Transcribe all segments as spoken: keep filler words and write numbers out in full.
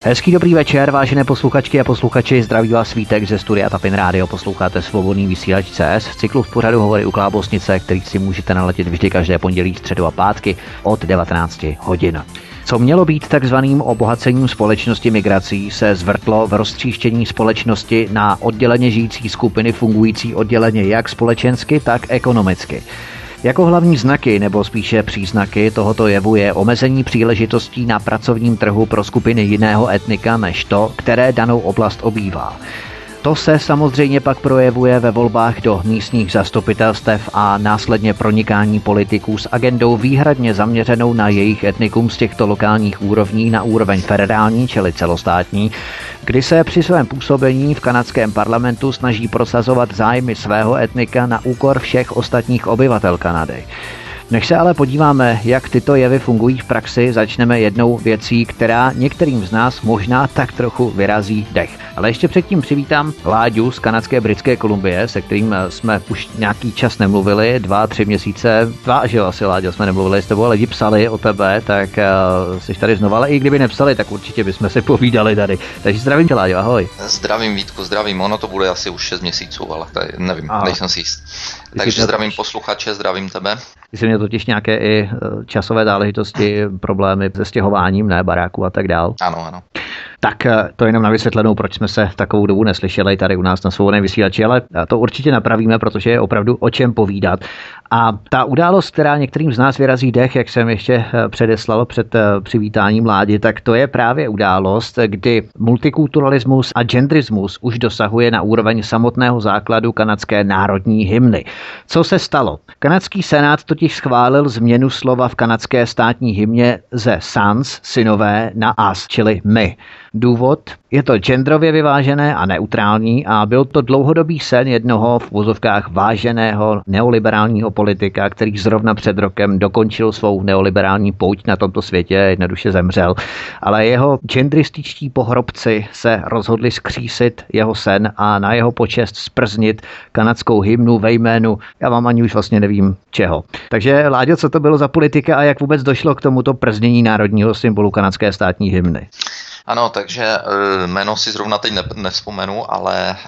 Hezký dobrý večer, vážené posluchačky a posluchači, zdraví vás Vítek ze studia Tapin Radio, posloucháte Svobodný vysílač C S v cyklu v pořadu Hovory u Klábosnice, který si můžete naletět vždy každé pondělí, středu a pátky od devatenáct hodin. Co mělo být takzvaným obohacením společnosti migrací, se zvrtlo v roztříštění společnosti na odděleně žijící skupiny fungující odděleně jak společensky, tak ekonomicky. Jako hlavní znaky, nebo spíše příznaky tohoto jevu je omezení příležitostí na pracovním trhu pro skupiny jiného etnika než to, které danou oblast obývá. To se samozřejmě pak projevuje ve volbách do místních zastupitelstev a následně pronikání politiků s agendou výhradně zaměřenou na jejich etnikum z těchto lokálních úrovní na úroveň federální, čili celostátní, kdy se při svém působení v kanadském parlamentu snaží prosazovat zájmy svého etnika na úkor všech ostatních obyvatel Kanady. Než se ale podíváme, jak tyto jevy fungují v praxi, začneme jednou věcí, která některým z nás možná tak trochu vyrazí dech. Ale ještě předtím přivítám Láďu z kanadské Britské Kolumbie, se kterým jsme už nějaký čas nemluvili, dva, tři měsíce, dva, že jo, asi Láďo, jsme nemluvili s tebou, ale lidi psali o tebe, tak uh, jsi tady znova, ale i kdyby nepsali, tak určitě bychom se povídali tady. Takže zdravím tě, Láďo, ahoj. Zdravím Vítku, zdravím, ono to bude asi už šest měsíců, ale tady nevím, Aha. nejsem si jist. Takže zdravím totiž posluchače, zdravím tebe. Ty jsi měl totiž nějaké i časové záležitosti, problémy se stěhováním, ne, baráku a tak dál. Ano, ano. Tak to jenom na vysvětlenou, proč jsme se takovou dobu neslyšeli tady u nás na Svobodném vysílači, ale to určitě napravíme, protože je opravdu o čem povídat. A ta událost, která některým z nás vyrazí dech, jak jsem ještě předeslal před přivítáním Ládi, tak to je právě událost, kdy multikulturalismus a genderismus už dosahuje na úroveň samotného základu kanadské národní hymny. Co se stalo? Kanadský senát totiž schválil změnu slova v kanadské státní hymně ze sons, synové, na us, čili my. Důvod? Je to genderově vyvážené a neutrální a byl to dlouhodobý sen jednoho v uvozovkách váženého neoliberálního politika, který zrovna před rokem dokončil svou neoliberální pouť na tomto světě, jednoduše zemřel. Ale jeho genderističtí pohrobci se rozhodli skřísit jeho sen a na jeho počest sprznit kanadskou hymnu ve jménu, já vám ani už vlastně nevím čeho. Takže Láďo, co to bylo za politika a jak vůbec došlo k tomuto prznění národního symbolu kanadské státní hymny? Ano, takže jméno si zrovna teď ne, nevzpomenu, ale e,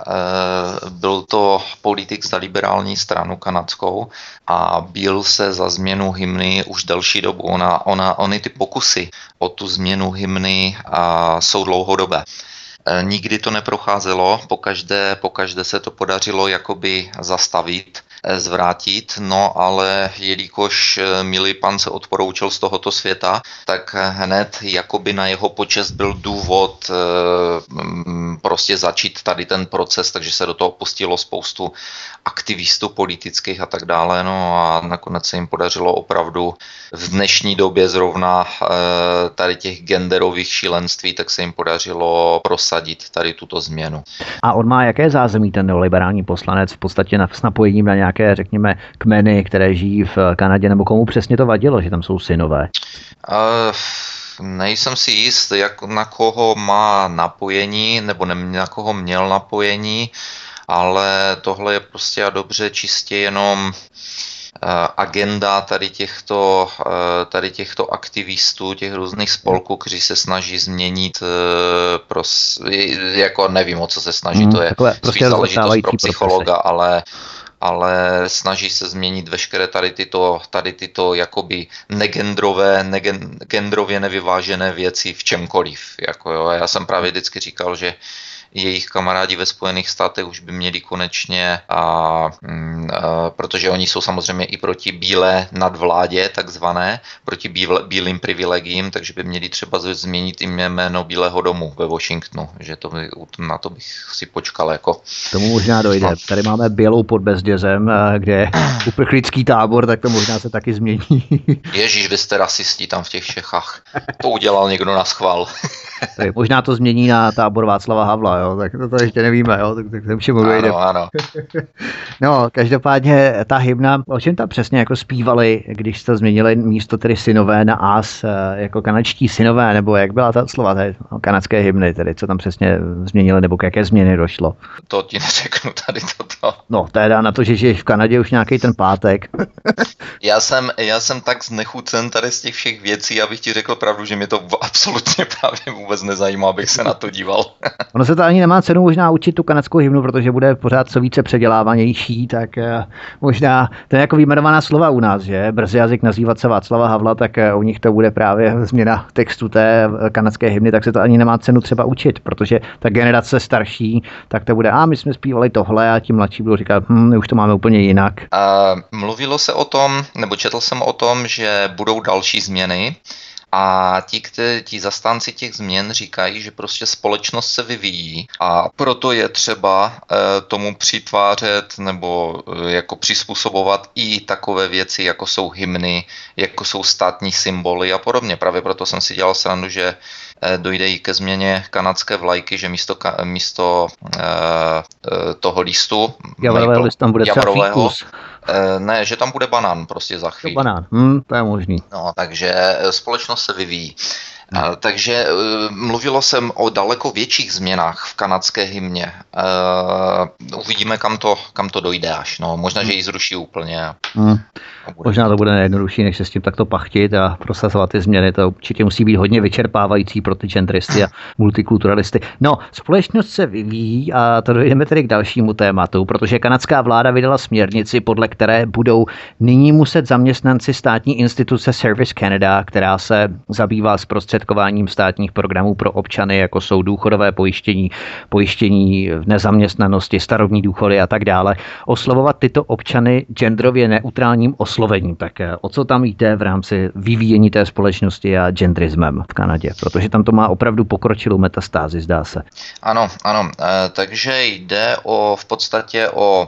byl to politik za liberální stranu kanadskou a byl se za změnu hymny už delší dobu. Ona, ona, ony ty pokusy o tu změnu hymny a, jsou dlouhodobé. E, nikdy to neprocházelo, pokaždé, pokaždé se to podařilo jakoby zastavit, zvrátit, no ale jelikož milý pan se odporoučil z tohoto světa, tak hned jakoby na jeho počest byl důvod e, prostě začít tady ten proces, takže se do toho pustilo spoustu aktivistů politických a tak dále, no a nakonec se jim podařilo opravdu v dnešní době zrovna e, tady těch genderových šílenství, tak se jim podařilo prosadit tady tuto změnu. A on má jaké zázemí ten neoliberální poslanec v podstatě s napojením na nějaké nějaké, řekněme, kmeny, které žijí v Kanadě, nebo komu přesně to vadilo, že tam jsou synové? Uh, nejsem si jist, jak na koho má napojení, nebo ne, na koho měl napojení, ale tohle je prostě a dobře čistě jenom agenda tady těchto, tady těchto aktivistů, těch různých spolků, kteří se snaží změnit, pros, jako nevím, o co se snaží, to je prostě záležitost pro psychologa, ale ale snaží se změnit veškeré tady tyto, tady tyto jakoby negendrové, negen, gendrově nevyvážené věci v čemkoliv. Jako jo. Já jsem právě vždycky říkal, že jejich kamarádi ve Spojených státech už by měli konečně, a, a, protože oni jsou samozřejmě i proti bílé nadvládě, takzvané, proti bíle, bílým privilegiím, takže by měli třeba změnit i jméno Bílého domu ve Washingtonu, že to by, na to bych si počkal. Jako. Tomu možná dojde. No. Tady máme Bělou pod Bezdězem, kde je uprchlický tábor, tak to možná se taky změní. Ježíš, vy jste rasisti tam v těch Čechách. To udělal někdo na schvál. Možná to změní na tábor Václava Havla, jo? jo, tak to, to ještě nevíme, jo, tak, tak všemu dojde. Ano, ano. No, každopádně ta hymna, o čem tam přesně jako zpívali, když to změnili místo tedy synové na as, jako kanadští synové, nebo jak byla ta slova, tady, kanadské hymny, tedy co tam přesně změnili, nebo k jaké změny došlo? To ti neřeknu tady toto. No, teda na to, že žiješ v Kanadě už nějaký ten pátek. já, jsem, já jsem tak znechucen tady z těch všech věcí, abych ti řekl pravdu, že mě to absolutně právě vůbec nezajímá, abych se na to díval. Ono se to ani nemá cenu možná učit tu kanadskou hymnu, protože bude pořád co více předělávanější, tak možná to je jako vyjmenovaná slova u nás, že? Brzy jazyk nazývat se Václava Havla, tak u nich to bude právě změna textu té kanadské hymny, tak se to ani nemá cenu třeba učit, protože ta generace starší, tak to bude, a my jsme zpívali tohle a ti mladší budou říkat, hm, my už to máme úplně jinak. Uh, mluvilo se o tom, nebo četl jsem o tom, že budou další změny. A ti, kteří, ti zastánci těch změn říkají, že prostě společnost se vyvíjí a proto je třeba e, tomu přitvářet nebo e, jako přizpůsobovat i takové věci, jako jsou hymny, jako jsou státní symboly a podobně. Právě proto jsem si dělal srandu, že e, dojde i ke změně kanadské vlajky, že místo, místo e, e, toho listu javarového listu tam bude třeba fíkus. Ne, že tam bude banán prostě za chvíli. To banán, hm, to je možný. No, takže společnost se vyvíjí. Hmm. Takže mluvilo jsem o daleko větších změnách v kanadské hymně. Uh, uvidíme, kam to, kam to dojde až. No, možná, hmm. že ji zruší úplně. Hmm. Možná to bude nejjednodušší, než se s tím takto pachtit a prosazovat ty změny. To určitě musí být hodně vyčerpávající pro ty genderisty a multikulturalisty. No, společnost se vyvíjí a to dojdeme tedy k dalšímu tématu, protože kanadská vláda vydala směrnici, podle které budou nyní muset zaměstnanci státní instituce Service Canada, která se zabývá zprostředkováním státních programů pro občany, jako jsou důchodové pojištění, pojištění v nezaměstnanosti, starobní důchody a tak dále, oslovovat tyto občany genderově neutrálním oslovením. Tak o co tam jde v rámci vyvíjení té společnosti a genderismem v Kanadě? Protože tam to má opravdu pokročilou metastázi, zdá se. Ano, ano. E, takže jde o v podstatě o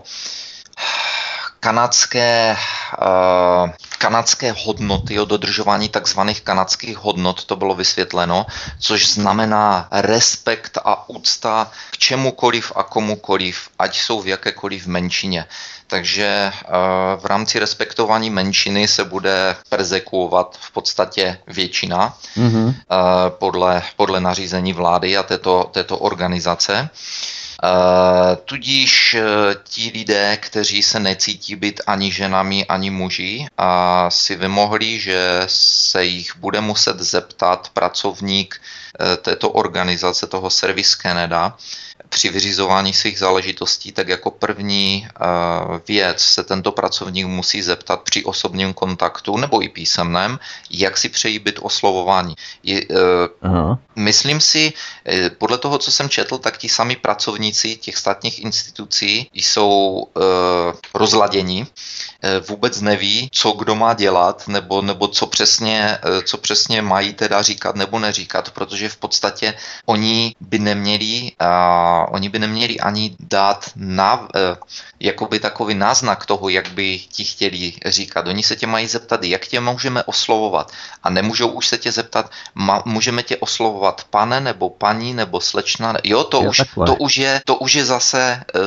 kanadské, uh, kanadské hodnoty, o dodržování takzvaných kanadských hodnot, to bylo vysvětleno, což znamená respekt a úcta k čemukoliv a komukoliv, ať jsou v jakékoliv menšině. Takže uh, v rámci respektování menšiny se bude perzekuovat v podstatě většina mm-hmm. uh, podle, podle nařízení vlády a této, této organizace. Uh, tudíž uh, ti lidé, kteří se necítí být ani ženami, ani muži, a si vymohli, že se jich bude muset zeptat pracovník uh, této organizace, toho Service Canada, při vyřizování svých záležitostí, tak jako první uh, věc se tento pracovník musí zeptat při osobním kontaktu nebo i písemném, jak si přejí být oslovování. Je, uh, myslím si, podle toho, co jsem četl, tak ti sami pracovníci těch státních institucí jsou uh, rozladěni, uh, vůbec neví, co kdo má dělat, nebo, nebo co, přesně, uh, co přesně mají teda říkat nebo neříkat, protože v podstatě oni by neměli uh, oni by neměli ani dát na, eh, jakoby takový náznak toho, jak by ti chtěli říkat. Oni se tě mají zeptat, jak tě můžeme oslovovat. A nemůžou už se tě zeptat, ma, můžeme tě oslovovat pane, nebo paní, nebo slečna. Jo, to, jo, už, to, už, je, to už je zase eh,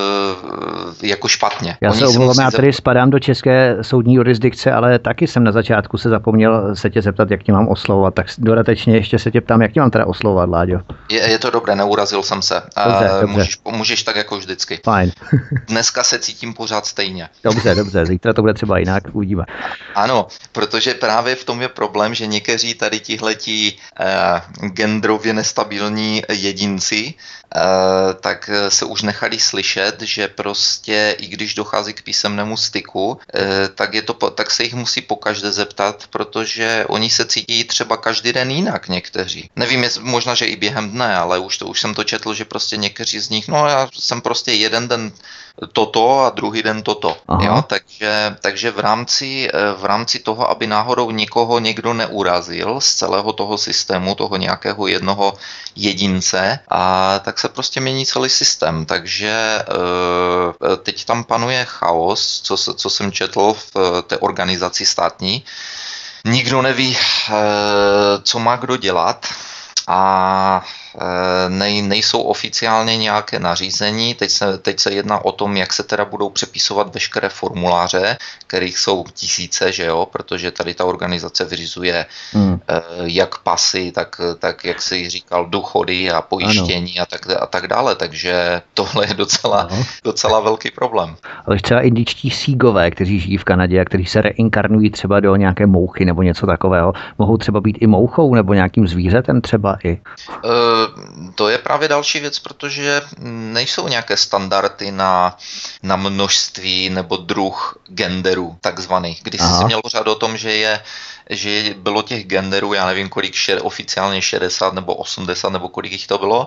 jako špatně. Já oni se omlouvám, já tady zept... spadám do české soudní jurisdikce, ale taky jsem na začátku se zapomněl se tě zeptat, jak tě mám oslovovat. Tak dodatečně ještě se tě ptám, jak tě mám teda oslovovat, Láďo. Je, je to dobré, neurazil jsem se. Dobře, dobře. Můžeš, můžeš tak jako vždycky. Fajn. Dneska se cítím pořád stejně. Dobře, dobře, zítra to bude třeba jinak, uvidíme. Ano, protože právě v tom je problém, že někteří tady tihleti uh, genderově nestabilní jedinci uh, tak se už nechali slyšet, že prostě i když dochází k písemnému styku, uh, tak, je to, tak se jich musí pokaždé zeptat, protože oni se cítí třeba každý den jinak někteří. Nevím, jest, možná, že i během dne, ale už, to, už jsem to četl, že prostě někteří z nich, no já jsem prostě jeden den toto a druhý den toto. Jo? Takže, takže v rámci, v rámci toho, aby náhodou nikoho někdo neurazil z celého toho systému, toho nějakého jednoho jedince, a tak se prostě mění celý systém. Takže teď tam panuje chaos, co, co jsem četl v té organizaci státní. Nikdo neví, co má kdo dělat. A nej, nejsou oficiálně nějaké nařízení, teď se, teď se jedná o tom, jak se teda budou přepisovat veškeré formuláře, kterých jsou tisíce, že jo, protože tady ta organizace vyřizuje hmm. jak pasy, tak, tak jak jsi říkal, důchody a pojištění a tak, a tak dále, takže tohle je docela, docela velký problém. Ale třeba indičtí sígové, kteří žijí v Kanadě a kteří se reinkarnují třeba do nějaké mouchy nebo něco takového, mohou třeba být i mouchou nebo nějakým zvířetem třeba i? Uh, to je právě další věc, protože nejsou nějaké standardy na, na množství nebo druh genderů takzvaných. Když jsi měl pořád o tom, že je že bylo těch genderů, já nevím kolik, šed, oficiálně šedesát nebo osmdesát nebo kolik jich to bylo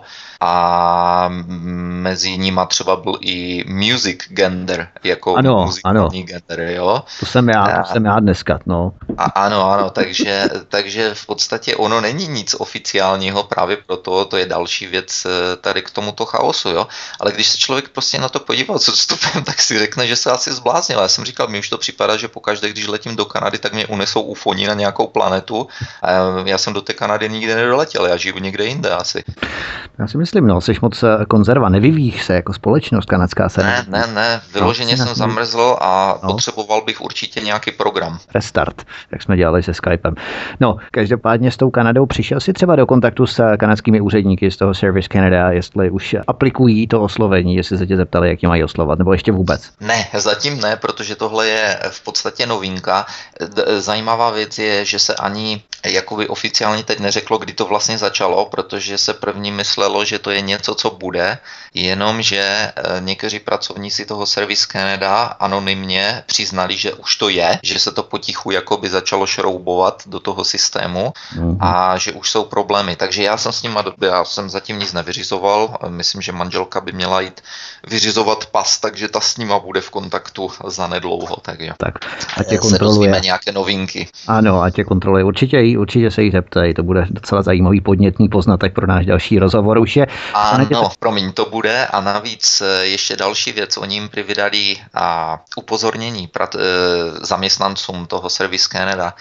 a mezi nima třeba byl i music gender, jako ano, muzikální ano. gender, jo. To jsem já, to jsem já dneska, no. A ano, ano, takže, takže v podstatě ono není nic oficiálního, právě proto to je další věc tady k tomuto chaosu, jo. Ale když se člověk prostě na to podíval s odstupem, tak si řekne, že se asi zbláznil. Já jsem říkal, mi už to připadá, že pokaždé, když letím do Kanady, tak mě unesou ufoni na nějakou planetu. A já jsem do té Kanady nikdy nedoletěl, já žiju někde jinde asi. Já si myslím, no, jsi moc konzerva, nevyvíjíš se jako společnost kanadská se. Ne, ne, ne, vyloženě no, jsem zamrzl a no. potřeboval bych určitě nějaký program. Restart, jak jsme dělali se Skypem. No, každopádně s tou Kanadou přišel si třeba do kontaktu s kanadskými úředníky z toho Service Canada, jestli už aplikují to oslovení, jestli se tě zeptali, jak je mají oslovat, nebo ještě vůbec? Ne, zatím ne, protože tohle je v podstatě novinka. Zajímavá věc je, že se ani jakoby oficiálně teď neřeklo, kdy to vlastně začalo, protože se první myslelo, že to je něco, co bude, jenomže někteří pracovníci toho Service Canada anonymně přiznali, že už to je, že se to potichu jakoby začalo šroubovat do toho systému mm-hmm. a že už jsou problémy. Takže já jsem s nimi, já jsem zatím nic nevyřizoval, myslím, že manželka by měla jít vyřizovat pas, takže ta s nima bude v kontaktu zanedlouho. Tak jo. Tak a tě kontroluje nějaké novinky. Ano, a tě kontroluje. Určitě, určitě se jí zeptej, to bude docela zajímavý podnětný poznatek pro náš další rozhovor. Už je. Ano, tě... promiň, to bude a navíc ještě další věc, oni jim vydali a upozornění prat, e, zaměstnancům toho Service Canada,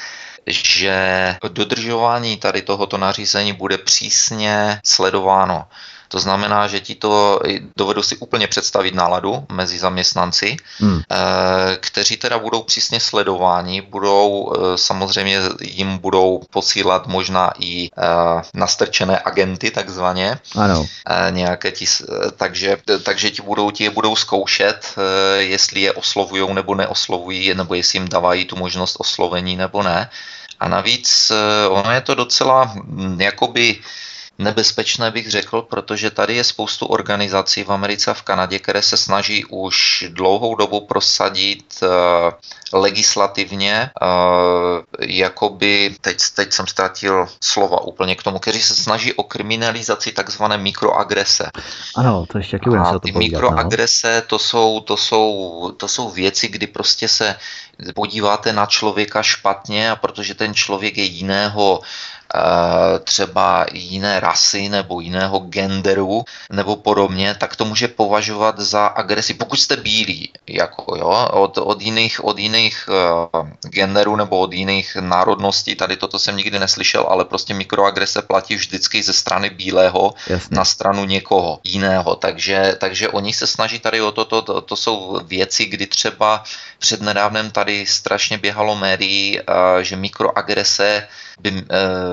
že dodržování tady tohoto nařízení bude přísně sledováno. To znamená, že ti to dovedu si úplně představit náladu mezi zaměstnanci, hmm. kteří teda budou přísně sledováni, budou samozřejmě jim budou posílat možná i nastrčené agenty takzvaně. Ano. Nějaké ti, takže, takže ti budou, ti je budou zkoušet, jestli je oslovujou nebo neoslovují, nebo jestli jim dávají tu možnost oslovení nebo ne. A navíc ono je to docela jakoby nebezpečné, bych řekl, protože tady je spoustu organizací v Americe a v Kanadě, které se snaží už dlouhou dobu prosadit uh, legislativně, uh, jakoby, teď, teď jsem ztratil slova úplně k tomu, kteří se snaží o kriminalizaci takzvané mikroagrese. Ano, to ještě taky budeme se o to ty povídat, mikroagrese, no? to, jsou, to, jsou, to jsou věci, kdy prostě se podíváte na člověka špatně a protože ten člověk je jiného třeba jiné rasy nebo jiného genderu nebo podobně, tak to může považovat za agresi. Pokud jste bílí, jako jo, od, od jiných, od jiných uh, genderů nebo od jiných národností, tady toto jsem nikdy neslyšel, ale prostě mikroagrese platí vždycky ze strany bílého Jasně. na stranu někoho jiného. Takže, takže oni se snaží tady o toto, to, to, to jsou věci, kdy třeba přednedávnem tady strašně běhalo médií, uh, že mikroagrese by uh,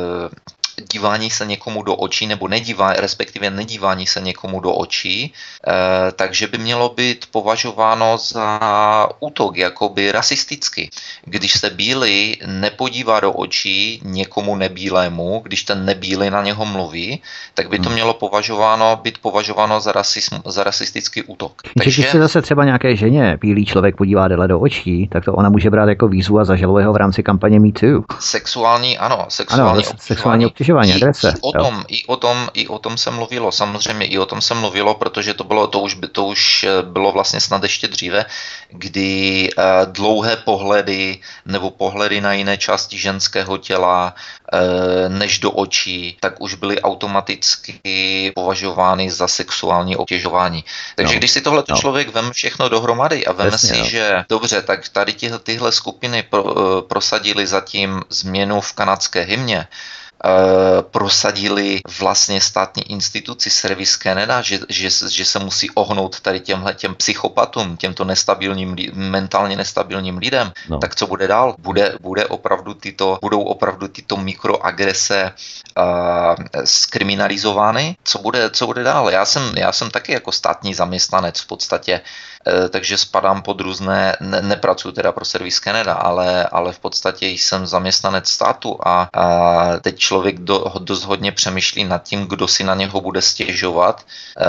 dívání se někomu do očí nebo nedívá, respektive nedívání se někomu do očí, eh, takže by mělo být považováno za útok, jakoby rasisticky. Když se bílý nepodívá do očí někomu nebílému, když ten nebílý na něho mluví, tak by to mělo považováno, být považováno za, rasism, za rasistický útok. Takže když se zase třeba nějaké ženě bílý člověk podívá déle do očí, tak to ona může brát jako výzvu a zažaluje ho v rámci kampaně Me Too. Sexuální, ano, sexuální ano, sexuální obtěžování, agrese. I o tom, i o tom, i o tom se mluvilo, samozřejmě i o tom se mluvilo, protože to bylo, to už, to už bylo vlastně snad ještě dříve, kdy uh, dlouhé pohledy nebo pohledy na jiné části ženského těla uh, než do očí, tak už byly automaticky považovány za sexuální obtěžování. Takže no. když si tohleto no. člověk veme všechno dohromady a veme Jasně, si, no. že dobře, tak tady tyhle, tyhle skupiny pro, uh, prosadili zatím změnu v kanadské hymně, prosadili vlastně státní instituci Servis Canada, že, že, že se musí ohnout tady těmhle těm psychopatům, těmto nestabilním, mentálně nestabilním lidem, no. Tak co bude dál? Bude, bude opravdu tyto, budou opravdu tyto mikroagrese uh, skriminalizovány? Co bude, co bude dál? Já jsem, já jsem taky jako státní zaměstnanec v podstatě, takže spadám pod různé, ne, nepracuji teda pro Servis Canada, ale, ale v podstatě jsem zaměstnanec státu a, a teď člověk do, dost hodně přemýšlí nad tím, kdo si na něho bude stěžovat e,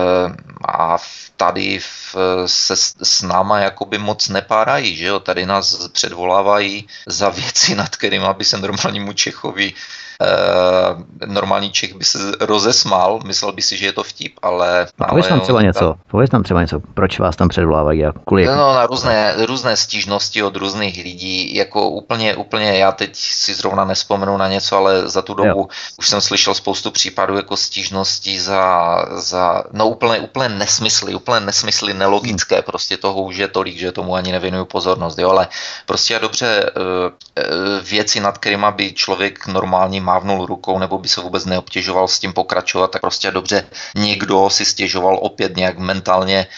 a tady v, se s náma jakoby moc nepárají, že jo, tady nás předvolávají za věci, nad kterými by se normálnímu Čechovi Uh, normální Čech by se rozesmál, myslel by si, že je to vtip, ale... No, pověz nám třeba něco, pověz nám třeba něco, proč vás tam předvolávají a kvůli... No, na různé, různé stížnosti od různých lidí, jako úplně, úplně, já teď si zrovna nespomenu na něco, ale za tu dobu jo. Už jsem slyšel spoustu případů jako stížností za, za no úplně, úplně nesmysly, úplně nesmysly nelogické, hmm. prostě toho už je tolik, že tomu ani nevěnuju pozornost, jo, ale prostě dobře věci, nad kterými by člověk normální mávnul rukou nebo by se vůbec neobtěžoval s tím pokračovat, tak prostě dobře někdo si stěžoval opět nějak mentálně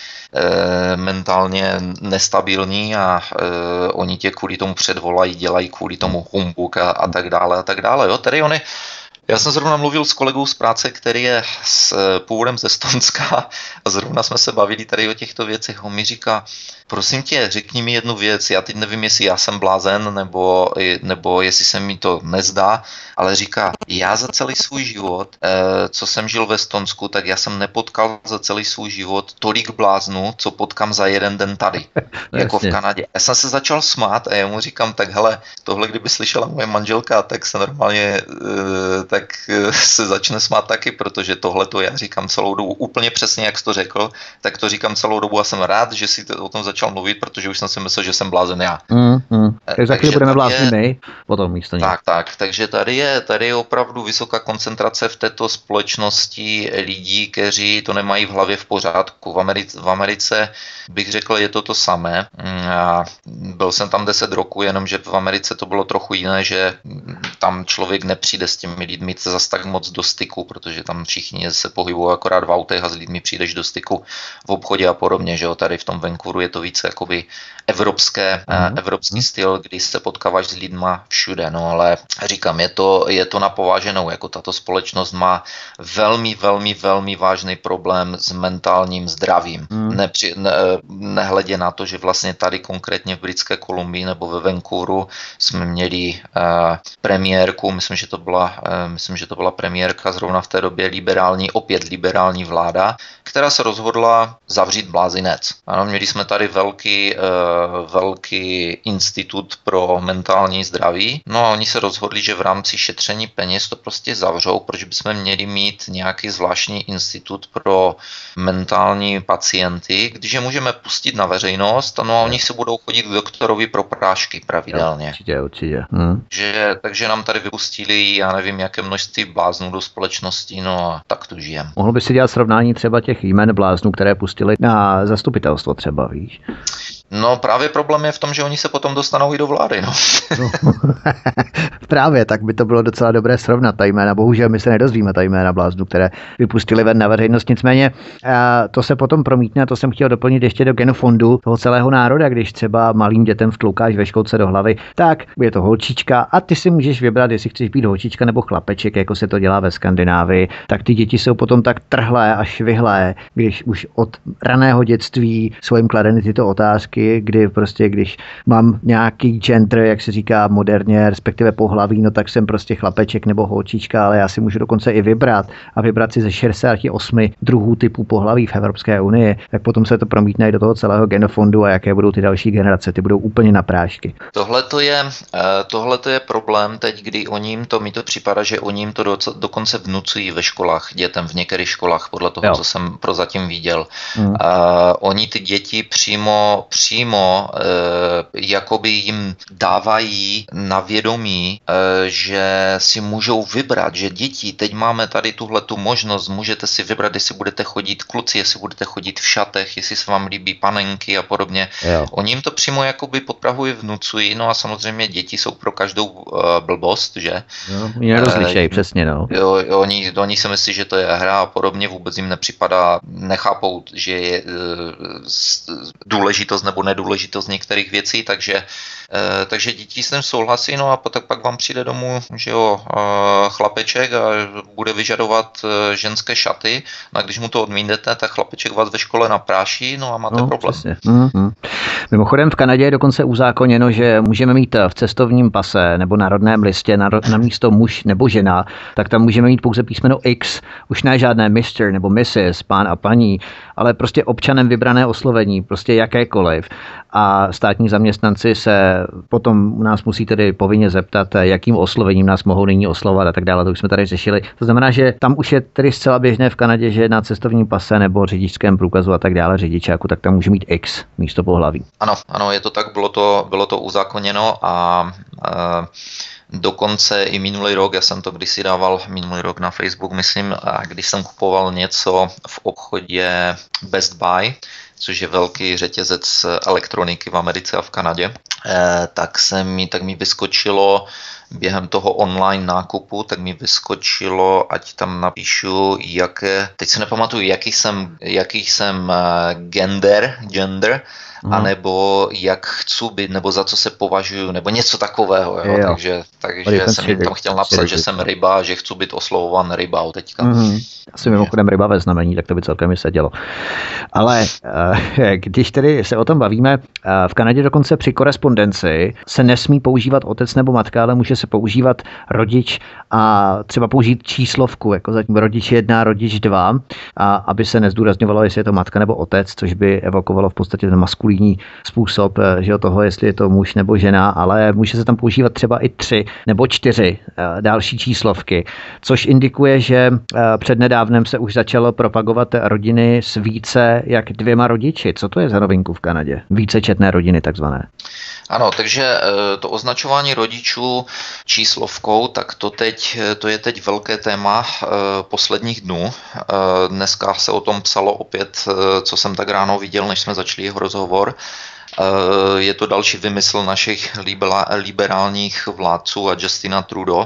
e, mentálně nestabilní a e, oni tě kvůli tomu předvolají, dělají kvůli tomu humbuk a, a tak dále a tak dále. Jo, tady oni Já jsem zrovna mluvil s kolegou z práce, který je s původem ze Estonska a zrovna jsme se bavili tady o těchto věcech. On mi říká, prosím tě, řekni mi jednu věc, já teď nevím, jestli já jsem blázen, nebo, nebo jestli se mi to nezdá, ale říká, já za celý svůj život, co jsem žil ve Estonsku, tak já jsem nepotkal za celý svůj život tolik bláznů, co potkám za jeden den tady, jako v Kanadě. Já jsem se začal smát a já mu říkám, tak hele, tohle kdyby slyšela moje manželka, tak se normálně tak se začne smát taky, protože tohle to já říkám celou dobu úplně přesně, jak jsi to řekl, tak to říkám celou dobu a jsem rád, že si o tom začal mluvit, protože už jsem si myslel, že jsem blázen já. Mm, mm. Tak za chvíli budeme blázni my, potom místo něj. Tak, tak, takže tady je, tady je opravdu vysoká koncentrace v této společnosti lidí, kteří to nemají v hlavě v pořádku. V Americe, v Americe bych řekl, je to to samé. Já byl jsem tam deset roků, jenomže v Americe to bylo trochu jiné, že tam člověk nepřijde s těmi lidmi zas tak moc do styku, protože tam všichni se pohybují akorát v autech a s lidmi přijdeš do styku v obchodě a podobně, že jo, tady v tom Vancouveru je to více jakoby evropské, mm. evropský styl, kdy se potkáváš s lidma všude, no ale říkám, je to, je to na pováženou, jako tato společnost má velmi, velmi, velmi vážný problém s mentálním zdravím. Mm. Nepři, ne, nehledě na to, že vlastně tady konkrétně v Britské Kolumbii nebo ve Vancouveru jsme měli uh, premiérku, myslím, že to byla uh, myslím, že to byla premiérka zrovna v té době liberální, opět liberální vláda, která se rozhodla zavřít blázinec. Ano, měli jsme tady velký, uh, velký institut pro mentální zdraví, no a oni se rozhodli, že v rámci šetření peněz to prostě zavřou, protože bychom měli mít nějaký zvláštní institut pro mentální pacienty, když je můžeme pustit na veřejnost, no a oni si budou chodit k doktorovi pro prášky pravidelně. Určitě, určitě. Hmm. Že, takže nám tady vypustili, já nevím, jaké množství bláznů do společnosti, no a tak tu žijem. Mohl by si dělat srovnání třeba těch jmen bláznů, které pustili na zastupitelstvo třeba, víš? No právě problém je v tom, že oni se potom dostanou i do vlády, no. no. Právě, tak by to bylo docela dobré srovnat ta jména. Bohužel my se nedozvíme ta jména bláznů, které vypustili ven na veřejnost. Nicméně to se potom promítne, a to jsem chtěl doplnit ještě do genofondu toho celého národa, když třeba malým dětem vtloukáš ve školce do hlavy, tak je to holčička a ty si můžeš vybrat, jestli chceš být holčička nebo chlapeček, jako se to dělá ve Skandinávii. Tak ty děti jsou potom tak trhlé a švihlé, když už od raného dětství jsou jim kladeny tyto otázky, kdy prostě, když mám nějaký gender, jak se říká moderně, respektive pohlaví, no tak jsem prostě chlapeček nebo holčička, ale já si můžu dokonce i vybrat a vybrat si ze šedesát osm druhů typů pohlaví v Evropské unii, tak potom se to promítne do toho celého genofondu a jaké budou ty další generace, ty budou úplně na prášky. Tohle to je, tohle to je problém teď, kdy oni jim to, mi to připadá, že oni jim to do, dokonce vnucují ve školách, dětem v některých školách, podle toho, jo. co jsem prozatím viděl. Hmm. Uh, oni ty děti přímo, přímo přímo e, jakoby jim dávají na vědomí, e, že si můžou vybrat, že děti, teď máme tady tuhle tu možnost, můžete si vybrat, jestli budete chodit kluci, jestli budete chodit v šatech, jestli se vám líbí panenky a podobně. Jo. Oni jim to přímo jakoby pod Prahu i vnucují, no a samozřejmě děti jsou pro každou uh, blbost, že? No, oni nerozlišejí, e, přesně, no. Jo, oni, oni si myslí, že to je hra a podobně, vůbec jim nepřipadá, nechápou, že je uh, důležitost nebo nedůležitost některých věcí, takže, uh, takže děti s tím souhlasí, no a potom pak vám přijde domů, že jo, uh, chlapeček a bude vyžadovat uh, ženské šaty, no a když mu to odmítnete, tak chlapeček vás ve škole napráší, no a máte no, problém. Přesně. Mm-hmm. Mimochodem v Kanadě je dokonce uzákoněno, že můžeme mít v cestovním pase nebo národném listě na, na místo muž nebo žena, tak tam můžeme mít pouze písmeno X, už ne žádné mister nebo missus, pán a paní, ale prostě občanem vybrané oslovení, prostě jakékoliv. A státní zaměstnanci se potom u nás musí tedy povinně zeptat, jakým oslovením nás mohou nyní oslovovat a tak dále, to už jsme tady řešili. To znamená, že tam už je tedy zcela běžné v Kanadě, že na cestovním pase nebo řidičském průkazu a tak dále řidičáku, tak tam může mít X místo pohlaví. Ano, ano, je to tak, bylo to, bylo to uzákoněno a e, dokonce i minulý rok, já jsem to kdysi dával minulý rok na Facebook, myslím, a když jsem kupoval něco v obchodě Best Buy, což je velký řetězec elektroniky v Americe a v Kanadě, eh, tak, se mi, tak mi vyskočilo během toho online nákupu, tak mi vyskočilo, ať tam napíšu, jaké, teď se nepamatuju, jaký jsem, jaký jsem gender, gender, mm. anebo jak chci být, nebo za co se považuju, nebo něco takového. Jo? Jo. Takže, takže jsem jim tam chtěl napsat, že jsem ryba, že chci být oslovován rybou teďka. Mm. Asi mimochodem ryba ve znamení, tak to by celkem i sedělo. Ale když tedy se o tom bavíme, v Kanadě dokonce při korespondenci se nesmí používat otec nebo matka, ale může se používat rodič a třeba použít číslovku, jako zatím rodič jedna, rodič dva, a aby se nezdůrazňovalo, jestli je to matka nebo otec, což by evokovalo v podstatě ten maskulínní způsob, že o toho, jestli je to muž nebo žena, ale může se tam používat třeba i tři nebo čtyři další číslovky, což indikuje, že přednedávnem se už začalo propagovat rodiny s více jak dvěma rodiči. Co to je za novinku v Kanadě? Vícečetné rodiny takzvané. Ano, takže to označování rodičů číslovkou, tak to, teď, to je teď velké téma posledních dnů. Dneska se o tom psalo opět, co jsem tak ráno viděl, než jsme začali jeho rozhovor. Je to další vymysl našich liberálních vládců a Justina Trudeau.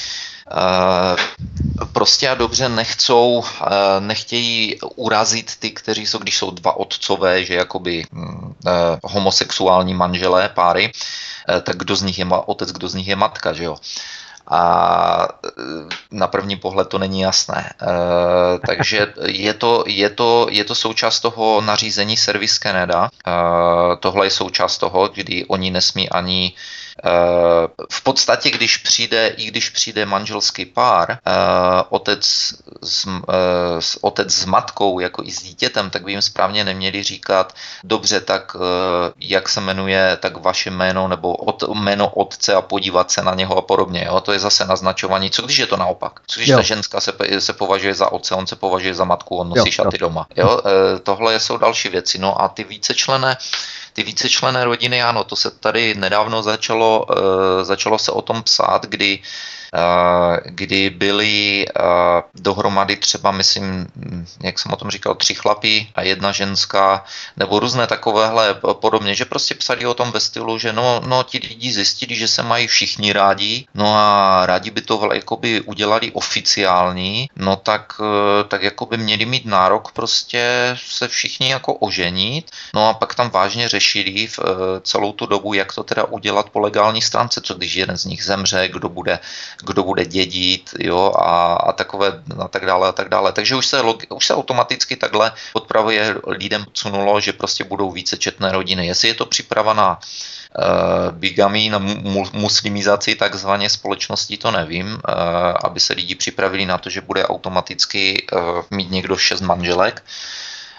Prostě a dobře nechcou, nechtějí urazit ty, kteří jsou, když jsou dva otcové, že jakoby homosexuální manželé, páry, tak kdo z nich je otec, kdo z nich je matka, že jo. A na první pohled to není jasné. E, takže je to, je, to, je to součást toho nařízení Service Canada. E, tohle je součást toho, kdy oni nesmí ani v podstatě, když přijde, i když přijde manželský pár, otec s, otec s matkou, jako i s dítětem, tak by jim správně neměli říkat, dobře, tak jak se jmenuje, tak vaše jméno, nebo od, jméno otce a podívat se na něho a podobně. Jo? To je zase naznačování. Co když je to naopak? Co když jo. ta ženská se, se považuje za otce, on se považuje za matku, on nosí jo, šaty jo. doma. Jo? Tohle jsou další věci. No a ty vícečlenné Ty vícečlenné rodiny, ano, to se tady nedávno začalo, uh, začalo se o tom psát, kdy, uh, kdy byly uh, dohromady třeba, myslím, jak jsem o tom říkal, tři chlapí a jedna ženská, nebo různé takovéhle podobně, že prostě psali o tom ve stylu, že no, no ti lidi zjistili, že se mají všichni rádi, no a rádi by to jakoby udělali oficiální, no tak, tak jakoby měli mít nárok prostě se všichni jako oženit, no a pak tam vážně řešili v celou tu dobu, jak to teda udělat po legální stránce, co když jeden z nich zemře, kdo bude, kdo bude dědit, jo, a, a takové a tak dále a tak dále. Takže už se, už se automaticky takhle podpravuje lidem odsunulo, že prostě budou vícečetné rodiny. Jestli je to příprava na uh, bigamy, na mu, muslimizaci takzvaně společnosti, to nevím, uh, aby se lidi připravili na to, že bude automaticky uh, mít někdo šest manželek.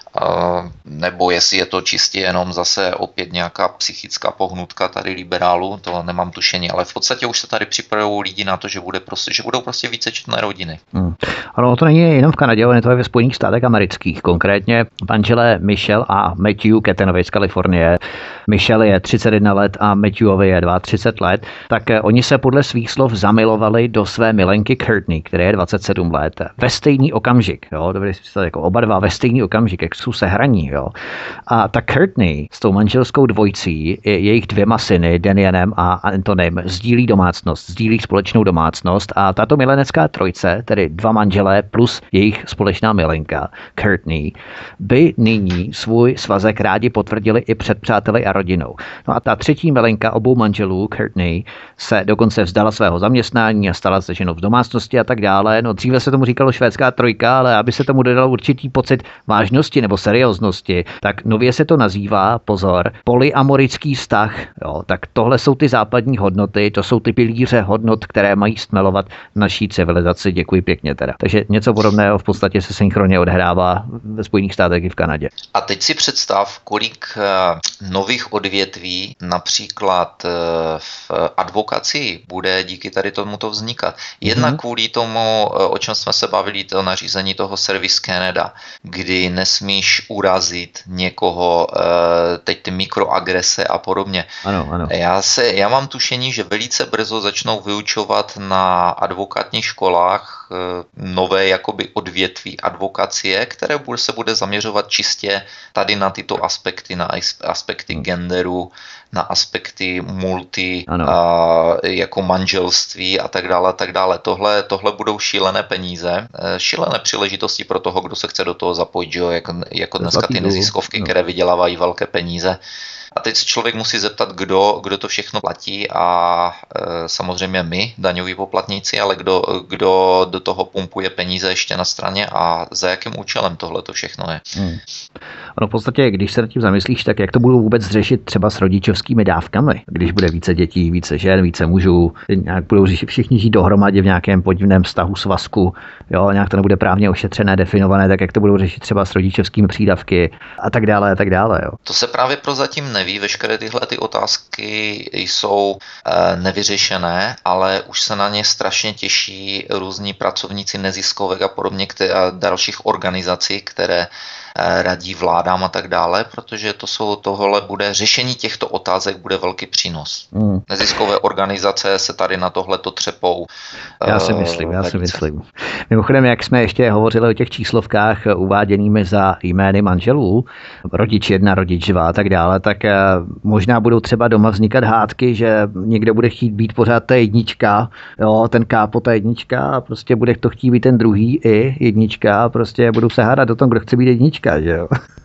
nebo jestli je to čistě jenom zase opět nějaká psychická pohnutka tady liberálů, to nemám tušení, ale v podstatě už se tady připravují lidi na to, že, bude prostě, že budou prostě vícečetné rodiny. Hmm. Ano, to není jenom v Kanadě, ale to je ve Spojených státech amerických. Konkrétně manželé Michelle a Matthew Kettenovi z Kalifornie. Michelle je třicet jedna let a Matthewovi je třicet dva let. Tak oni se podle svých slov zamilovali do své milenky Courtney, které je dvacet sedm let. Ve stejný okamžik, jo, dobrý si představit, jako oba dva ve stejný okamžik, jak jsou se hraní, jo. A ta Courtney s tou manželskou dvojicí, jejich dvěma syny, Danielem a Antonem, sdílí domácnost, sdílí společnou domácnost a tato milenecká trojce, tedy dva manželé plus jejich společná milenka, Courtney, by nyní svůj svazek rádi potvrdili i před přáteli a rodinou. No a ta třetí milenka obou manželů, Courtney, se dokonce vzdala svého zaměstnání a stala se ženou v domácnosti a tak dále. No dříve se tomu říkalo švédská trojka, ale aby se tomu dodal určitý pocit vážnosti nebo serióznosti, tak nově se to nazývá, pozor, polyamorický vztah. Jo, tak tohle jsou ty západní hodnoty, to jsou ty pilíře hodnot, které mají stmelovat naší civilizaci. Děkuji pěkně teda. Takže něco podobného v podstatě se synchronně odehrává ve Spojených státech i v Kanadě. A teď si představ, kolik nových odvětví, například v advokaci, bude díky tady tomuto vznikat. Jednak mm-hmm. kvůli tomu, o čem jsme se bavili, to nařízení toho Service Canada, kdy nesmíš urazit někoho, teď ty mikroagrese a podobně. Ano, ano. Já, se, já mám tušení, že velice brzo začnou vyučovat na advokátních školách nové jakoby odvětví advokacie, které se bude zaměřovat čistě tady na tyto aspekty, na aspekty hmm. genderu, na aspekty multi, a, jako manželství a tak dále, tak dále. Tohle, tohle budou šílené peníze, šílené příležitosti pro toho, kdo se chce do toho zapojit, že jo? Jako, jako dneska ty neziskovky, no. které vydělávají velké peníze. A teď se člověk musí zeptat, kdo, kdo to všechno platí a e, samozřejmě my, daňoví poplatníci, ale kdo, kdo do toho pumpuje peníze ještě na straně a za jakým účelem tohle to všechno je. Hmm. Ono v podstatě, když se nad tím zamyslíš, tak jak to budou vůbec řešit třeba s rodičovskými dávkami, když bude více dětí, více žen, více mužů, nějak budou všichni žít dohromadě v nějakém podivném vztahu, svazku, jo, nějak to nebude právně ošetřené, definované, tak jak to budou řešit třeba s rodičovskými přídavky a tak dále a tak dále. Jo. To se právě prozatím neví, veškeré tyhle ty otázky jsou e, nevyřešené, ale už se na ně strašně těší různí pracovníci neziskovek a podobně a dalších organizací, které radí vládám a tak dále, protože to jsou, tohle bude, řešení těchto otázek bude velký přínos. Hmm. Neziskové organizace se tady na tohleto třepou. Já si myslím, já si myslím. Mimochodem, jak jsme ještě hovořili o těch číslovkách uváděnými za jmény manželů, rodič jedna, rodič dva a tak dále, tak možná budou třeba doma vznikat hádky, že někdo bude chtít být pořád ta jednička, jo, ten kápo, ta jednička a prostě bude to chtít být ten druhý i jednička a prostě budou se hádat o tom, kdo chce být jednička, že jo.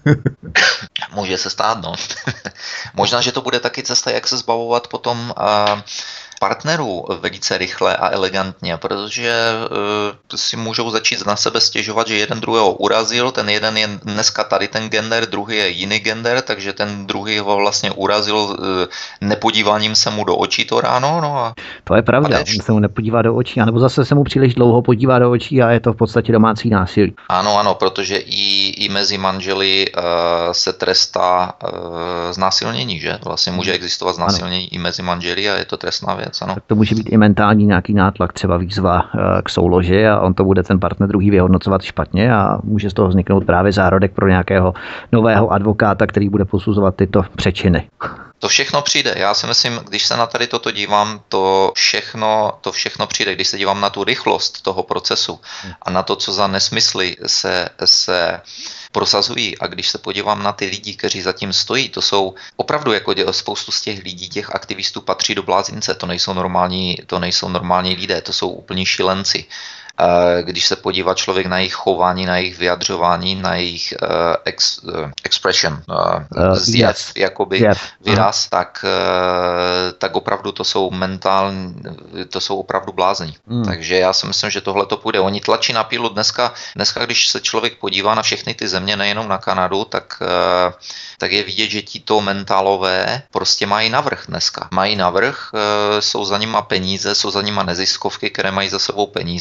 Může se stát, no. Možná, že to bude taky cesta, jak se zbavovat potom uh, partnerů velice rychle a elegantně, protože uh, si můžou začít na sebe stěžovat, že jeden druhého urazil, ten jeden je dneska tady ten gender, druhý je jiný gender, takže ten druhý ho vlastně urazil uh, nepodíváním se mu do očí to ráno. No a to je pravda, on se mu nepodívá do očí, anebo zase se mu příliš dlouho podívá do očí a je to v podstatě domácí násilí. Ano, ano, protože i, i mezi manželi uh, se trestá uh, znásilnění, že? Vlastně může existovat znásilnění ano. i mezi manželi a je to trestná věc. Ano. Tak to může být i mentální nějaký nátlak, třeba výzva k souloži a on to bude ten partner druhý vyhodnocovat špatně a může z toho vzniknout právě zárodek pro nějakého nového advokáta, který bude posuzovat tyto přečiny. To všechno přijde. Já si myslím, když se na tady toto dívám, to všechno, to všechno přijde. Když se dívám na tu rychlost toho procesu a na to, co za nesmysly se, se prosazují a když se podívám na ty lidi, kteří zatím stojí, to jsou opravdu jako spoustu z těch lidí, těch aktivistů patří do blázince, to nejsou normální, to nejsou normální lidé, to jsou úplní šílenci. Když se podívá člověk na jejich chování, na jejich vyjadřování, na jejich uh, ex, uh, expression, uh, zjev, yes. jakoby yes. výraz, tak, uh, tak opravdu to jsou mentální, to jsou opravdu blázni. Mm. Takže já si myslím, že tohle to půjde. Oni tlačí na pílu dneska, dneska, když se člověk podívá na všechny ty země, nejenom na Kanadu, tak, uh, tak je vidět, že tito mentálové prostě mají navrch dneska. Mají navrch, uh, jsou za nima peníze, jsou za nima neziskovky, které mají za sebou peníze.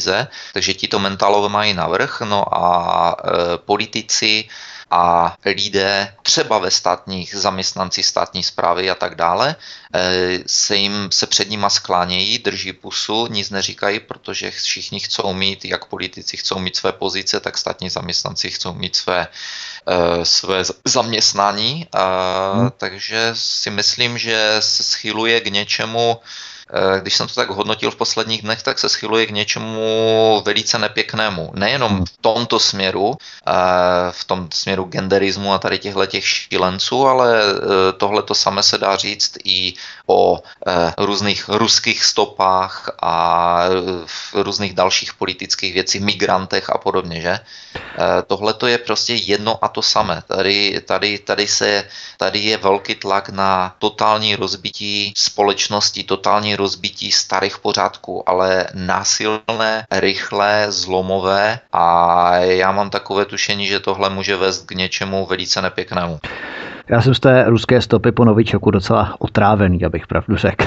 takže ti to mentálové mají navrch, no a e, politici a lidé třeba ve státních zaměstnanci státní správy a tak dále se jim se před nima sklánějí, drží pusu, nic neříkají, protože všichni chcou mít, jak politici chcou mít své pozice, tak státní zaměstnanci chcou mít své, své zaměstnání. Hmm. Takže si myslím, že se schyluje k něčemu. Když jsem to tak hodnotil v posledních dnech, tak se schyluje k něčemu velice nepěknému. Nejenom v tomto směru, v tom směru genderismu a tady těchto těch šílenců, ale tohle to samé se dá říct i o různých ruských stopách a v různých dalších politických věcí, migrantech a podobně, že? Tohle to je prostě jedno a to samé. Tady, tady, tady, se, tady je velký tlak na totální rozbití společnosti, totální rozbití starých pořádků, ale násilné, rychlé, zlomové a já mám takové tušení, že tohle může vést k něčemu velice nepěknému. Já jsem z té ruské stopy po Novičoku docela otrávený, abych pravdu řekl.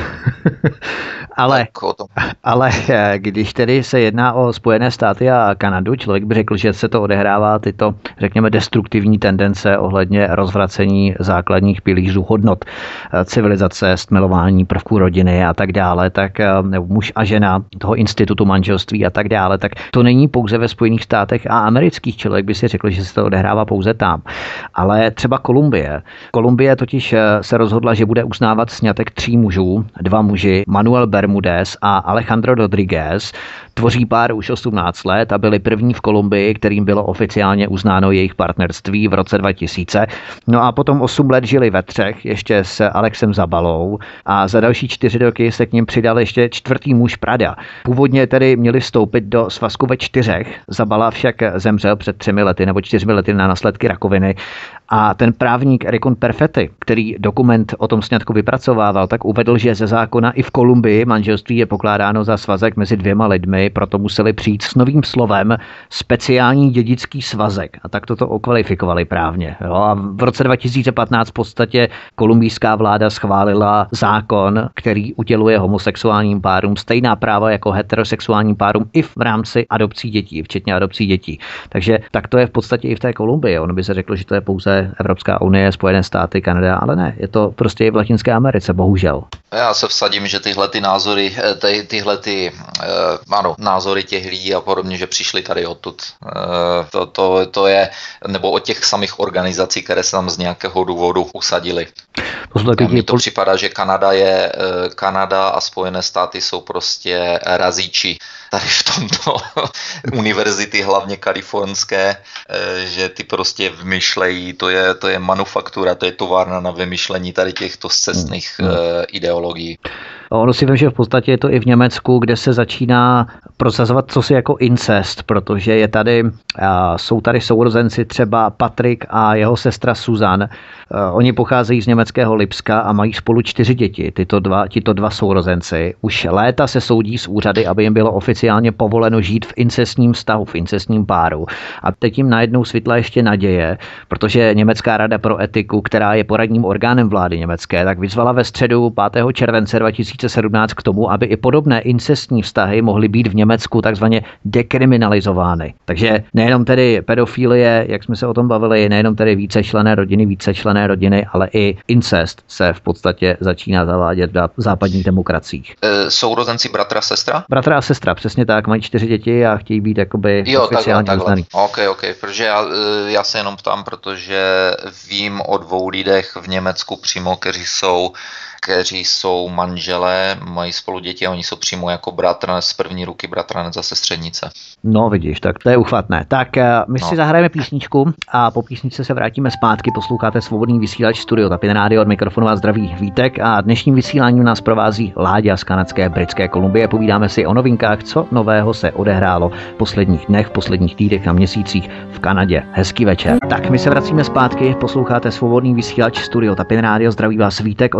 ale, ale když tedy se jedná o Spojené státy a Kanadu, člověk by řekl, že se to odehrává tyto, řekněme, destruktivní tendence ohledně rozvracení základních pilířů hodnot civilizace, stmelování prvků rodiny a tak dále, tak muž a žena, toho institutu manželství a tak dále, tak to není pouze ve Spojených státech a amerických. Člověk by si řekl, že se to odehrává pouze tam. Ale třeba Kolumbie. Kolumbie totiž se rozhodla, že bude uznávat sňatek tří mužů, dva muži, Manuel Bermudez a Alejandro Rodriguez, tvoří pár už osmnáct let a byli první v Kolumbii, kterým bylo oficiálně uznáno jejich partnerství v roce dva tisíce. No a potom osm let žili ve třech, ještě s Alexem Zabalou a za další čtyři roky se k ním přidal ještě čtvrtý muž Prada. Původně tedy měli vstoupit do svazku ve čtyřech, Zabala však zemřel před třemi lety nebo čtyřmi lety na následky rakoviny. A ten právník Ericon Perfetti, který dokument o tom sňatku vypracovával, tak uvedl, že ze zákona i v Kolumbii manželství je pokládáno za svazek mezi dvěma lidmi, proto museli přijít s novým slovem speciální dědický svazek. A tak toto okvalifikovali právně. Jo? A v roce dva tisíce patnáct v podstatě kolumbijská vláda schválila zákon, který uděluje homosexuálním párům stejná práva jako heterosexuálním párům i v rámci adopcí dětí, včetně adopcí dětí. Takže tak to je v podstatě i v té Kolumbii. On by se řekl, že to je pouze Evropská unie, Spojené státy, Kanada, ale ne, je to prostě i v Latinské Americe, bohužel. Já se vsadím, že tyhle ty názory, ty, tyhle ty, uh, ano, názory těch lidí a podobně, že přišli tady odtud. Uh, to, to, to je, nebo od těch samých organizací, které se tam z nějakého důvodu usadili. To Mně to pol... připadá, že Kanada je, uh, Kanada a Spojené státy jsou prostě razíči tady v tomto univerzity, hlavně kalifornské, že ty prostě vymyšlejí, to je, to je manufaktura, to je továrna na vymyšlení tady těchto scestných hmm. ideologií. Ono si vím, že v podstatě je to i v Německu, kde se začíná prosazovat cosi jako incest, protože je tady, jsou tady sourozenci třeba Patrik a jeho sestra Susan. Oni pocházejí z německého Lipska a mají spolu čtyři děti. Tyto dva, tyto dva sourozenci už léta se soudí s úřady, aby jim bylo oficiálně povoleno žít v incestním vztahu, v incestním páru. A teď jim najednou svitla ještě naděje, protože Německá rada pro etiku, která je poradním orgánem vlády německé, tak vyzvala ve středu pátého července dva tisíce sedmnáct k tomu, aby i podobné incestní vztahy mohly být v Německu takzvaně dekriminalizovány. Takže nejenom tedy pedofilie, jak jsme se o tom bavili, nejenom tedy vícečlenné rodiny, vícečlenné rodiny, ale i incest se v podstatě začíná zavádět v západních demokraciích. E, sourozenci bratra a sestra? Bratra a sestra, přesně tak, mají čtyři děti a chtějí být jakoby jo, oficiálně takhle, uznaný. Ok, ok, protože já, já se jenom ptám, protože vím o dvou lidech v Německu přímo, kteří jsou kteří jsou manželé, mají spolu děti a oni jsou přímo jako bratranec z první ruky, bratranec a sestřenice. No vidíš, tak to je uchvatné. Tak my no. si zahrajeme písničku a po písničce se vrátíme zpátky. Posloucháte Svobodný vysílač Studio Tapin Radio, od mikrofonu vás zdraví Vítek a dnešním vysíláním nás provází Láďa z kanadské Britské Kolumbie. Povídáme si o novinkách, co nového se odehrálo v posledních dnech, v posledních týdnech a měsících v Kanadě. Hezký večer. Tak my se vracíme zpátky, posloucháte Svobodný vysílač Studio Tapin Radio, zdraví vás Vítek, od mikrofonu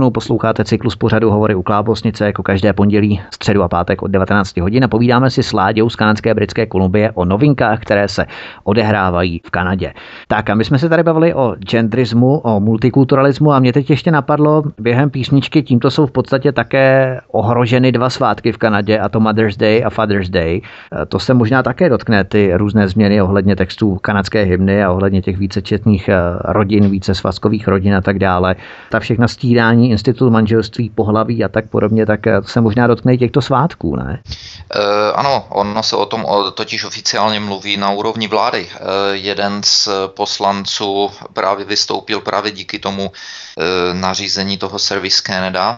mikrofonu, posloucháte cyklus pořadu Hovory u Klábosnice jako každé pondělí, středu a pátek od devatenáct hodin a povídáme si s Láďou z kanadské Britské Kolumbie o novinkách, které se odehrávají v Kanadě. Tak a my jsme se tady bavili o genderismu, o multikulturalismu a mě teď ještě napadlo během písničky, tímto jsou v podstatě také ohroženy dva svátky v Kanadě, a to Mother's Day a Father's Day. To se možná také dotkne ty různé změny ohledně textů kanadské hymny a ohledně těch vícečetných rodin, více svazkových rodin a tak dále. Ta všechna stídání institutu manželství, pohlaví a tak podobně, tak se možná dotkne těchto svátků, ne? E, ano, ono se o tom totiž oficiálně mluví na úrovni vlády. E, jeden z poslanců právě vystoupil právě díky tomu e, nařízení toho Service Canada,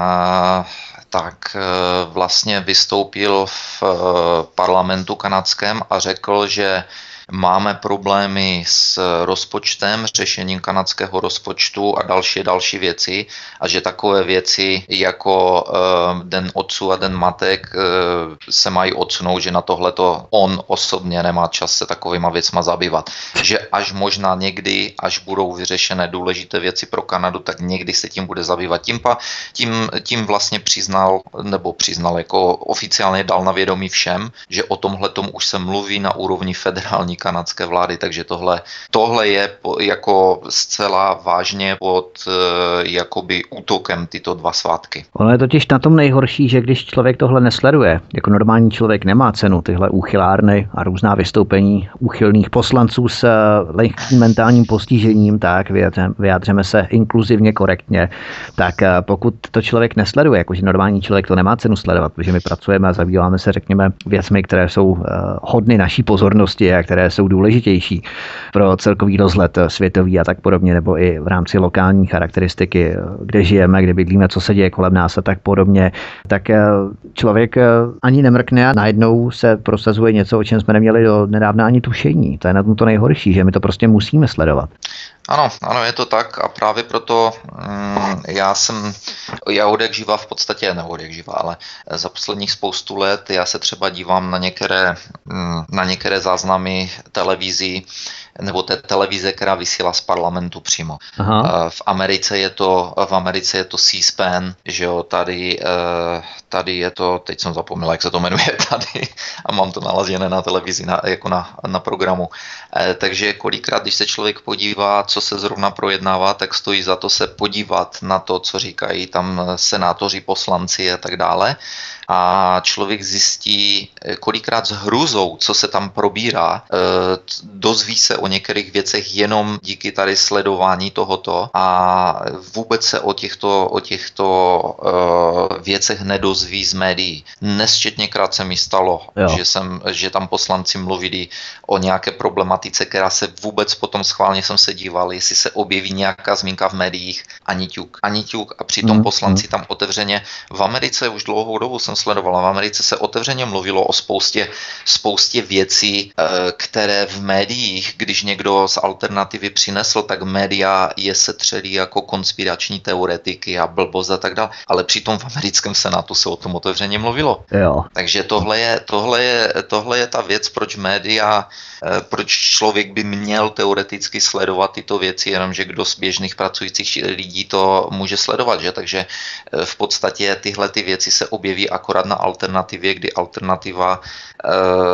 a tak vlastně vystoupil v parlamentu kanadském a řekl, že máme problémy s rozpočtem, řešením kanadského rozpočtu a další další věci a že takové věci jako uh, Den otců a Den matek uh, se mají odsunout, že na tohleto on osobně nemá čas se takovýma věcma zabývat. Že až možná někdy, až budou vyřešené důležité věci pro Kanadu, tak někdy se tím bude zabývat. Tím, pa, tím, tím vlastně přiznal, nebo přiznal jako oficiálně dal na vědomí všem, že o tomhletom už se mluví na úrovni federální kanadské vlády, takže tohle, tohle je po, jako zcela vážně pod e, jakoby útokem tyto dva svátky. Ono je totiž na tom nejhorší, že když člověk tohle nesleduje, jako normální člověk nemá cenu tyhle úchylárny a různá vystoupení úchylných poslanců s lehkým mentálním postižením, tak vyjádřeme se inkluzivně korektně, tak pokud to člověk nesleduje, jakože normální člověk to nemá cenu sledovat, protože my pracujeme a zabýváme se, řekněme, věcmi, které jsou hodny naší pozornosti a které jsou důležitější pro celkový rozhled světový a tak podobně, nebo i v rámci lokální charakteristiky, kde žijeme, kde bydlíme, co se děje kolem nás a tak podobně, tak člověk ani nemrkne a najednou se prosazuje něco, o čem jsme neměli do nedávna ani tušení. To je na tom to nejhorší, že my to prostě musíme sledovat. Ano, ano, je to tak a právě proto mm, já jsem, já odek živa v podstatě, ne odek živa, ale za posledních spoustu let já se třeba dívám na některé, mm, na některé záznamy televizí, nebo té televize, která vysílá z parlamentu přímo. Aha. V Americe je to, v Americe je to C-SPAN, že jo, tady, tady je to, teď jsem zapomněl, jak se to jmenuje tady a mám to naladěné na televizi, na, jako na, na programu. Takže kolikrát, když se člověk podívá, co se zrovna projednává, tak stojí za to se podívat na to, co říkají tam senátoři, poslanci a tak dále. A člověk zjistí kolikrát s hrůzou, co se tam probírá, dozví se o některých věcech jenom díky tady sledování tohoto a vůbec se o těchto, o těchto věcech nedozví z médií. Nesčetněkrát se mi stalo, že, jsem, že tam poslanci mluvili o nějaké problematice, která se vůbec potom schválně jsem se díval, jestli se objeví nějaká zmínka v médiích, ani ťuk, ani ťuk a přitom mm, poslanci mm. tam otevřeně, v Americe už dlouhou dobu jsem sledovala, v Americe se otevřeně mluvilo o spoustě, spoustě věcí, které v médiích, když někdo z alternativy přinesl, tak média je setřelí jako konspirační teoretiky a blbost a tak dále, ale přitom v americkém senátu se o tom otevřeně mluvilo. Jo. Takže tohle je, tohle, je, tohle je ta věc, proč média, proč člověk by měl teoreticky sledovat tyto věci, jenomže kdo z běžných pracujících lidí to může sledovat, že? Takže v podstatě tyhle ty věci se objeví akorát na alternativě, kdy alternativa e,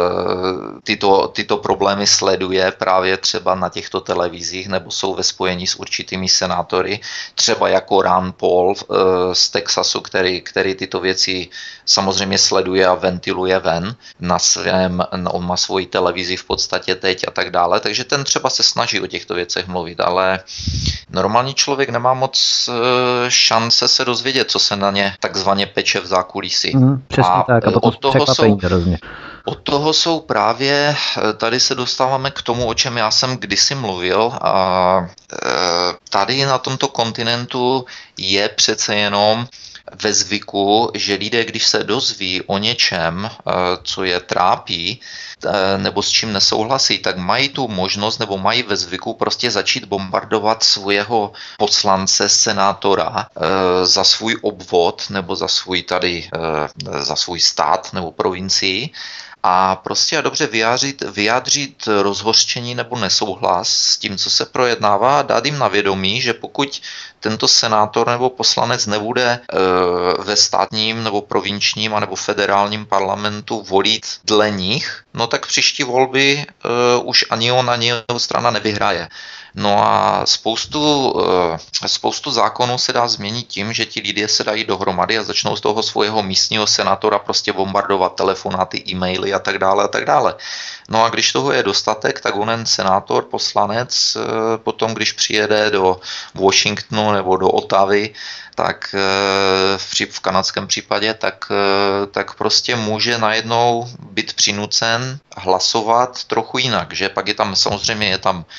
tyto, tyto problémy sleduje právě třeba na těchto televizích nebo jsou ve spojení s určitými senátory, třeba jako Rand Paul e, z Texasu, který, který tyto věci samozřejmě sleduje a ventiluje ven na svém, on má svoji televizi v podstatě teď a tak dále, takže ten třeba se snaží o těchto věcech mluvit, ale normální člověk nemá moc e, šance se dozvědět, co se na ně takzvaně peče v zákulisí. Mm, přesně a tak, a potom od toho jsou, od toho jsou právě, tady se dostáváme k tomu, o čem já jsem kdysi mluvil a e, tady na tomto kontinentu je přece jenom ve zvyku, že lidé, když se dozví o něčem, co je trápí, nebo s čím nesouhlasí, tak mají tu možnost nebo mají ve zvyku prostě začít bombardovat svého poslance, senátora za svůj obvod nebo za svůj tady, za svůj stát nebo provincii a prostě a dobře vyjádřit, vyjádřit rozhořčení nebo nesouhlas s tím, co se projednává, a dát jim na vědomí, že pokud tento senátor nebo poslanec nebude e, ve státním nebo provinčním nebo federálním parlamentu volit dle nich, no tak příští volby e, už ani on, ani jeho strana nevyhraje. No a spoustu, spoustu zákonů se dá změnit tím, že ti lidé se dají dohromady a začnou z toho svého místního senátora prostě bombardovat telefonáty, e-maily a tak dále a tak dále. No a když toho je dostatek, tak onen senátor, poslanec, potom když přijede do Washingtonu nebo do Ottavy, tak v, v kanadském případě, tak, tak prostě může najednou být přinucen hlasovat trochu jinak, že pak je tam, samozřejmě je tam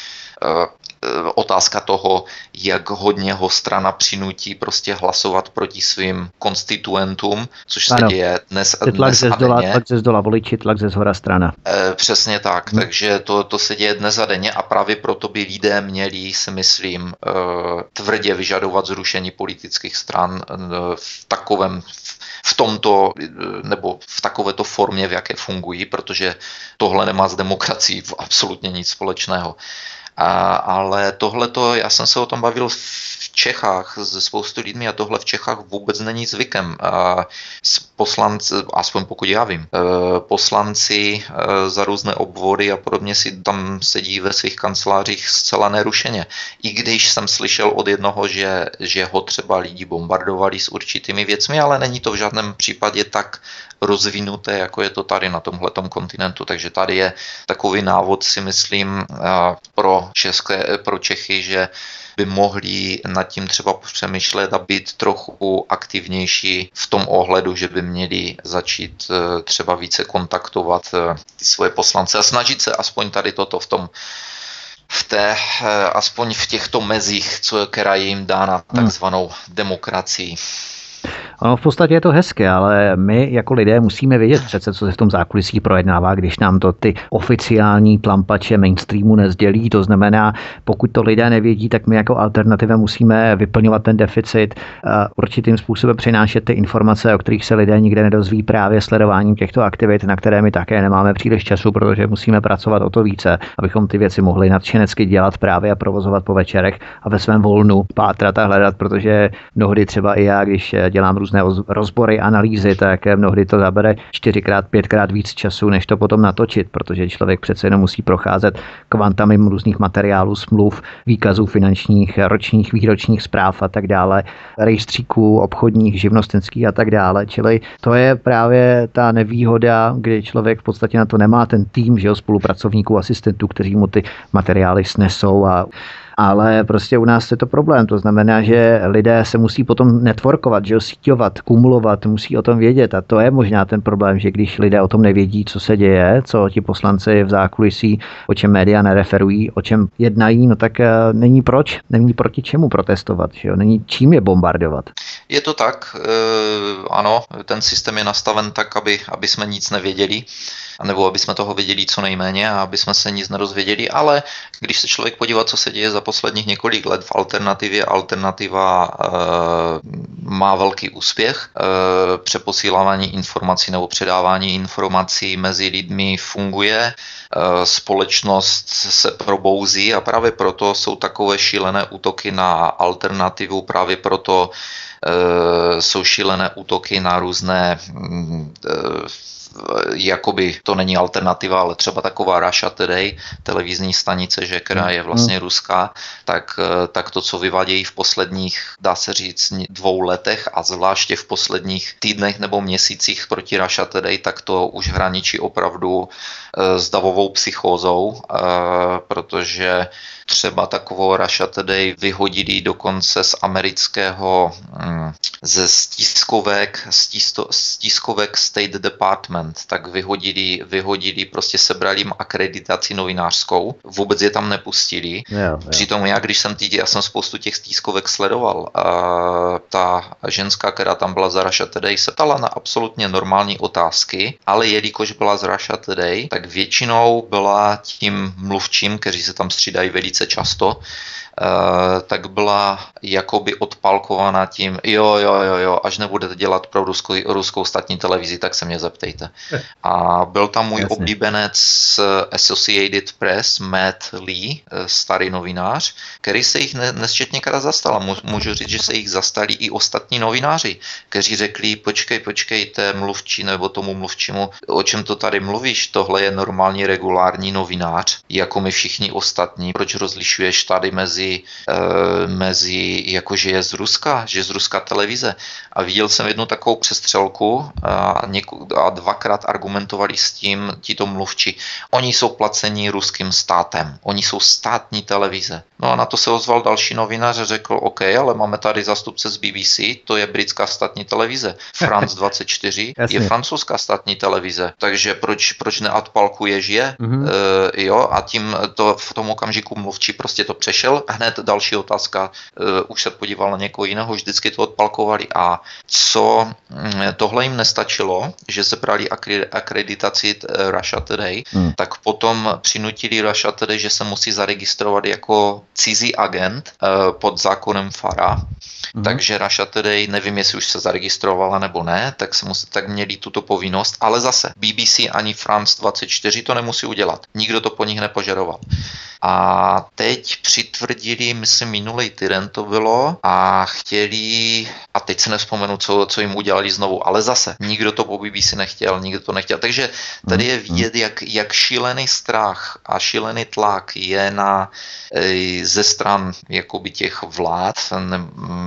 otázka toho, jak hodně ho strana přinutí prostě hlasovat proti svým konstituentům, což ano. se děje dnes, tlak dnes ze a zdola, denně. Tlak ze zdola voliči, tlak ze zhora strana. E, přesně tak, hmm. takže to, to se děje dnes a denně a právě proto by lidé měli, si myslím, e, tvrdě vyžadovat zrušení politických stran e, v takovém v tomto, nebo v takovéto formě, v jaké fungují, protože tohle nemá s demokracií absolutně nic společného. A, ale tohleto, já jsem se o tom bavil v Čechách se spoustu lidmi a tohle v Čechách vůbec není zvykem. A poslanci, aspoň pokud já vím, poslanci za různé obvody a podobně si tam sedí ve svých kancelářích zcela nerušeně. I když jsem slyšel od jednoho, že, že ho třeba lidi bombardovali s určitými věcmi, ale není to v žádném případě tak rozvinuté, jako je to tady na tomhletom kontinentu. Takže tady je takový návod, si myslím, pro, české, pro Čechy, že by mohli nad tím třeba přemýšlet a být trochu aktivnější v tom ohledu, že by měli začít třeba více kontaktovat ty svoje poslance a snažit se aspoň tady toto v tom v té, aspoň v těchto mezích, co, která je jim dána takzvanou demokracií. Ono v podstatě je to hezké, ale my jako lidé musíme vědět přece, co se v tom zákulisí projednává, když nám to ty oficiální tlampače mainstreamu nezdělí. To znamená, pokud to lidé nevědí, tak my jako alternativa musíme vyplňovat ten deficit, určitým způsobem přinášet ty informace, o kterých se lidé nikde nedozví právě sledováním těchto aktivit, na které my také nemáme příliš času, protože musíme pracovat o to více, abychom ty věci mohli nadšenecky dělat právě a provozovat po večerech a ve svém volnu pátrat a hledat, protože mnohdy třeba i já, když dělám různé rozbory, analýzy, tak mnohdy to zabere čtyřikrát, pětkrát víc času, než to potom natočit, protože člověk přece jenom musí procházet kvantami různých materiálů, smluv, výkazů finančních, ročních, výročních zpráv a tak dále, rejstříků, obchodních, živnostenských a tak dále. Čili to je právě ta nevýhoda, kdy člověk v podstatě na to nemá ten tým, že jo, spolupracovníků, asistentů, kteří mu ty materiály snesou a ale prostě u nás je to problém. To znamená, že lidé se musí potom networkovat, že jo, síťovat, kumulovat, musí o tom vědět. A to je možná ten problém, že když lidé o tom nevědí, co se děje, co ti poslanci v zákulisí, o čem média nereferují, o čem jednají, no tak není proč, není proti čemu protestovat, že jo, není čím je bombardovat. Je to tak, ano, ten systém je nastaven tak, aby, aby jsme nic nevěděli, nebo aby jsme toho věděli co nejméně a aby jsme se nic nedozvěděli, ale když se člověk podívá, co se děje za posledních několik let v alternativě, alternativa e, má velký úspěch, e, přeposílávání informací nebo předávání informací mezi lidmi funguje, e, společnost se probouzí a právě proto jsou takové šílené útoky na alternativu, právě proto e, jsou šílené útoky na různé e, jakoby to není alternativa, ale třeba taková Russia Today, televizní stanice, že která je vlastně ruská, tak, tak to, co vyvádějí v posledních, dá se říct, dvou letech a zvláště v posledních týdnech nebo měsících proti Russia Today, tak to už hraničí opravdu s davovou psychózou, protože třeba takovou Russia Today vyhodili dokonce z amerického, ze stiskovek, stiskovek State Department, tak vyhodili, vyhodili, prostě sebrali jim akreditaci novinářskou, vůbec je tam nepustili. Jo, jo. Přitom já, když jsem týdě, já jsem spoustu těch stiskovek sledoval, a ta ženská, která tam byla za Russia Today, se ptala na absolutně normální otázky, ale jelikož byla z Russia Today, tak většinou byla tím mluvčím, kteří se tam střídají velice často, tak byla jakoby odpalkovaná tím, jo, jo, jo, jo, až nebudete dělat pro ruskou, ruskou státní televizi, tak se mě zeptejte. A byl tam můj Jasně. oblíbenec Associated Press, Matt Lee, starý novinář, který se jich nesčetněkrát zastal. Můžu říct, že se jich zastali i ostatní novináři, kteří řekli, počkej, počkejte, mluvčí nebo tomu mluvčímu, o čem to tady mluvíš, tohle je normální regulární novinář, jako my všichni ostatní, proč rozlišuješ tady mezi, e, mezi jakože je z Ruska, že je z Ruska televize. A viděl jsem jednu takovou přestřelku a, něko, a dvakrát argumentovali s tím tito mluvči. Oni jsou placení ruským státem, oni jsou státní televize. No a na to se ozval další novinář a řekl, OK, ale máme tady zástupce z B B C, to je britská státní televize. France dvacet čtyři je francouzská státní televize, takže proč, proč neodpalkuješ je? Mm-hmm. E, jo, a tím to v tom okamžiku mluvčí prostě to přešel. Hned další otázka, e, už se podíval na někoho jiného, vždycky to odpalkovali. A co tohle jim nestačilo, že se brali akreditaci Russia Today, mm. tak potom přinutili Russia Today, že se musí zaregistrovat jako cizí agent e, pod zákonem FARA. Mm. Takže Russia Today, nevím, jestli už se zaregistrovala nebo ne, tak, se musí, tak měli tuto povinnost, ale zase B B C ani France dvacet čtyři to nemusí udělat. Nikdo to po nich nepožadoval. A teď přitvrdili, myslím, minulý týden to bylo a chtěli, a teď se nevzpomenu, co, co jim udělali znovu, ale zase nikdo to po B B C nechtěl, nikdo to nechtěl. Takže tady je vidět, jak, jak šílený strach a šílený tlak je na ze stran jakoby těch vlád ne,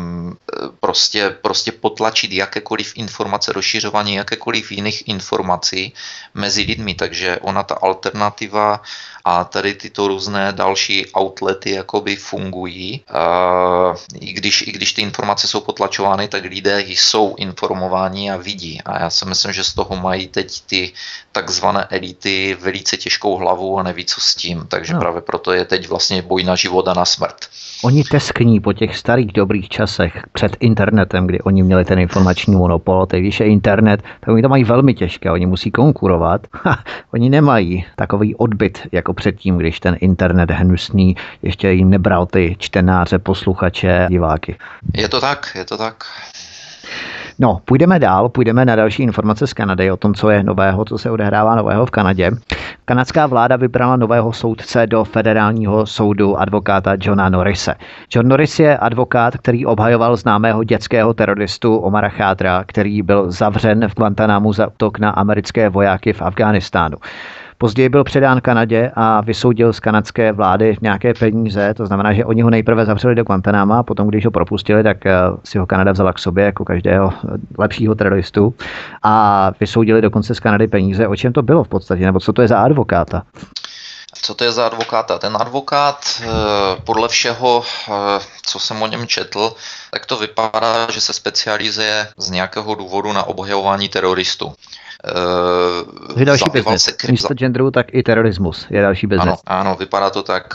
prostě, prostě potlačit jakékoliv informace, rozšiřování jakékoliv jiných informací mezi lidmi. Takže ona ta alternativa a tady tyto různé další outlety jakoby fungují. Uh, i, když, I když ty informace jsou potlačovány, tak lidé jsou informováni a vidí. A já si myslím, že z toho mají teď ty takzvané elity velice těžkou hlavu a neví, co s tím. Takže no. právě proto je teď vlastně boj na život a na smrt. Oni teskní po těch starých dobrých časech před internetem, kdy oni měli ten informační monopol, teď když je internet, tak oni to mají velmi těžké, oni musí konkurovat. Ha, oni nemají takový odbyt jako předtím, když ten internet hnusný ještě jim nebral ty čtenáře, posluchače, diváky. Je to tak, je to tak. No, půjdeme dál, půjdeme na další informace z Kanady o tom, co je nového, co se odehrává nového v Kanadě. Kanadská vláda vybrala nového soudce do federálního soudu, advokáta Johna Norrise. John Norris je advokát, který obhajoval známého dětského teroristu Omara Khadra, který byl zavřen v Guantanamu za útok na americké vojáky v Afghánistánu. Později byl předán Kanadě a vysoudil z kanadské vlády nějaké peníze, to znamená, že oni ho nejprve zavřeli do Guantanama a potom, když ho propustili, tak si ho Kanada vzala k sobě jako každého lepšího teroristu a vysoudili dokonce z Kanady peníze. O čem to bylo v podstatě, nebo co to je za advokáta? Co to je za advokáta? Ten advokát, podle všeho, co jsem o něm četl, tak to vypadá, že se specializuje z nějakého důvodu na obhajování teroristů. To je další biznes. Místo genderu, tak i terorismus je další biznes. Ano, ano, vypadá to tak.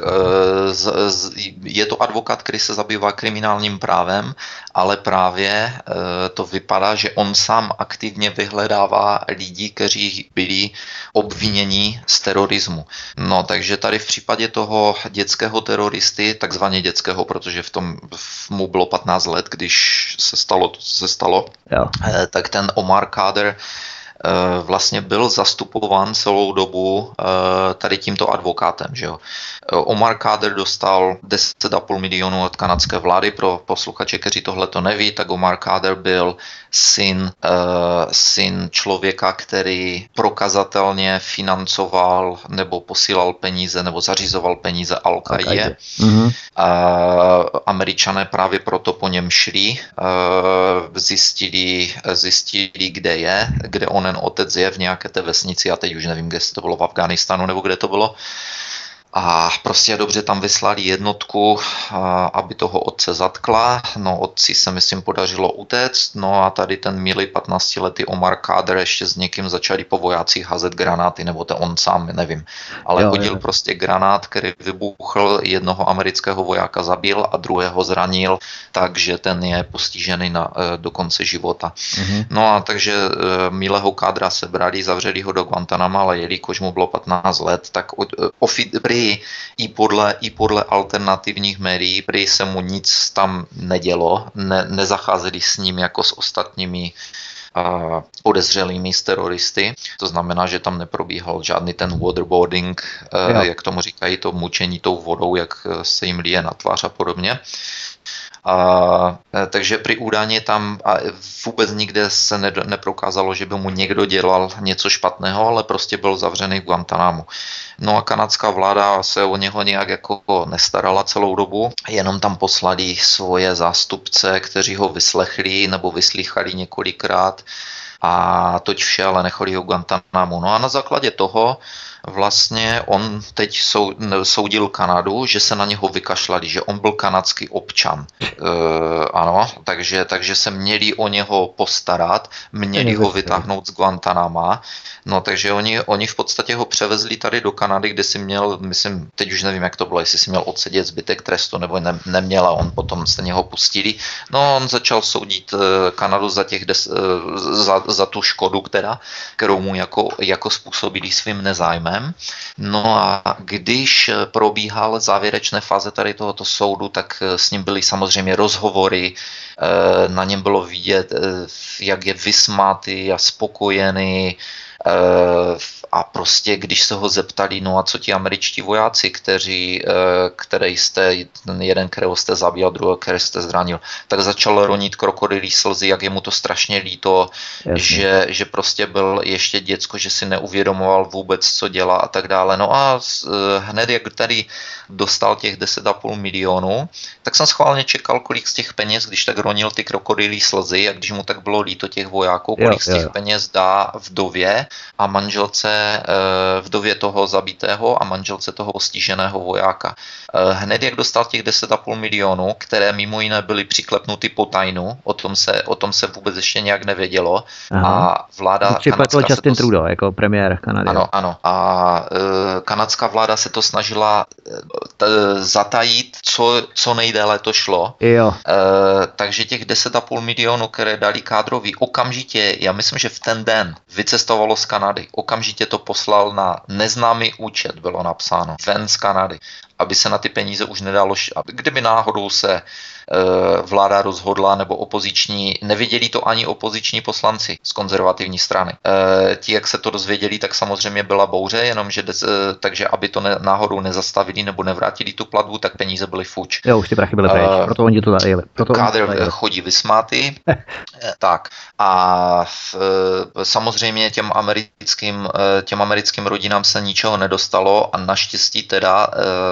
Je to advokát, který se zabývá kriminálním právem, ale právě to vypadá, že on sám aktivně vyhledává lidi, kteří byli obviněni z terorismu. No, takže tady v případě toho dětského teroristy, takzvaně dětského, protože v tom v mu bylo patnáct let, když se stalo to, co se stalo, jo. tak ten Omar Khadr vlastně byl zastupován celou dobu tady tímto advokátem. Že jo. Omar Khadr dostal deset a půl milionu od kanadské vlády. Pro posluchače, kteří tohle to neví, tak Omar Khadr byl syn, syn člověka, který prokazatelně financoval nebo posílal peníze nebo zařizoval peníze Al-Qaidě. Mm-hmm. Američané právě proto po něm šli, zjistili, zjistili, kde je, kde on otec je v nějaké té vesnici, a teď už nevím, kde to bylo, v Afghánistánu nebo kde to bylo. A prostě dobře tam vyslali jednotku, aby toho otce zatkla. No, otci se, myslím, podařilo utéct. No a tady ten milý patnáctiletý Omar Khadr ještě s někým začali po vojácích házet granáty, nebo to on sám, nevím. Ale jo, hodil jo. prostě granát, který vybuchl, jednoho amerického vojáka zabil a druhého zranil, takže ten je postižený na, do konce života. Mhm. No a takže milého Khadra sebrali, zavřeli ho do Guantanama, ale jelikož mu bylo patnáct let, tak ofi- prý i podle, i podle alternativních médií, prý se mu nic tam nedělo, ne, nezacházeli s ním jako s ostatními uh, podezřelými z teroristy. To znamená, že tam neprobíhal žádný ten waterboarding, uh, jak tomu říkají, to mučení tou vodou, jak se jim lije na tvář a podobně. A, takže při údajně tam a vůbec nikde se ne, neprokázalo, že by mu někdo dělal něco špatného, ale prostě byl zavřený v Guantánamu. No a kanadská vláda se o něho nějak jako nestarala celou dobu, jenom tam poslali svoje zástupce, kteří ho vyslechli nebo vyslýchali několikrát a toť vše, ale nechali ho v Guantánamu. No a na základě toho vlastně on teď soudil Kanadu, že se na něho vykašlali, že on byl kanadský občan. E, ano, takže, takže se měli o něho postarat, měli ho vytáhnout z Guantánama. No takže oni, oni v podstatě ho převezli tady do Kanady, kde si měl, myslím, teď už nevím, jak to bylo, jestli si měl odsedět zbytek trestu, nebo ne, neměl a on potom se něho pustili. No on začal soudit Kanadu za, těch des, za, za tu škodu, která, kterou mu jako, jako způsobili svým nezájmem. No a když probíhal závěrečné fáze tady tohoto soudu, tak s ním byly samozřejmě rozhovory, na něm bylo vidět, jak je vysmátý a spokojený, a prostě když se ho zeptali, no a co ti američtí vojáci, kteří, které jste, jeden, kterého jste zabil, druhého, který jste zranil, tak začal ronit krokodylí slzy, jak je mu to strašně líto, že, že prostě byl ještě děcko, že si neuvědomoval vůbec, co dělá a tak dále. No a hned, jak tady dostal těch deset a půl milionů, tak jsem schválně čekal, kolik z těch peněz, když tak ronil ty krokodylí slzy a když mu tak bylo líto těch vojáků, kolik z těch peněz dá vdově a manželce, vdově toho zabitého a manželce toho postiženého vojáka. Hned jak dostal těch deset a půl milionů, které mimo jiné byly přiklepnuty po tajnu, o tom se, o tom se vůbec ještě nějak nevědělo. Aha. A vláda kanadská Justin to... Trudeau jako premiér Kanady. Ano, ano. A e, kanadská vláda se to snažila t, zatajit, co, co nejdéle to šlo. Jo. E, takže těch deset a půl milionů, které dali kádrovi, okamžitě, já myslím, že v ten den vycestovalo z Kanady. Okamžitě to poslal na neznámý účet, bylo napsáno, ven z Kanady, aby se na ty peníze už nedalo, kdyby náhodou se vláda rozhodla, nebo opoziční, nevěděli to ani opoziční poslanci z konzervativní strany. E, ti, jak se to dozvěděli, tak samozřejmě byla bouře, jenomže takže aby to ne, náhodou nezastavili nebo nevrátili tu platbu, tak peníze byly fuč. Jo, už ty prachy byly pryč, proto oni to dali. Kádr chodí vysmátý. Tak a v, samozřejmě těm americkým, těm americkým rodinám se ničeho nedostalo a naštěstí teda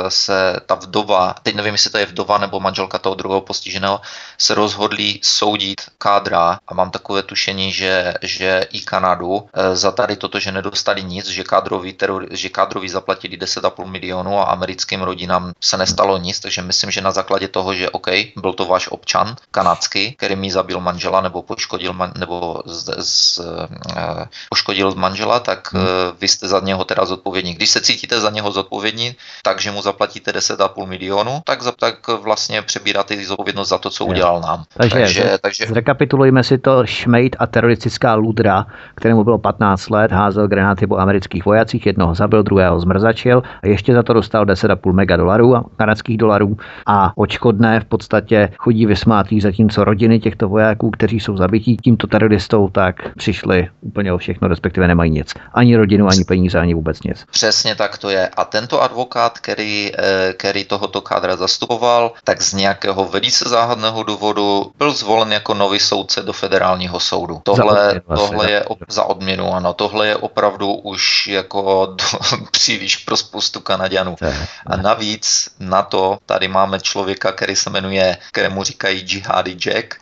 se ta vdova, teď nevím, jestli to je vdova nebo manželka toho druhého postiženého, se rozhodli soudit Kádra a mám takové tušení, že, že i Kanadu za tady toto, že nedostali nic, že Kádrovi, teror, že Kádrovi zaplatili deset a půl milionů a americkým rodinám se nestalo nic, takže myslím, že na základě toho, že OK, byl to váš občan kanadský, který mi zabil manžela nebo poškodil, man, nebo z, z, uh, poškodil manžela, tak uh, vy jste za něho teda zodpovědní. Když se cítíte za něho zodpovědní, takže mu zaplatíte deset a půl milionů, tak, tak vlastně přebíráte zodpovědnost za to, co udělal nám. Takže, takže, takže... zrekapitulujeme si to. Šmejd a teroristická ludra, kterému bylo patnáct let, házel granáty po amerických vojacích, jednoho zabil, druhého zmrzačil a ještě za to dostal deset a půl mega dolarů, kanadských dolarů a odškodné v podstatě chodí vysmátý, zatímco rodiny těchto vojáků, kteří jsou zabití tímto teroristou, tak přišli úplně o všechno, respektive nemají nic. Ani rodinu, ani peníze, ani vůbec nic. Přesně tak to je. A tento advokát, který, který tohoto kádra zastupoval, tak z nějakého velice záhadného důvodu byl zvolen jako nový soudce do federálního soudu. Tohle, tohle je op- za odměnu, ano, tohle je opravdu už jako do, příliš pro spoustu Kanaďanů. A navíc na to tady máme člověka, který se jmenuje, kterému říkají Jihadi Jack,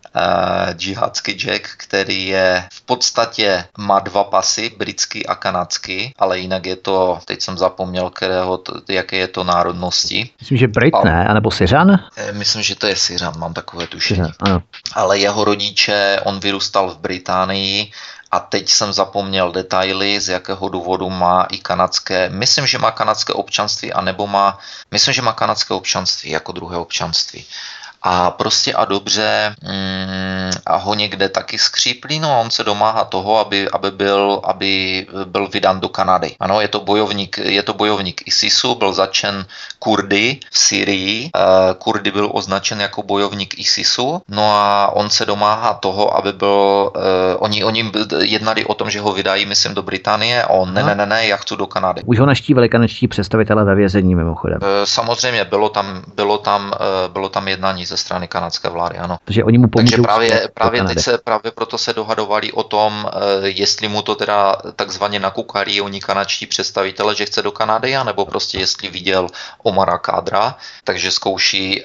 Uh, džihadský Jack, který je v podstatě, má dva pasy, britský a kanadský, ale jinak je to, teď jsem zapomněl, kterého, jaké je to národnosti. Myslím, že Brit, ale, ne? A nebo Syřan? Myslím, že to je Syřan, mám takové tušení. Ale jeho rodiče, on vyrůstal v Británii a teď jsem zapomněl detaily, z jakého důvodu má i kanadské, myslím, že má kanadské občanství, anebo má, myslím, že má kanadské občanství jako druhé občanství. A prostě a dobře, mm, ho někde taky skříplí, no a on se domáhá toho, aby, aby, byl, aby byl vydán do Kanady. Ano, je to bojovník, je to bojovník ISISu, byl začen Kurdy v Syrii, Kurdy byl označen jako bojovník ISISu, no a on se domáhá toho, aby byl, oni, oni jednali o tom, že ho vydají, myslím, do Británie a on, ne, ne, ne, ne, já chci do Kanady. Už ho naštívili kanadští představitelé ve vězení mimochodem. Samozřejmě, bylo tam, bylo tam, bylo tam jednání ze strany kanadské vlády, ano. Takže oni mu pomůžou. Takže právě, právě teď se, právě proto se dohadovali o tom, jestli mu to teda takzvaně nakukarí oni kanadští představitele, že chce do Kanady, anebo prostě jestli viděl Omara Khadra, takže zkouší,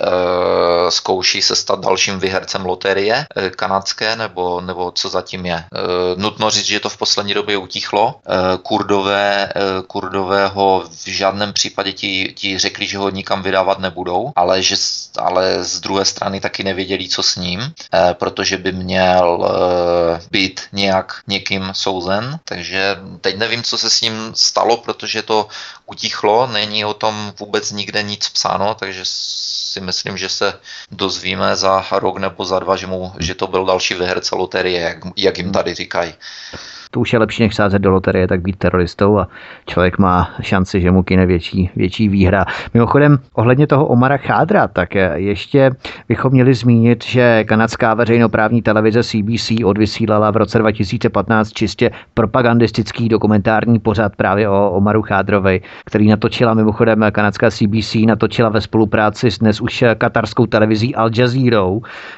zkouší se stát dalším vyhercem loterie kanadské, nebo, nebo co zatím je. Nutno říct, že to v poslední době utichlo. Kurdové, Kurdové ho v žádném případě ti, ti řekli, že ho nikam vydávat nebudou, ale, že, ale z druhé strany taky nevěděli, co s ním, protože by měl být nějak někým souzen, takže teď nevím, co se s ním stalo, protože to utichlo, není o tom vůbec nikde nic psáno, takže si myslím, že se dozvíme za rok nebo za dva, že, mu, že to byl další vyherce loterie, jak, jak jim tady říkají. To už je lepší, než sázet do loterie, tak být teroristou a člověk má šanci, že mu kyne větší, větší výhra. Mimochodem, ohledně toho Omara Khadra, tak ještě bychom měli zmínit, že kanadská veřejnoprávní televize C B C odvysílala v roce dva tisíce patnáct čistě propagandistický dokumentární pořad právě o Omaru Khadrovi, který natočila mimochodem kanadská C B C, natočila ve spolupráci s dnes už katarskou televizí Al Jazeerou.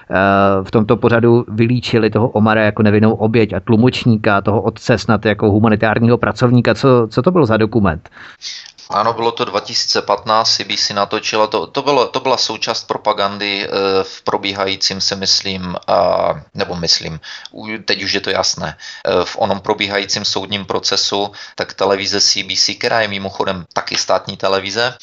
V tomto pořadu vylíčili toho Omara jako nevinnou oběť a tlumočníka, toho otce snad jako humanitárního pracovníka. Co, co to bylo za dokument? Ano, bylo to dva tisíce patnáct, C B C natočila, to, to, bylo, to byla součást propagandy v probíhajícím, si myslím, nebo myslím, teď už je to jasné, v onom probíhajícím soudním procesu, tak televize C B C, která je mimochodem taky státní televize,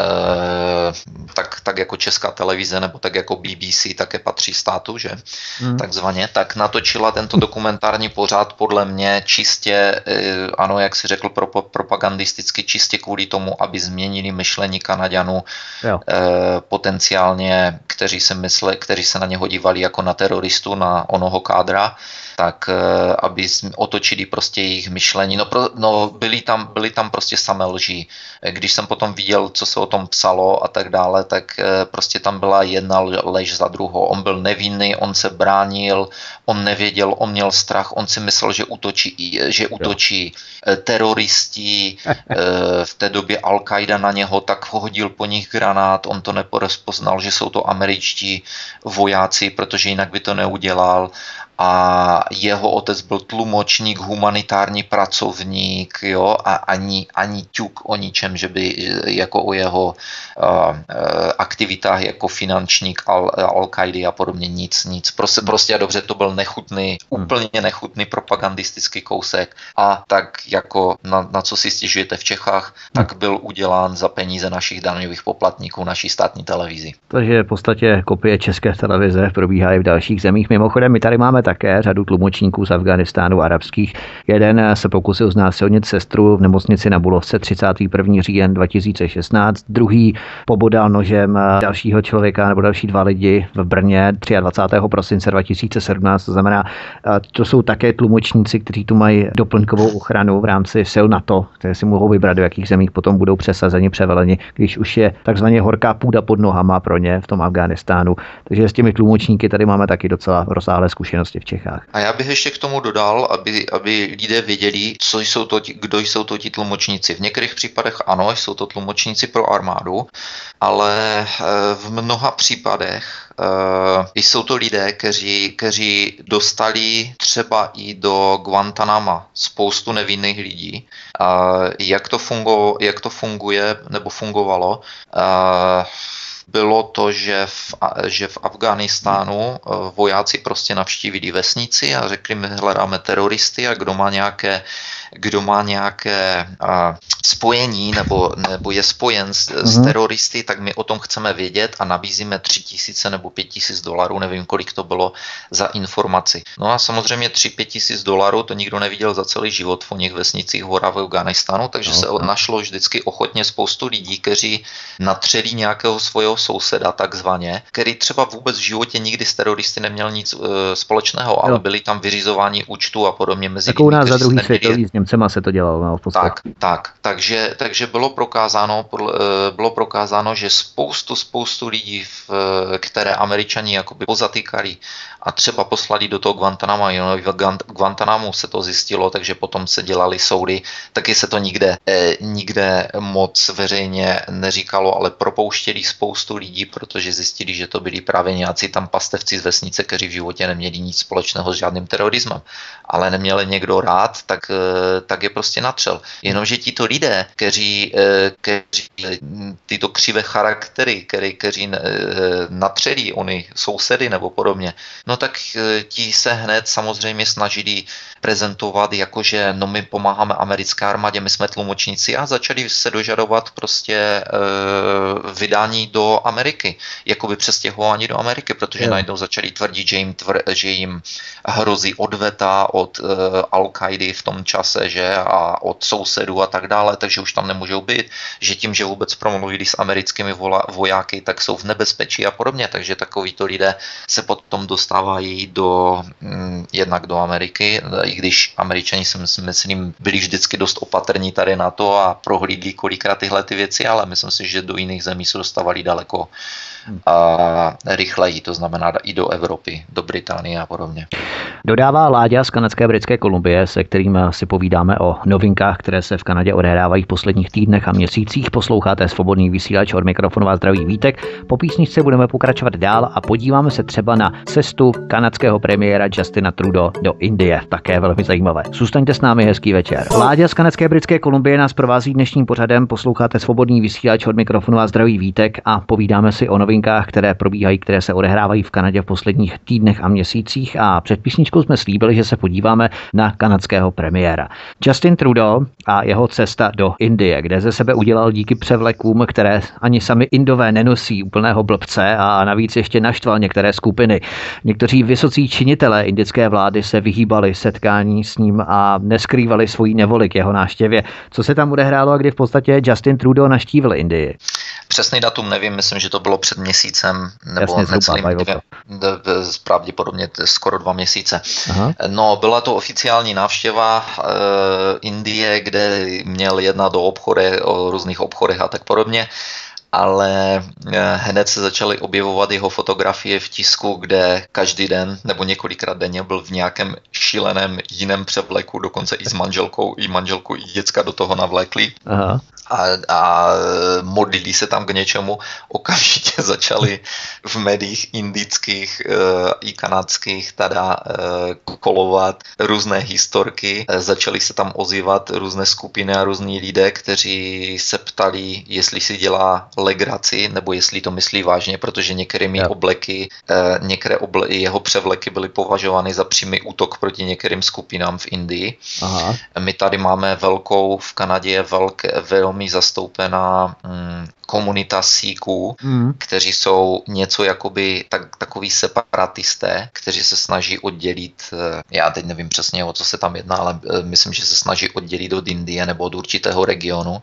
tak, tak jako česká televize, nebo tak jako B B C také patří státu, že? Hmm. Takzvaně, tak natočila tento dokumentární pořad podle mě čistě, ano, jak si řekl, pro, propagandisticky, čistě kvůli tomu, tomu, aby změnili myšlení Kanaďanů e, potenciálně, kteří se, mysle, kteří se na něho dívali jako na teroristu, na onoho Khadra, tak e, aby otočili prostě jejich myšlení. No, pro, no byli, tam, byli tam prostě samé lži. Když jsem potom viděl, co se o tom psalo a tak dále, tak e, prostě tam byla jedna lež za druhou. On byl nevinný, on se bránil, on nevěděl, on měl strach, on si myslel, že útočí, že útočí teroristi, v té době Al-Qaida na něho, tak hodil po nich granát, on to neporozpoznal, že jsou to američtí vojáci, protože jinak by to neudělal. A jeho otec byl tlumočník, humanitární pracovník, jo, a ani, ani ťuk o ničem, že by jako o jeho uh, uh, aktivitách jako finančník Al, Al-Qaidi a podobně nic, nic. Prostě, prostě a dobře, to byl nechutný, hmm. úplně nechutný propagandistický kousek a tak jako na, na co si stěžujete v Čechách, hmm. tak byl udělán za peníze našich daňových poplatníků, naší státní televizi. Takže v podstatě kopie české televize probíhá i v dalších zemích. Mimochodem, my tady máme také řadu tlumočníků z Afghánistánu arabských. Jeden se pokusil znásilnit sestru v nemocnici na Bulovce třicátého prvního října dva tisíce šestnáct, druhý pobodal nožem dalšího člověka nebo další dva lidi v Brně dvacátého třetího prosince dva tisíce sedmnáct. To znamená, to jsou také tlumočníci, kteří tu mají doplňkovou ochranu v rámci sil NATO, které si mohou vybrat, do jakých zemích potom budou přesazeni, převeleni, když už je takzvaně horká půda pod nohama pro ně v tom Afghánistánu. Takže s těmi tlumočníky tady máme taky docela rozsáhlé zkušenosti v Čechách. A já bych ještě k tomu dodal, aby, aby lidé věděli, co jsou to, kdo jsou to ti tlumočníci. V některých případech ano, jsou to tlumočníci pro armádu, ale v mnoha případech Uh, jsou to lidé, kteří, kteří dostali třeba i do Guantanama spoustu nevinných lidí. Uh, jak, to fungo, jak to funguje nebo fungovalo, uh, bylo to, že v, že v Afghánistánu vojáci prostě navštívili vesnici a řekli, my hledáme teroristy a kdo má nějaké, kdo má nějaké uh, spojení nebo, nebo je spojen s, mm-hmm. s teroristy, tak my o tom chceme vědět a nabízíme tři tisíce nebo pět tisíc dolarů, nevím, kolik to bylo, za informaci. No a samozřejmě tři pět tisíc dolarů to nikdo neviděl za celý život v oněch vesnicích hora v Afghánistánu, takže no, se no. našlo vždycky ochotně spoustu lidí, kteří natřelí nějakého svého souseda takzvaně, který třeba vůbec v životě nikdy s teroristy neměl nic uh, společného, no. ale byli tam vyřizování účtu a podobně mezi lidmi. Jako u nás za druhý světový s Němcema se to dělalo. No, v tak, tak, takže, takže bylo prokázáno, bylo prokázáno, že spoustu, spoustu lidí, v, které Američani jakoby pozatýkali a třeba poslali do toho Guantanama, jo, v Guantanamu se to zjistilo, takže potom se dělali soudy, taky se to nikde, eh, nikde moc veřejně neříkalo, ale propouštěli spoustu lidí, protože zjistili, že to byli právě nějací tam pastevci z vesnice, kteří v životě neměli nic společného s žádným terorismem, ale neměli někdo rád, tak, eh, tak je prostě natřel. Jenomže tito lidé, kteří, eh, kteří tyto křivé charaktery, kteří, kteří eh, natřelí oni sousedy nebo podobně, no tak ti se hned samozřejmě snažili prezentovat jako, že no my pomáháme americké armádě, my jsme tlumočníci a začali se dožadovat prostě e, vydání do Ameriky, jakoby přestěhování do Ameriky, protože yeah. najednou začali tvrdit, že jim, tvr, že jim hrozí odveta od e, Al-Kaidy v tom čase, že a od sousedů a tak dále, takže už tam nemůžou být, že tím, že vůbec promluvili s americkými vola, vojáky, tak jsou v nebezpečí a podobně, takže takovýto lidé se potom dostávají do, mm, jednak do Ameriky, i když Američani si myslím byli vždycky dost opatrní tady na to a prohlídli kolikrát tyhle ty věci, ale myslím si, že do jiných zemí se dostávali daleko a rychleji, to znamená i do Evropy, do Británie a podobně. Dodává Láďa z kanadské Britské Kolumbie, se kterým si povídáme o novinkách, které se v Kanadě odehrávají v posledních týdnech a měsících. Posloucháte Svobodný vysílač, od mikrofonu vás zdraví Vítek. Po písničce budeme pokračovat dál a podíváme se třeba na cestu kanadského premiéra Justina Trudeau do Indie. Také velmi zajímavé. Zůstaňte s námi, hezký večer. Láďa z kanadské Britské Kolumbie nás provází dnešním pořadem. Posloucháte Svobodný vysílač, od mikrofonu vás zdraví Vítek a povídáme si o novinkách, které probíhají, které se odehrávají v Kanadě v posledních týdnech a měsících, a před písničkou jsme slíbili, že se podíváme na kanadského premiéra. Justin Trudeau a jeho cesta do Indie, kde ze sebe udělal díky převlekům, které ani sami Indové nenosí, úplného blbce, a navíc ještě naštval některé skupiny. Někteří vysocí činitelé indické vlády se vyhýbali setkání s ním a neskrývali svoji nevoli k jeho návštěvě. Co se tam odehrálo a kdy v podstatě Justin Trudeau navštívil Indii? Přesný datum nevím, myslím, že to bylo před měsícem, nebo necelým dvě, pravděpodobně skoro dva měsíce. Aha. No, byla to oficiální návštěva e, Indie, kde měl jednat o obchodech, o různých obchodech a tak podobně, ale hned se začaly objevovat jeho fotografie v tisku, kde každý den nebo několikrát denně byl v nějakém šíleném jiném převleku, dokonce i s manželkou, i manželku, i děcka do toho navlékli. Aha. A, a modlili se tam k něčemu, okamžitě začaly v médiích indických e, i kanadských tada e, kolovat různé historky, e, začaly se tam ozývat různé skupiny a různí lidé, kteří se ptali, jestli si dělá legraci, nebo jestli to myslí vážně, protože některými yeah. obleky, e, některé oble, jeho převleky byly považovány za přímý útok proti některým skupinám v Indii. Aha. My tady máme velkou, v Kanadě je velké, velmi zastoupená mm, komunita Síků, mm. kteří jsou něco jakoby tak, takový separatisté, kteří se snaží oddělit, já teď nevím přesně, o co se tam jedná, ale myslím, že se snaží oddělit od Indie nebo od určitého regionu.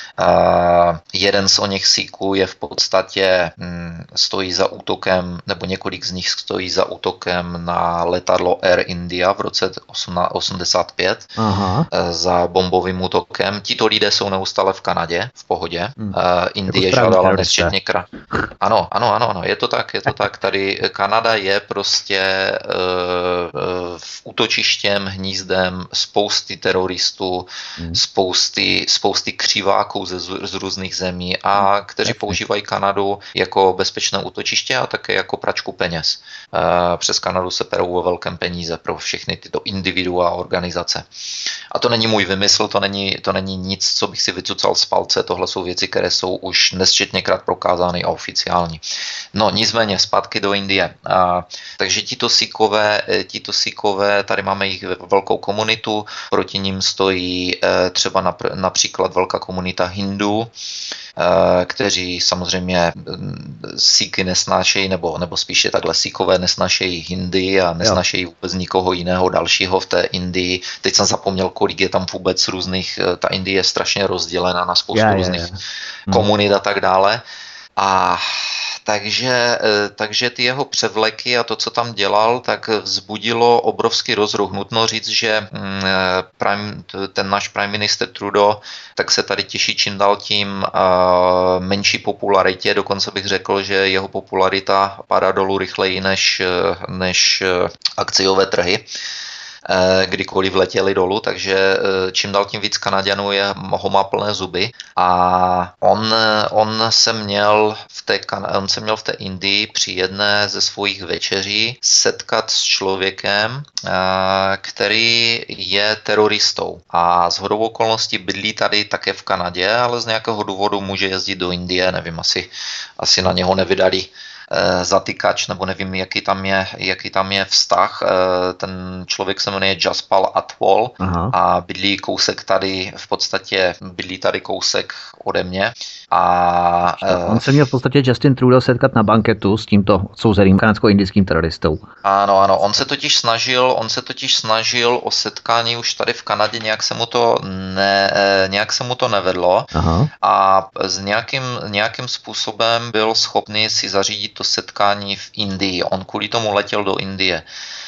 Uh, jeden z oněch Síků je v podstatě mm, stojí za útokem, nebo několik z nich stojí za útokem na letadlo Air India v roce osmdesát pět. Aha. Uh, za bombovým útokem. Tito lidé jsou neustále v Kanadě, v pohodě. Hmm. Uh, Indie žádala nesčetně krát. Ano, ano, ano, ano, je to tak, je to tak. Tady Kanada je prostě uh, uh, v útočištěm, hnízdem spousty teroristů, hmm. spousty, spousty křiváků ze, z různých zemí a kteří používají Kanadu jako bezpečné útočiště a také jako pračku peněz. Uh, přes Kanadu se perou ve velkém peníze pro všechny tyto individua a organizace. A to není můj vymysl, to není, to není nic, co bych si vycucal z palce, tohle jsou věci, které jsou už nesčetněkrát prokázány a oficiální. No nicméně zpátky do Indie. A, takže tito Síkové, tito Síkové Síkové, tady máme jich velkou komunitu, proti ním stojí třeba například velká komunita Hindů, kteří samozřejmě Síky nesnášejí, nebo, nebo spíše takhle Síkové nesnášejí Hindy a nesnášejí vůbec nikoho jiného dalšího v té Indii. Teď jsem zapomněl, kolik je tam vůbec různých, ta Indie je strašně rozdělená na spoustu je, různých je, je. komunit a tak dále. A takže, takže ty jeho převleky a to, co tam dělal, tak vzbudilo obrovský rozruch. Nutno říct, že prime, ten náš prime minister Trudeau tak se tady těší čím dál tím menší popularitě. Dokonce bych řekl, že jeho popularita padá dolů rychleji než, než akciové trhy, kdykoliv letěli dolů, takže čím dál tím víc Kanaďanů je, ho má plné zuby a on, on, se měl v té, on se měl v té Indii při jedné ze svých večeří setkat s člověkem, který je teroristou a shodou okolností bydlí tady také v Kanadě, ale z nějakého důvodu může jezdit do Indie, nevím, asi, asi na něho nevydali zatýkač, nebo nevím, jaký tam je, jaký tam je vztah. Ten člověk se jmenuje Jaspal Atwal a bydlí kousek tady, v podstatě bydlí tady kousek ode mě. A on se měl v podstatě Justin Trudeau setkat na banketu s tímto odsouzeným kanadsko-indickým teroristou. Ano, ano, on se totiž snažil, on se totiž snažil o setkání už tady v Kanadě, nějak se mu to, ne, nějak se mu to nevedlo. Aha. A s nějakým, nějakým způsobem byl schopný si zařídit to setkání v Indii. On kvůli tomu letěl do Indie.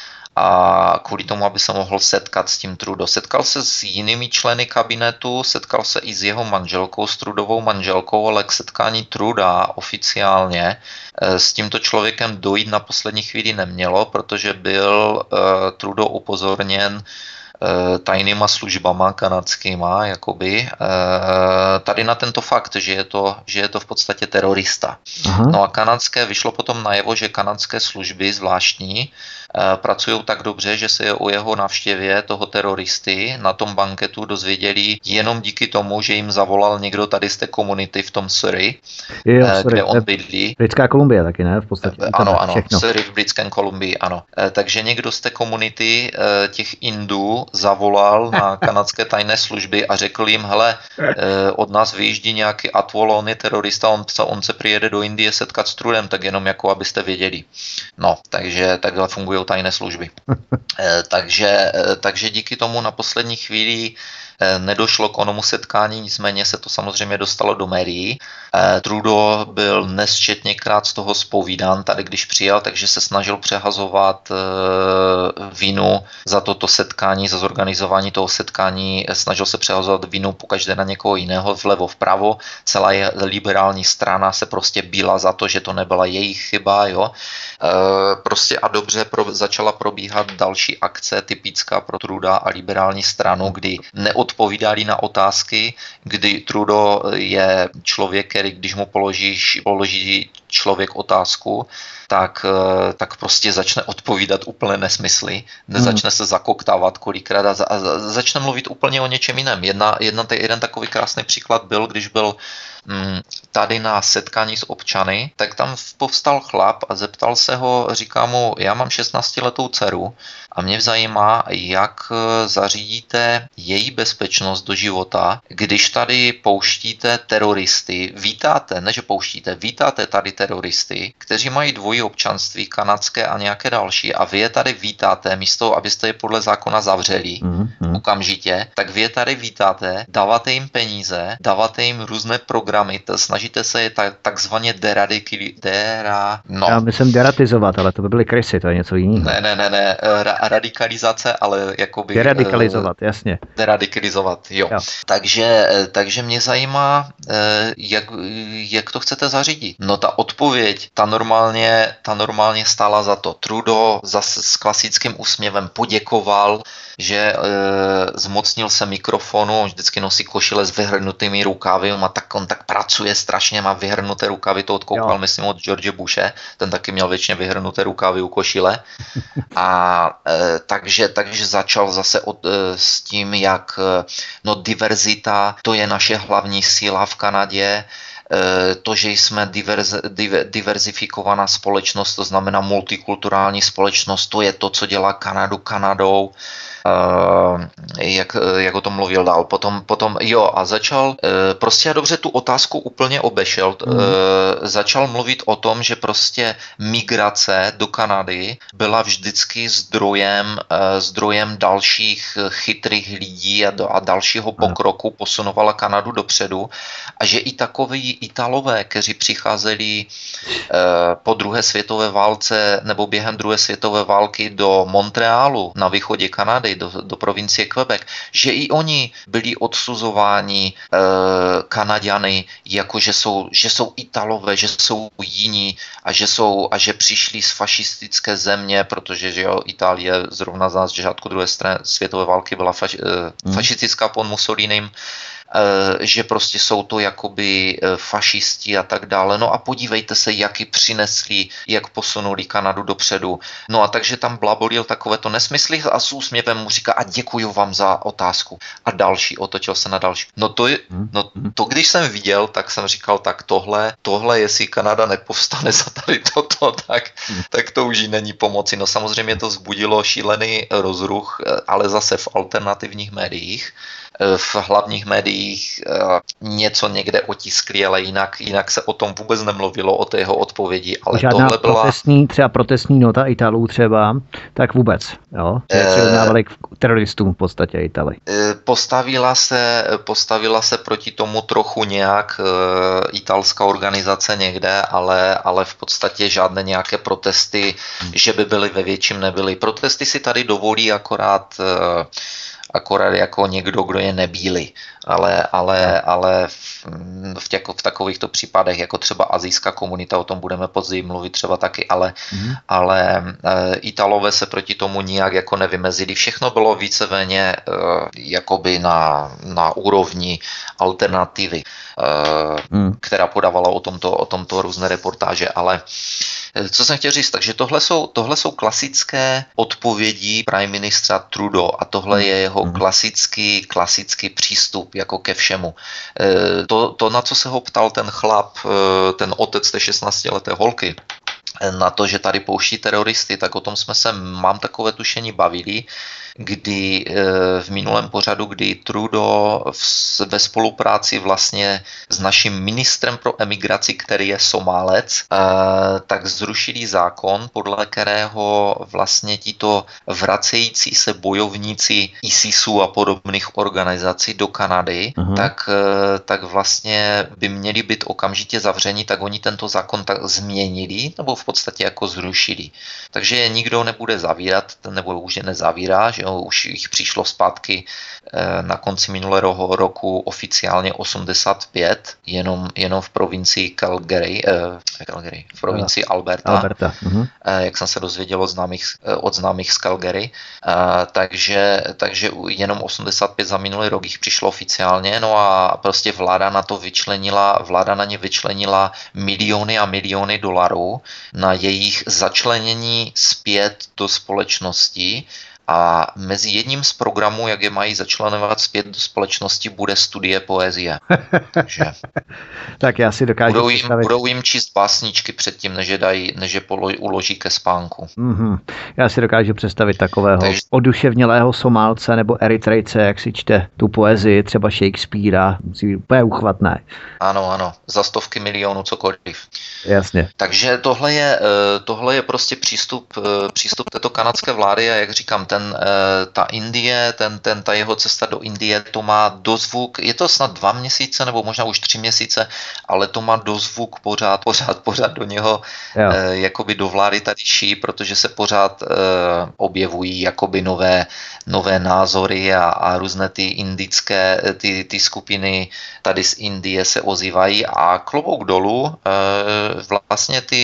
A kvůli tomu, aby se mohl setkat s tím Trudeau. Setkal se s jinými členy kabinetu, setkal se i s jeho manželkou, s Trudeauovou manželkou, ale k setkání Trudeau oficiálně s tímto člověkem dojít na poslední chvíli nemělo, protože byl uh, Trudeau upozorněn tajnýma službama kanadskýma, jakoby, tady na tento fakt, že je to, že je to v podstatě terorista. Aha. No a kanadské, vyšlo potom najevo, že kanadské služby zvláštní pracují tak dobře, že se o jeho návštěvě toho teroristy na tom banketu dozvěděli jenom díky tomu, že jim zavolal někdo tady z té komunity v tom Surrey, jo, sorry, kde on bydlí. Britská Kolumbie taky, ne? V podstatě. Ano, ano, Surrey v Britské Kolumbii, ano. Takže někdo z té komunity těch Indů zavolal na kanadské tajné služby a řekl jim, hele, od nás vyjíždí nějaký Atwal, on je terorista, on, on se přijede do Indie setkat s Trudem, tak jenom jako abyste věděli. No, takže takhle fungují tajné služby. takže, takže díky tomu na poslední chvíli nedošlo k onomu setkání, nicméně se to samozřejmě dostalo do médií. Trudeau byl nesčetněkrát z toho zpovídán tady, když přijel, takže se snažil přehazovat vinu za toto setkání, za zorganizování toho setkání, snažil se přehazovat vinu pokaždé na někoho jiného, vlevo vpravo. Celá je liberální strana se prostě bíla za to, že to nebyla jejich chyba, jo. Prostě a dobře pro, začala probíhat další akce typická pro Trudeau a liberální stranu, kdy neodpovídali na otázky, kdy Trudeau je člověk, který když mu položíš, položí člověk otázku, tak, tak prostě začne odpovídat úplně nesmysly, začne se zakoktávat kolikrát a, za, a začne mluvit úplně o něčem jiném. Jedna, jedna, jeden takový krásný příklad byl, když byl mm, tady na setkání s občany, tak tam povstal chlap a zeptal se ho, říká mu, já mám šestnáctiletou dceru a mě zajímá, jak zařídíte její bezpečnost do života, když tady pouštíte teroristy, vítáte, ne že pouštíte, vítáte tady teroristy, kteří mají dvojí občanství, kanadské a nějaké další a vy je tady vítáte, místo abyste je podle zákona zavřeli mm-hmm. okamžitě, tak vy je tady vítáte, dáváte jim peníze, dáváte jim různé programy, snažíte se je tak, takzvaně deradikalizovat. Dera, no. Já myslím deratizovat, ale to by byly krysy, to je něco jiného. Ne, ne, ne, ne, ra, radikalizace, ale jakoby... Deradikalizovat, uh, jasně. Deradikalizovat, jo. jo. Takže, takže mě zajímá, jak, jak to chcete zařídit. No ta odpověď, ta normálně, ta normálně stála za to. Trudeau zase s klasickým úsměvem poděkoval, že e, zmocnil se mikrofonu, on vždycky nosí košile s vyhrnutými rukavy, a tak on tak pracuje strašně, má vyhrnuté rukavy, to odkoukal, jo. myslím, od George Bushe, ten taky měl většině vyhrnuté rukavy u košile. A e, takže, takže začal zase od, e, s tím, jak no diverzita, to je naše hlavní síla v Kanadě, to, že jsme diverz, diver, diverzifikovaná společnost, to znamená multikulturální společnost, to je to, co dělá Kanadu Kanadou. Uh, jak, jak o tom mluvil dál. Potom, potom jo, a začal, uh, prostě a dobře tu otázku úplně obešel. Mm. Uh, začal mluvit o tom, že prostě migrace do Kanady byla vždycky zdrojem, uh, zdrojem dalších chytrých lidí a, do, a dalšího pokroku, posunovala Kanadu dopředu a že i takoví Italové, kteří přicházeli uh, po druhé světové válce nebo během druhé světové války do Montrealu na východě Kanady, Do, do provincie Quebec, že i oni byli odsuzováni e, Kanaďany, jako že jsou, že jsou Italové, že jsou jiní a že, jsou, a že přišli z fašistické země, protože že jo, Itálie zrovna za začátku druhé světové války byla faš, e, fašistická pod Mussolinem, že prostě jsou to jakoby fašisti a tak dále. No a podívejte se, jaký přinesli, jak posunuli Kanadu dopředu. No a takže tam blabolil takovéto nesmysly a s úsměvem mu říká a děkuju vám za otázku. A další, otočil se na další. No to, je, no to když jsem viděl, tak jsem říkal, tak tohle, tohle jestli Kanada nepovstane za tady toto, tak, tak to už jí není pomoci. No samozřejmě to vzbudilo šílený rozruch, ale zase v alternativních médiích. V hlavních médiích něco někde otiskli, ale jinak, jinak se o tom vůbec nemluvilo, o té jeho odpovědi. Ale žádná tohle byla... protestní, třeba protestní nota Italů třeba, tak vůbec, jo? Se přirovnávali k teroristům v podstatě Itali. Postavila se, postavila se proti tomu trochu nějak italská organizace někde, ale, ale v podstatě žádné nějaké protesty, hmm. že by byly ve větším nebyly. Protesty si tady dovolí akorát akorát jako někdo, kdo je nebílý, ale, ale, ale v, v, těch, v takovýchto případech, jako třeba asijská komunita, o tom budeme později mluvit třeba taky, ale, mm. ale e, Italové se proti tomu nijak jako nevymezili. Všechno bylo víceméně e, jakoby na, na úrovni alternativy, e, mm. která podávala o tomto, o tomto různé reportáže, ale co jsem chtěl říct, takže tohle jsou, tohle jsou klasické odpovědi prime ministra Trudeau a tohle je jeho klasický, klasický přístup jako ke všemu. To, to, na co se ho ptal ten chlap, ten otec té šestnáctileté holky, na to, že tady pouští teroristy, tak o tom jsme se, mám takové tušení, bavili, kdy v minulém pořadu, kdy Trudeau ve spolupráci vlastně s naším ministrem pro emigraci, který je Somálec, tak zrušili zákon, podle kterého vlastně tito vracející se bojovníci ISISu a podobných organizací do Kanady, uh-huh. tak, tak vlastně by měli být okamžitě zavřeni, tak oni tento zákon tak změnili, nebo v podstatě jako zrušili. Takže je nikdo nebude zavírat, nebo už je nezavírá, že jo, už jich přišlo zpátky na konci minulého roku oficiálně osmdesát pět, jenom, jenom v provincii Calgary, eh, Calgary v provincii no, Alberta, Alberta. Uh-huh. eh, jak jsem se dozvěděl od známých, od známých z Calgary, eh, takže, takže jenom osmdesát pět za minulý rok jich přišlo oficiálně, no a prostě vláda na to vyčlenila, vláda na ně vyčlenila miliony a miliony dolarů na jejich začlenění zpět do společnosti. A mezi jedním z programů, jak je mají začlenovat zpět do společnosti, bude studie poezie. Takže tak já si dokážu budou jim, budou jim číst básničky předtím, než je, dají, než je polo, uloží ke spánku. Mm-hmm. Já si dokážu představit takového Takže... oduševnělého Somálce nebo Eritrejce, jak si čte tu poezii, třeba Shakespearea, musí být úplně uchvatné. Ano, ano, za stovky milionů cokoliv. Jasně. Takže tohle je, tohle je prostě přístup, přístup této kanadské vlády a jak říkám, ten, ta Indie, ten, ten, ta jeho cesta do Indie, to má dozvuk, je to snad dva měsíce nebo možná už tři měsíce, ale to má dozvuk pořád, pořád, pořád do něho, eh, jakoby do vlády tady ší, protože se pořád eh, objevují jakoby nové, nové názory a, a různé ty indické, ty, ty skupiny tady z Indie se ozývají a klobouk dolů, eh, vlastně ty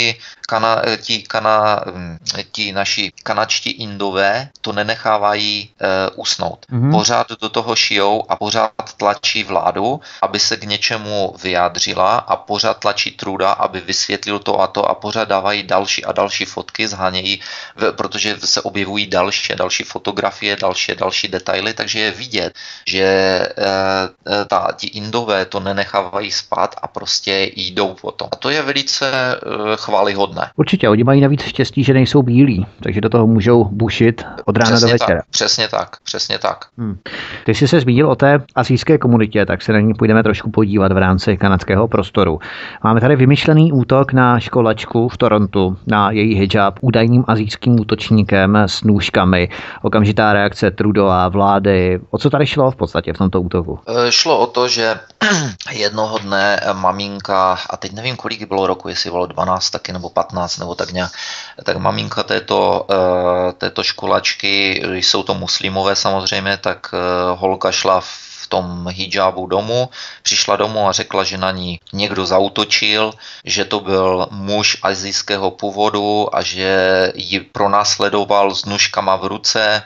kana, ti, kana, ti naši kanačtí Indové to nenechávají e, usnout. Mm-hmm. Pořád do toho šijou a pořád tlačí vládu, aby se k něčemu vyjádřila a pořád tlačí Truda, aby vysvětlil to a to a pořád dávají další a další fotky, zhánějí, protože se objevují další a další fotografie, další a další detaily, takže je vidět, že e, ta, ti Indové to nenechávají spát a prostě jdou po tom. A to je velice e, chvályhodné. Určitě, oni mají navíc štěstí, že nejsou bílí, takže do toho můžou bušit od rána přesně do večera. Tak, přesně tak, přesně tak. Hmm. Ty jsi se zmínil o té asijské komunitě, tak se na ní půjdeme trošku podívat v rámci kanadského prostoru. Máme tady vymyšlený útok na školačku v Torontu, na její hijab údajným asijským útočníkem s nůžkami. Okamžitá reakce Trudeau vlády. O co tady šlo v podstatě v tomto útoku? Šlo o to, že jednoho dne maminka, a teď nevím, kolik bylo roku, jestli bylo dvanáct taky nebo patnáct nebo tak nějak, tak maminka této, této školačky, jsou to muslimové samozřejmě, tak holka šla v tom hijabu domů, přišla domů a řekla, že na ní někdo zaútočil, že to byl muž asijského původu a že ji pronásledoval s nůžkama v ruce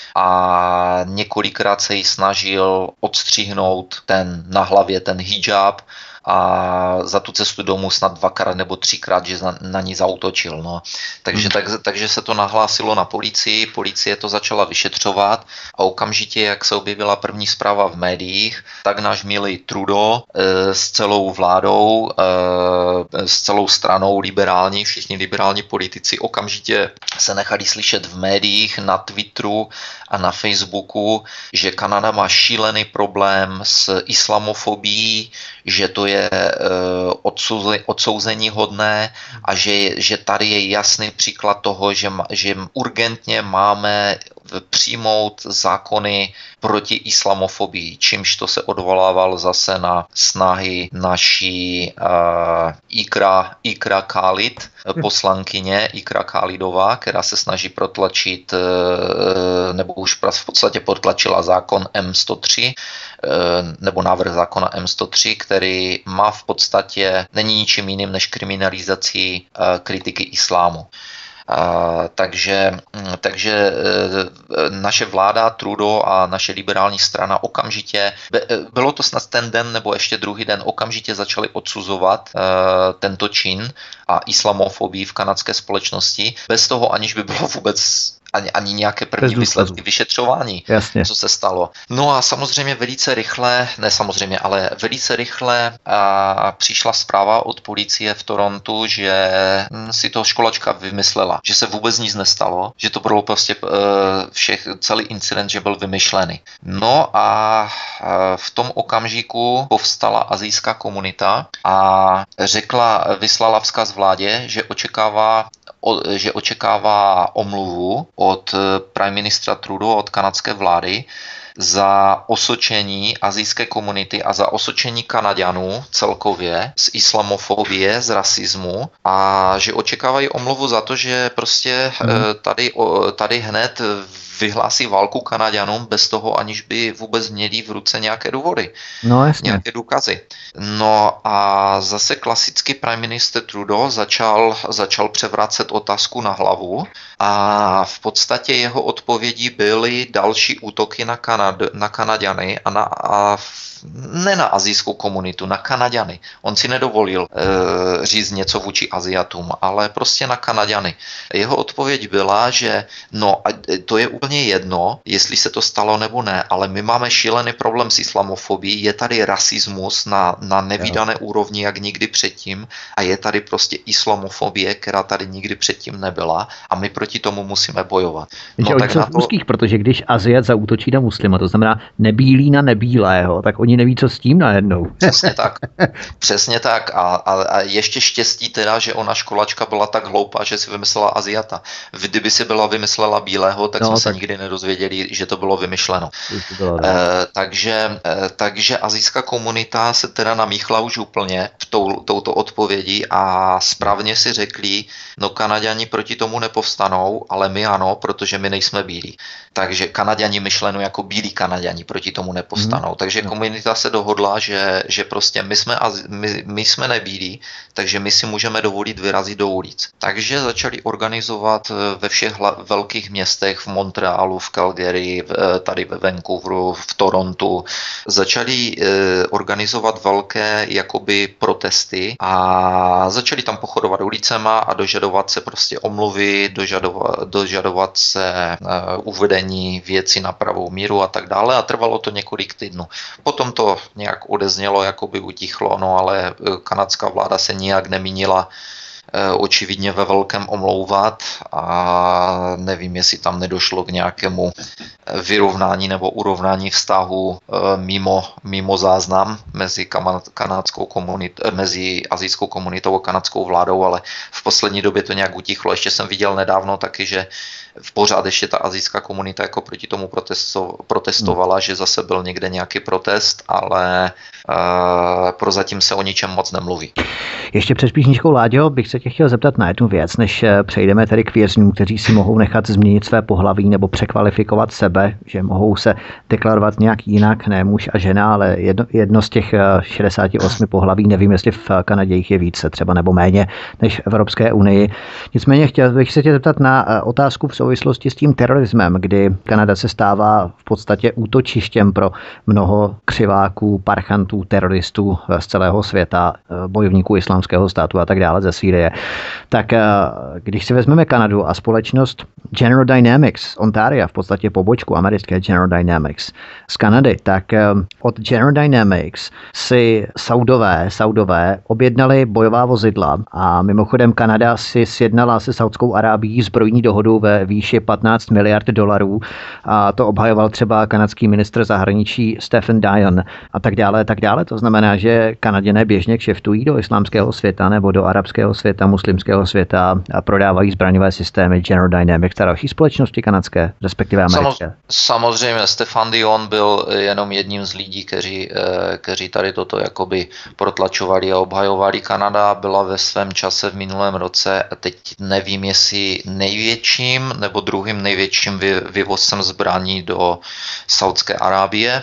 a několikrát se jí snažil odstřihnout ten na hlavě ten hijab a za tu cestu domů snad dvakrát nebo třikrát, že na, na ní zaútočil. No. Takže, hmm. tak, takže se to nahlásilo na policii, policie to začala vyšetřovat a okamžitě, jak se objevila první zpráva v médiích, tak náš milý Trudeau e, s celou vládou, e, s celou stranou liberální, všichni liberální politici okamžitě se nechali slyšet v médiích, na Twitteru a na Facebooku, že Kanada má šílený problém s islamofobií, že to je e, odsouzení hodné a že, že tady je jasný příklad toho, že, že urgentně máme přijmout zákony proti islamofobii, čímž to se odvolával zase na snahy naší uh, Ikra, Ikra Khalid, poslankyně Ikra Khalidová, která se snaží protlačit, uh, nebo už v podstatě protlačila zákon M sto tři, uh, nebo návrh zákona M sto tři, který má v podstatě, není ničím jiným než kriminalizací uh, kritiky islámu. Uh, takže, takže uh, naše vláda Trudeau a naše liberální strana okamžitě, be, bylo to snad ten den nebo ještě druhý den, okamžitě začali odsuzovat uh, tento čin a islamofobii v kanadské společnosti, bez toho, aniž by bylo vůbec ani, ani nějaké první výsledky vyšetřování, Jasně. co se stalo. No a samozřejmě velice rychle, ne samozřejmě, ale velice rychle a přišla zpráva od policie v Torontu, že si to školačka vymyslela, že se vůbec nic nestalo, že to bylo prostě všech, celý incident, že byl vymyšlený. No a v tom okamžiku povstala asijská komunita a řekla, vyslala vzkaz vládě, že očekává že očekává omluvu od prime ministra Trudeau, od kanadské vlády za osočení asijské komunity a za osočení Kanaďanů celkově z islamofobie, z rasismu a že očekávají omluvu za to, že prostě mm. tady, tady hned vyhlásí válku Kanaďanům bez toho, aniž by vůbec měli v ruce nějaké důvody, no, jasně. nějaké důkazy. No a zase klasický prime minister Trudeau začal, začal převracet otázku na hlavu a v podstatě jeho odpovědi byly další útoky na, Kanad, na Kanaďany a, na, a ne na asijskou komunitu, na Kanaďany. On si nedovolil e, říct něco vůči Aziatům, ale prostě na Kanaďany. Jeho odpověď byla, že no, to je úplně jedno, jestli se to stalo nebo ne, ale my máme šílený problém s islamofobií, je tady rasismus na, na nevídané jo. úrovni jak nikdy předtím a je tady prostě islamofobie, která tady nikdy předtím nebyla a my proti tomu musíme bojovat. No, tak jsou v úzkých, protože když Aziat zaútočí na muslima, to znamená nebílý na nebílého, tak oni neví, co s tím najednou. Přesně tak. Přesně tak. A, a, a ještě štěstí teda, že ona školačka byla tak hloupá, že si vymyslela Aziata. Kdyby si byla vymyslela bílého, tak no, jsme tak se nikdy nedozvěděli, že to bylo vymyšleno. Bylo, e, takže, e, takže asijská komunita se teda namíchla už úplně tou, touto odpovědí a správně si řekli, no Kanaďani proti tomu nepovstanou, ale my ano, protože my nejsme bílí. Takže Kanaďani myšleno jako bílí Kanaďani proti tomu nepovstanou. Hmm. Takže komunita se dohodla, že, že prostě my jsme, my, my jsme nebílí, takže my si můžeme dovolit vyrazit do ulic. Takže začali organizovat ve všech hla, velkých městech, v Montrealu, v Calgary, v, tady ve Vancouveru, v Torontu. Začali eh, organizovat velké jakoby protesty a začali tam pochodovat ulicema a dožadovat se prostě omluvy, dožadovat, dožadovat se eh, uvedení věci na pravou míru a tak dále a trvalo to několik týdnů. Potom to nějak odeznělo, jakoby utichlo, no ale kanadská vláda se nijak nemínila očividně ve velkém omlouvat a nevím, jestli tam nedošlo k nějakému vyrovnání nebo urovnání vztahu mimo, mimo záznam mezi kanadskou komunit, mezi asijskou komunitou a kanadskou vládou, ale v poslední době to nějak utichlo. Ještě jsem viděl nedávno taky, že v pořád ještě ta asijská komunita jako proti tomu protesto, protestovala, hmm. že zase byl někde nějaký protest, ale uh, prozatím se o ničem moc nemluví. Ještě před písničkou, Láďo, bych se tě chtěl zeptat na jednu věc, než přejdeme tedy k vězňům, kteří si mohou nechat změnit své pohlaví nebo překvalifikovat sebe, že mohou se deklarovat nějak jinak, ne muž a žena, ale jedno, jedno z těch šedesát osm pohlaví, nevím, jestli v Kanadě jich je více třeba nebo méně než v Evropské unii. Nicméně chtěl bych se tě zeptat na otázku v souvislosti s tím terorismem, kdy Kanada se stává v podstatě útočištěm pro mnoho křiváků, parchantů, teroristů z celého světa, bojovníků islámského státu a tak dále ze Sýrie. Tak když si vezmeme Kanadu a společnost General Dynamics z Ontaria, v podstatě pobočku americké General Dynamics z Kanady, tak od General Dynamics si Saudové, Saudové objednali bojová vozidla a mimochodem Kanada si sjednala se Saudskou Arábií zbrojní dohodu ve výši patnáct miliard dolarů a to obhajoval třeba kanadský ministr zahraničí Stephen Dion a tak dále, tak dále. To znamená, že Kanaděné běžně kšeftují do islámského světa nebo do arabského světa, muslimského světa a prodávají zbraňové systémy General Dynamics a další společnosti kanadské, respektive americké. Samozřejmě, Stefan Dion byl jenom jedním z lidí, kteří, kteří tady toto jakoby protlačovali a obhajovali. Kanada byla ve svém čase v minulém roce, teď nevím, jestli největším nebo druhým největším vyvozcem zbraní do Saudské Arábie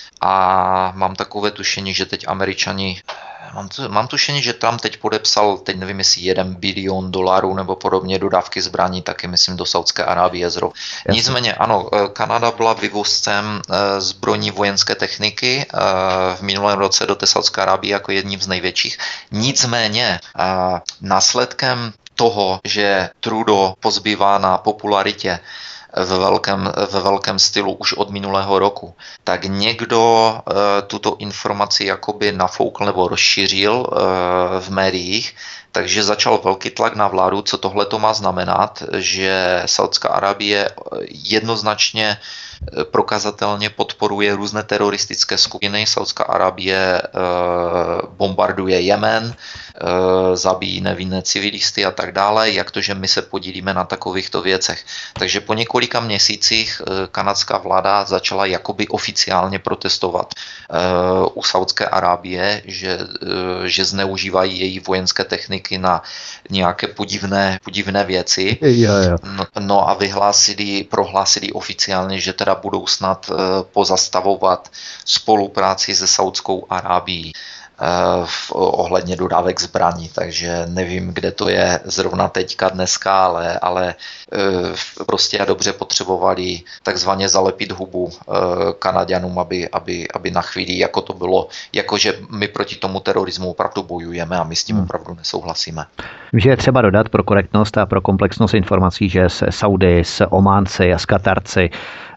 a mám takové tušení, že teď Američani Mám, tu, mám tušení, že Trump teď podepsal, teď nevím, jestli jeden bilion dolarů nebo podobně dodávky zbraní, taky myslím do Saudské Arábie zrovna. Nicméně ano, Kanada byla vyvozcem zbrojní vojenské techniky v minulém roce do té Saudské Arábie jako jedním z největších. Nicméně následkem toho, že Trudeau pozbývá na popularitě ve velkém, ve velkém stylu už od minulého roku, tak někdo e, tuto informaci jakoby nafoukl nebo rozšířil e, v médiích, takže začal velký tlak na vládu, co tohle to má znamenat, že Saudská Arábie jednoznačně prokazatelně podporuje různé teroristické skupiny. Saudská Arábie e, bombarduje Jemen, e, zabíjí nevinné civilisty a tak dále, jak to, že my se podílíme na takovýchto věcech. Takže po několika měsících e, kanadská vláda začala jakoby oficiálně protestovat e, u Saudské Arábie, že, e, že zneužívají její vojenské techniky na nějaké podivné, podivné věci. Jo, jo. No, no a vyhlásili, prohlásili oficiálně, že teda budou snad pozastavovat spolupráci se Saudskou Arábií v ohledně dodávek zbraní, takže nevím, kde to je zrovna teďka dneska, ale, ale prostě a dobře potřebovali takzvaně zalepit hubu Kanaďanům, aby, aby, aby na chvíli, jako to bylo, jakože my proti tomu terorismu opravdu bojujeme a my s tím hmm. opravdu nesouhlasíme. Že je třeba dodat pro korektnost a pro komplexnost informací, že s Saudy, s Ománci a s Katarci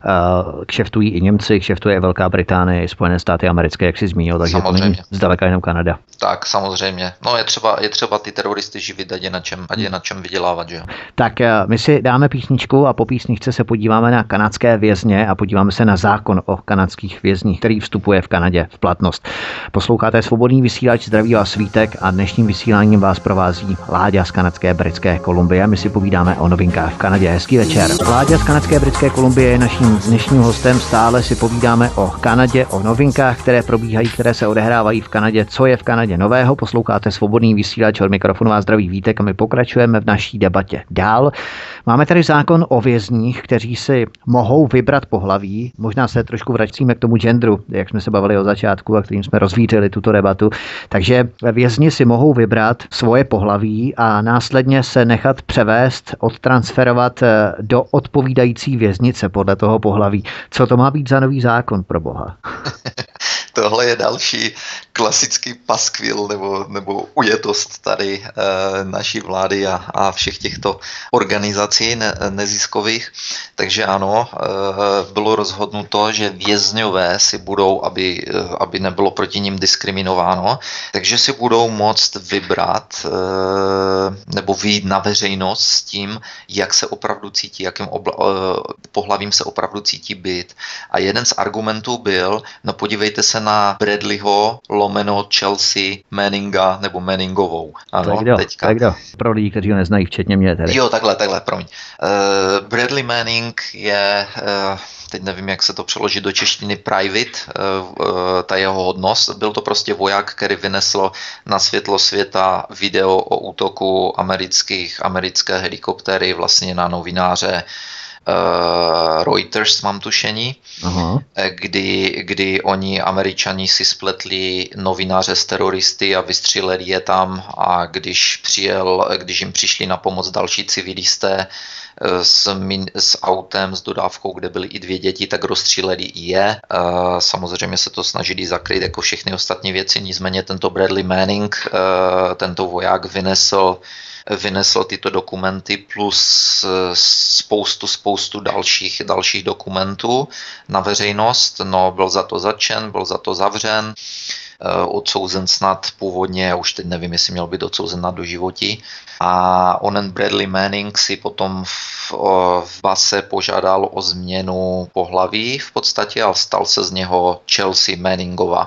kšeftují i Němci, kšeftuje Velká Británie, Spojené státy americké, jak jsi zmínil, takže to není zdaleka jenom Kanada. Tak, samozřejmě. No je třeba, je třeba ty teroristy živit, ať je na čem, ať je na čem vydělávat, že jo. Tak my si dáme písničku a po písničce se podíváme na kanadské vězně a podíváme se na zákon o kanadských vězních, který vstupuje v Kanadě v platnost. Posloucháte Svobodný vysílač, zdraví vás Svítek a dnešním vysíláním vás provází Láďa z kanadské Britské Kolumbie. My si povídáme o novinkách v Kanadě. Hezký večer. Láďa z kanadské Britské Kolumbie je naším dnešním hostem. Stále si povídáme o Kanadě, o novinkách, které probíhají, které se odehrávají v Kanadě, co je v Kanadě nového. Posloucháte Svobodný vysílač, od mikrofonu vás zdraví Vítek a my pokračujeme v naší debatě dál. Máme tady zákon o vězních, kteří si mohou vybrat pohlaví. Možná se trošku vracíme k tomu genderu, jak jsme se bavili od začátku a kterým jsme rozvířili tuto debatu. Takže vězni si mohou vybrat svoje pohlaví a následně se nechat převést, odtransferovat do odpovídající věznice podle toho pohlaví. Co to má být za nový zákon, pro boha? Tohle je další klasický paskvil nebo, nebo ujetost tady e, naší vlády a, a všech těchto organizací ne, neziskových. Takže ano, e, bylo rozhodnuto, že vězňové si budou, aby, aby nebylo proti nim diskriminováno, takže si budou moct vybrat e, nebo vyjít na veřejnost s tím, jak se opravdu cítí, jakým obla, e, pohlavím se opravdu cítí být. A jeden z argumentů byl, no podívejte se na Bradleyho lomeno Chelsea Manninga nebo Manningovou. Ano, tak kdo, teďka. Tak kdo? Pro lidi, kteří ho neznají, včetně mě tedy. Jo, takhle, takhle, promiň. Uh, Bradley Manning je, uh, teď nevím, jak se to přeloží do češtiny, private, uh, uh, ta jeho hodnost. Byl to prostě voják, který vynesl na světlo světa video o útoku amerických, americké helikoptéry vlastně na novináře Uh, Reuters, mám tušení, uh-huh. kdy, kdy oni Američani si spletli novináře s teroristy a vystříleli je tam a když, přijel, když jim přišli na pomoc další civilisté s, min, s autem, s dodávkou, kde byly i dvě děti, tak rozstříleli i je. Uh, samozřejmě se to snažili zakryt jako všechny ostatní věci, nicméně tento Bradley Manning, uh, tento voják vynesl vynesl tyto dokumenty plus spoustu, spoustu dalších, dalších dokumentů na veřejnost. No, byl za to zatčen, byl za to zavřen, odsouzen snad původně, já už teď nevím, jestli měl být odsouzen na doživotí. A onen Bradley Manning si potom v, v base požádal o změnu pohlaví v podstatě a stal se z něho Chelsea Manningova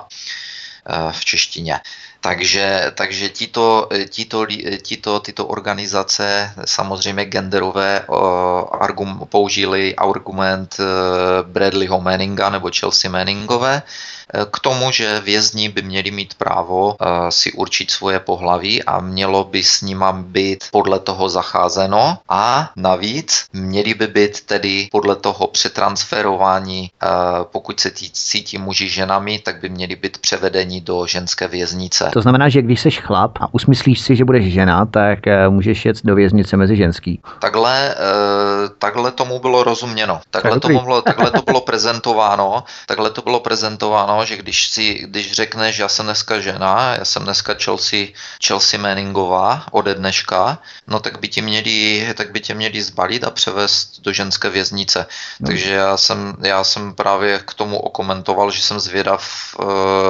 v češtině. Takže, takže tito, tito, tito, tyto organizace samozřejmě genderové argum, použili argument Bradleyho Manninga nebo Chelsea Manningové k tomu, že vězni by měli mít právo si určit svoje pohlaví a mělo by s nima být podle toho zacházeno a navíc měli by být tedy podle toho přetransferování, pokud se cítí muži ženami, tak by měli být převedeni do ženské věznice. To znamená, že když jsi chlap a usmyslíš si, že budeš žena, tak můžeš jet do věznice mezi ženský. Takhle, takhle tomu bylo rozuměno. Takhle, tomu bylo, takhle to bylo prezentováno. Takhle to bylo prezentováno, že když si, když řekneš, já jsem dneska žena, já jsem dneska Chelsea, Chelsea Manningová ode dneška, no tak by tě měli, tak by tě měli zbalit a převést do ženské věznice. No. Takže já jsem, já jsem právě k tomu okomentoval, že jsem zvědav, e,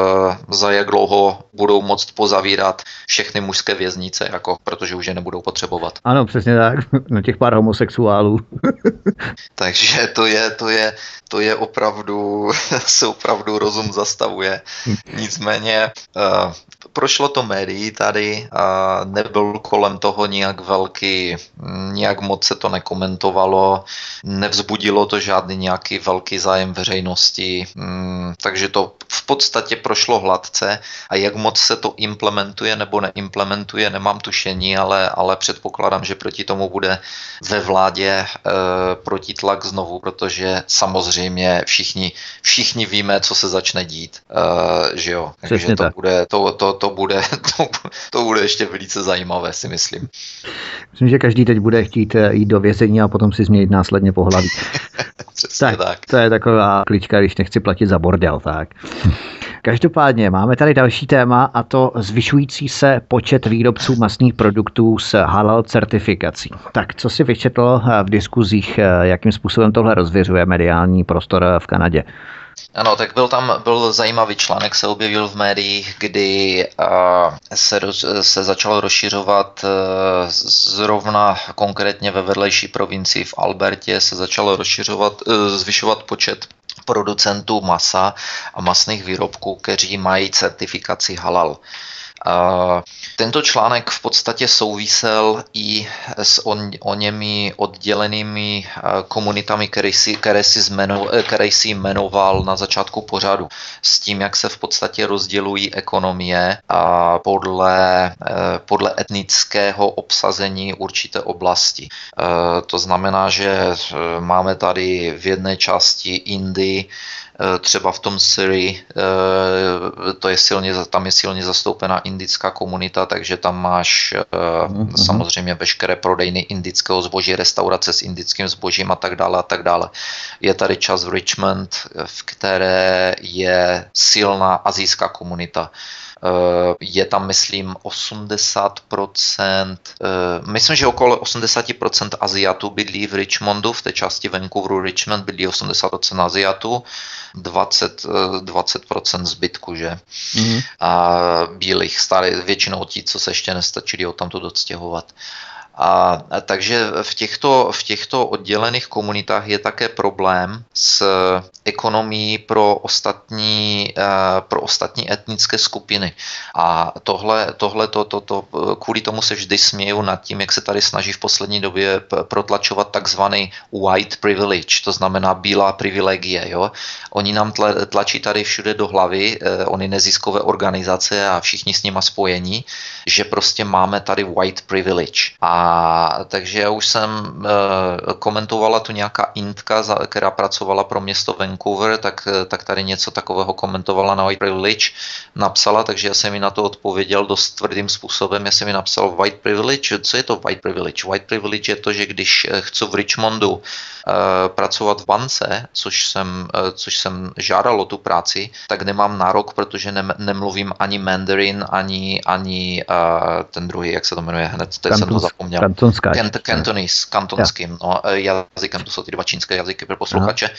za jak dlouho budou moct pozavírat všechny mužské věznice, jako, protože už je nebudou potřebovat. Ano, přesně tak. No těch pár homosexuálů. Takže to je, to je, to je opravdu, se opravdu rozum zastavuje. Nicméně uh, prošlo to médií tady a nebyl kolem toho nějak velký, nějak moc se to nekomentovalo, nevzbudilo to žádný nějaký velký zájem veřejnosti, mm, takže to v podstatě prošlo hladce a jak moc se to implementuje nebo neimplementuje, nemám tušení, ale, ale předpokládám, že proti tomu bude ve vládě e, protitlak znovu, protože samozřejmě všichni, všichni víme, co se začne dít, e, že jo, takže to bude, to, to, to, bude, to, to bude ještě velice zajímavé, si myslím. Myslím, že každý teď bude chtít jít do vězení a potom si změnit následně pohlaví. Přesně tak, tak. To je taková klička, když nechci platit za bordel, tak. Každopádně máme tady další téma, a to zvyšující se počet výrobců masných produktů s halal certifikací. Tak co si vyčetl v diskuzích, jakým způsobem tohle rozvěřuje mediální prostor v Kanadě? Ano, tak byl tam byl zajímavý článek, se objevil v médiích, kdy uh, se, se začal rozšiřovat uh, zrovna konkrétně ve vedlejší provincii v Albertě se začalo rozšiřovat, uh, zvyšovat počet producentů masa a masných výrobků, kteří mají certifikaci halal. Uh, tento článek v podstatě souvisel i s on, o němi oddělenými uh, komunitami, které si, které, si zmeno, které si jmenoval na začátku pořadu. S tím, jak se v podstatě rozdělují ekonomie uh, podle, uh, podle etnického obsazení určité oblasti. Uh, to znamená, že uh, máme tady v jedné části Indii, třeba v tom Surrey, to je silně, tam je silně zastoupená indická komunita, takže tam máš mm-hmm. samozřejmě veškeré prodejny indického zboží, restaurace s indickým zbožím a tak dále a tak dále. Je tady čas v Richmond, v které je silná asijská komunita. Je tam, myslím, osmdesát procent, myslím, že okolo osmdesát procent Aziatů bydlí v Richmondu, v té části Vancouveru Richmond bydlí osmdesát procent Aziatů, dvacet procent zbytku, že? Mm-hmm. A bílých, starý, většinou ti, co se ještě nestačili o tamto odstěhovat. A, a takže v těchto, v těchto oddělených komunitách je také problém s ekonomií pro ostatní, pro ostatní etnické skupiny. A tohle, tohle to, to, to, kvůli tomu se vždy směju nad tím, jak se tady snaží v poslední době protlačovat takzvaný white privilege, to znamená bílá privilegie. Jo? Oni nám tlačí tady všude do hlavy, oni neziskové organizace a všichni s nima spojení, že prostě máme tady white privilege. A A takže já už jsem e, komentovala tu nějaká Indka, za, která pracovala pro město Vancouver, tak, tak tady něco takového komentovala na white privilege, napsala, takže já jsem mi na to odpověděl dost tvrdým způsobem. Já jsem mi napsal white privilege. Co je to white privilege? White privilege je to, že když chci v Richmondu e, pracovat v bance, což jsem, e, což jsem žádal o tu práci, tak nemám nárok, protože ne, nemluvím ani mandarin, ani, ani e, ten druhý, jak se to jmenuje hned, teď jsem to zapomněl. Kantonská. Kant, kantonís, kantonským no, jazykem, to jsou ty dva čínské jazyky pro posluchače.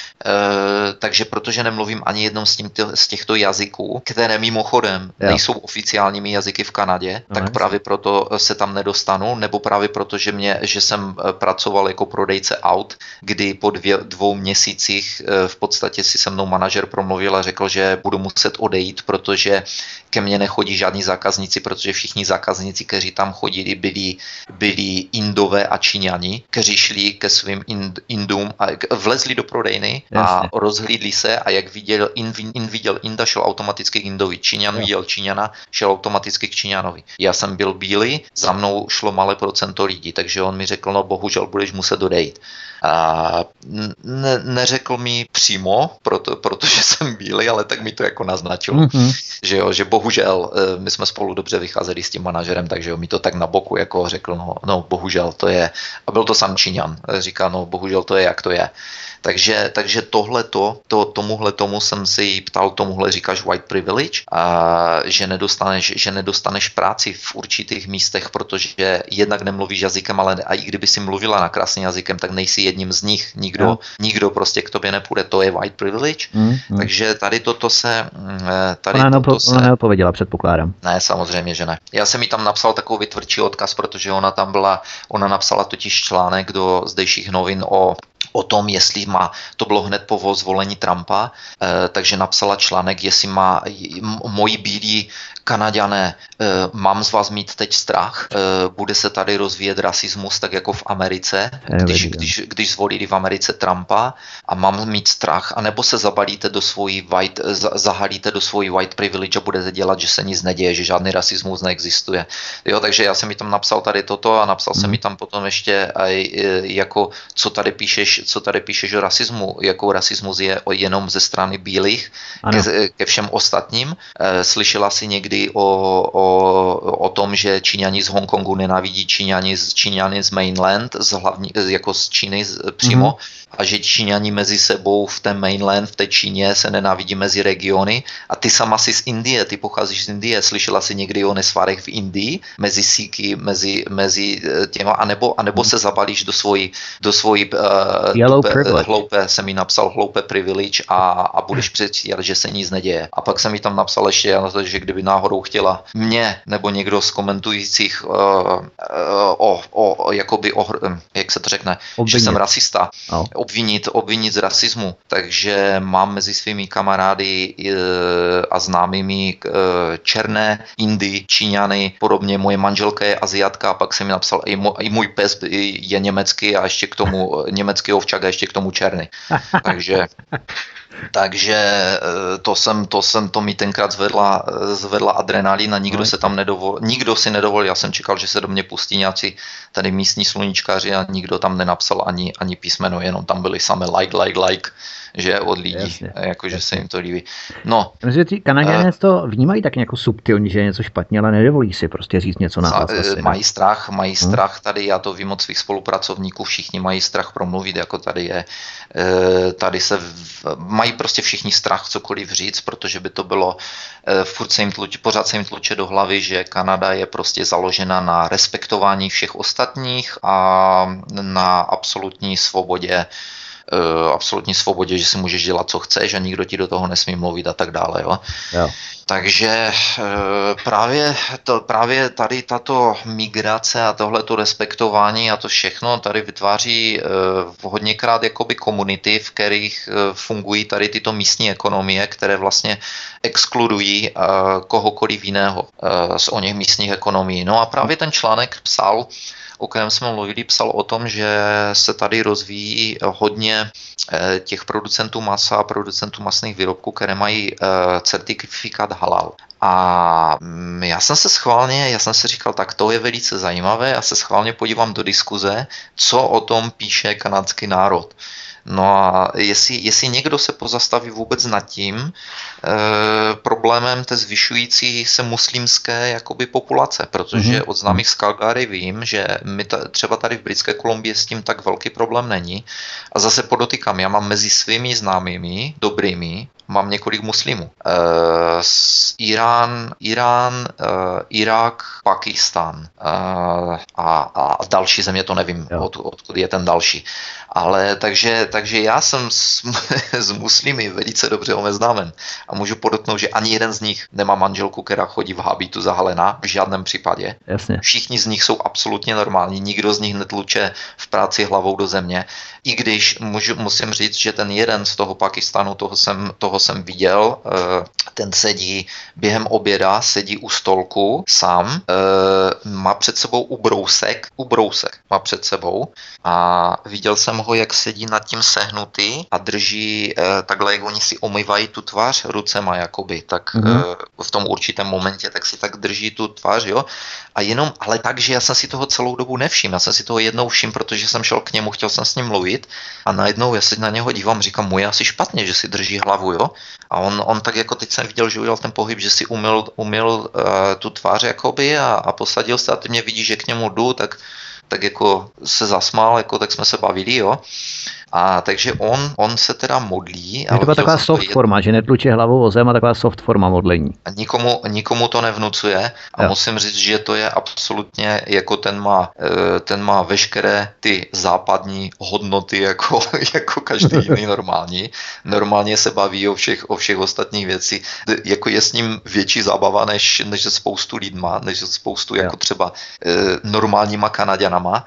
Uh, takže protože nemluvím ani jednom z, tím, z těchto jazyků, které mimochodem jo. nejsou oficiálními jazyky v Kanadě, no, tak ne. právě proto se tam nedostanu, nebo právě proto, že, mě, že jsem pracoval jako prodejce aut, kdy po dvě, dvou měsících v podstatě si se mnou manažer promluvil a řekl, že budu muset odejít, protože ke mně nechodí žádní zákazníci, protože všichni zákazníci, kteří tam chodili, byli, byli Indové a Číňani, kteří šli ke svým ind, Indům a vlezli do prodejny a Jasně. rozhlídli se a jak viděl, in, in viděl Inda, šel automaticky k Indovi. Číňan jo. viděl Číňana, šel automaticky k Číňanovi. Já jsem byl bílý, za mnou šlo malé procento lidí, takže on mi řekl, no bohužel budeš muset odejít. A ne, neřekl mi přímo, proto, protože jsem bílý, ale tak mi to jako naznačil, mm-hmm. že jo, že bohužel, my jsme spolu dobře vycházeli s tím manažerem, takže jo, mi to tak na boku jako řekl, no, no bohužel to je, a byl to sám Číňan, říká, no bohužel to je, jak to je. Takže, takže tohleto, to, tomuhle tomu jsem si jí ptal, tomuhle říkáš white privilege, a že nedostaneš, že nedostaneš práci v určitých místech, protože jednak nemluvíš jazykem, ale a i kdyby si mluvila na krásným jazykem, tak nejsi jedním z nich, nikdo, no. nikdo prostě k tobě nepůjde, to je white privilege. Mm, mm. Takže tady toto se... Tady ona, toto neopo- se... ona neopověděla, předpokládám. Ne, samozřejmě, že ne. Já jsem jí tam napsal takový tvrdší odkaz, protože ona tam byla, ona napsala totiž článek do zdejších novin o o tom, jestli má, to bylo hned po zvolení Trumpa, eh, takže napsala článek, jestli má moji bílí Kanaďané, eh, mám z vás mít teď strach, eh, bude se tady rozvíjet rasismus tak jako v Americe, když, když, když zvolili v Americe Trumpa a mám mít strach, anebo se zabalíte do svojí white, zahalíte do svojí white privilege a budete dělat, že se nic neděje, že žádný rasismus neexistuje. Jo, takže já jsem mi tam napsal tady toto a napsal hmm. jsem mi tam potom ještě aj, jako, co tady píšeš, co tady píšeš o rasismu, jakou rasismus je jenom ze strany bílých ke, ke všem ostatním. Slyšela si někdy o, o, o tom, že Číňani z Hongkongu nenávidí Číňani z, Číňani z mainland, z hlavní, jako z Číny z, přímo. Mm-hmm. a že Číňani mezi sebou v té mainland, v té Číně se nenávidí mezi regiony. A ty sama jsi z Indie, ty pocházíš z Indie, slyšela jsi někdy o nesvárech v Indii mezi Síky, mezi, mezi těma, anebo, anebo se zabalíš do svojí, do svojí uh, tupe, hloupé, jsem mi napsal hloupé privilege a, a budeš předstírat, že se nic neděje. A pak jsem mi tam napsal ještě, že kdyby náhodou chtěla mě nebo někdo z komentujících uh, uh, o, o, jakoby o, jak se to řekne, obvinit. Že jsem rasista, no. obvinit, obvinit z rasismu, takže mám mezi svými kamarády uh, a známými uh, černé Indy, Číňany, podobně moje manželka je Aziatka a pak jsem mi napsal, i, mo, i můj pes je německý a ještě k tomu německý ovčák a ještě k tomu černý. Takže Takže to jsem, to jsem, to mi tenkrát zvedla, zvedla adrenalina, nikdo se tam nedovolil, nikdo si nedovolil, já jsem čekal, že se do mě pustí nějací tady místní sluníčkáři a nikdo tam nenapsal ani, ani písmeno, jenom tam byly samé like, like, like, že od lidí, jakože se jim to líbí. No. Myslím, že ti Kanaďané uh, to vnímají tak jako subtilně, že je něco špatně, ale nedovolí si prostě říct něco na hlas. Mají strach, mají hmm. strach tady, já to vím od svých spolupracovníků, všichni mají strach promluvit, jako tady je. Tady se v, mají prostě všichni strach cokoliv říct, protože by to bylo, furt se jim tluče, pořád se jim tluče do hlavy, že Kanada je prostě založena na respektování všech ostatních a na absolutní svobodě, absolutní svobodě, že si můžeš dělat, co chceš a nikdo ti do toho nesmí mluvit a tak dále. Jo? Jo. Takže právě, to, právě tady tato migrace a tohleto respektování a to všechno tady vytváří hodněkrát jakoby komunity, v kterých fungují tady tyto místní ekonomie, které vlastně exkludují kohokoliv jiného z o něch místních ekonomií. No a právě ten článek psal, o kterém jsme mluvili, psal o tom, že se tady rozvíjí hodně těch producentů masa a producentů masných výrobků, které mají certifikát halal. A já jsem se schválně, já jsem si říkal, tak to je velice zajímavé, já se schválně podívám do diskuze, co o tom píše kanadský národ. No a jestli, jestli někdo se pozastaví vůbec nad tím e, problémem té zvyšující se muslimské jakoby populace, protože mm-hmm. od známých z Calgary vím, že my t- třeba tady v Britské Kolumbii s tím tak velký problém není. A zase podotýkám, já mám mezi svými známými, dobrými, mám několik muslimů. E, Irán, Irán, e, Irák, Pakistán e, a, a další země, to nevím, od, odkud je ten další. Ale takže, takže já jsem s, s muslimy velice dobře obeznámen a můžu podotknout, že ani jeden z nich nemá manželku, která chodí v habitu zahalená, v žádném případě. Jasně. Všichni z nich jsou absolutně normální, nikdo z nich netluče v práci hlavou do země. I když můžu, musím říct, že ten jeden z toho Pakistánu, toho jsem, toho jsem viděl, ten sedí během oběda, sedí u stolku sám, má před sebou ubrousek, ubrousek má před sebou a viděl jsem ho, jak sedí nad tím sehnutý a drží takhle, jak oni si omývají tu tvář rucema jakoby, tak mm-hmm. v tom určitém momentě tak si tak drží tu tvář, jo, a jenom, ale tak, že já jsem si toho celou dobu nevšiml, já jsem si toho jednou všiml, protože jsem šel k němu, chtěl jsem s ním mluvit a najednou já se na něho dívám, říkám, mu je asi špatně, že si drží hlavu, jo, a on, on tak jako teď jsem viděl, že udělal ten pohyb, že si umyl, umyl uh, tu tvář jakoby a, a posadil se a ty mě vidíš, že k němu jdu, tak tak jako se zasmál, jako tak jsme se bavili, jo. A takže on, on se teda modlí. Je to taková soft jed... forma, že netluče hlavou o zem a taková soft forma modlení. A nikomu, nikomu to nevnucuje a jo. Musím říct, že to je absolutně, jako ten má, ten má veškeré ty západní hodnoty, jako, jako každý jiný normální. Normálně se baví o všech, o všech ostatních věcí. Jako je s ním větší zábava, než, než spoustu lidma, než spoustu jo. Jako třeba normálníma Kanaďanama,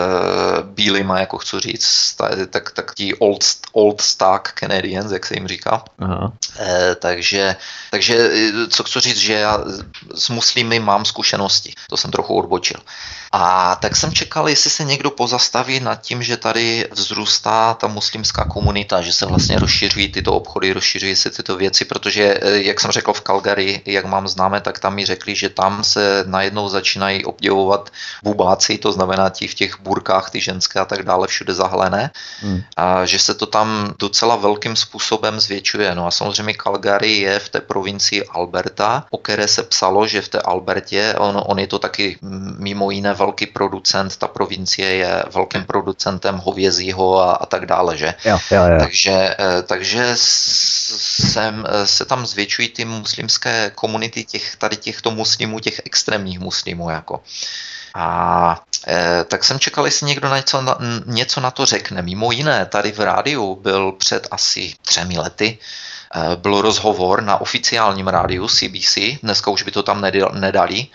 bílýma, jako chci říct, tak tak ti old, old stock Canadians, jak se jim říká. Aha. E, takže, takže co chci říct, že já s muslimy mám zkušenosti. To jsem trochu odbočil. A tak jsem čekal, jestli se někdo pozastaví nad tím, že tady vzrůstá ta muslimská komunita, že se vlastně rozšiřují tyto obchody, rozšiřují se tyto věci, protože, jak jsem řekl v Calgary, jak mám známé, tak tam mi řekli, že tam se najednou začínají obdivovat bubáci, to znamená zejména ti v těch burkách, ty ženské a tak dále, všude zahalené, hmm. a že se to tam docela velkým způsobem zvětšuje. No a samozřejmě Calgary je v té provincii Alberta, o které se psalo, že v té Albertě, on, on je to taky mimo jiné velký producent, ta provincie je velkým producentem hovězího a, a tak dále, že? Jo, jo, jo. Takže, takže sem, se tam zvětšují ty muslimské komunity těch, tady těchto muslimů, těch extrémních muslimů, jako. A e, tak jsem čekal, jestli někdo na něco, na, něco na to řekne. Mimo jiné, tady v rádiu byl před asi třemi lety, e, byl rozhovor na oficiálním rádiu C B C, dneska už by to tam nedali,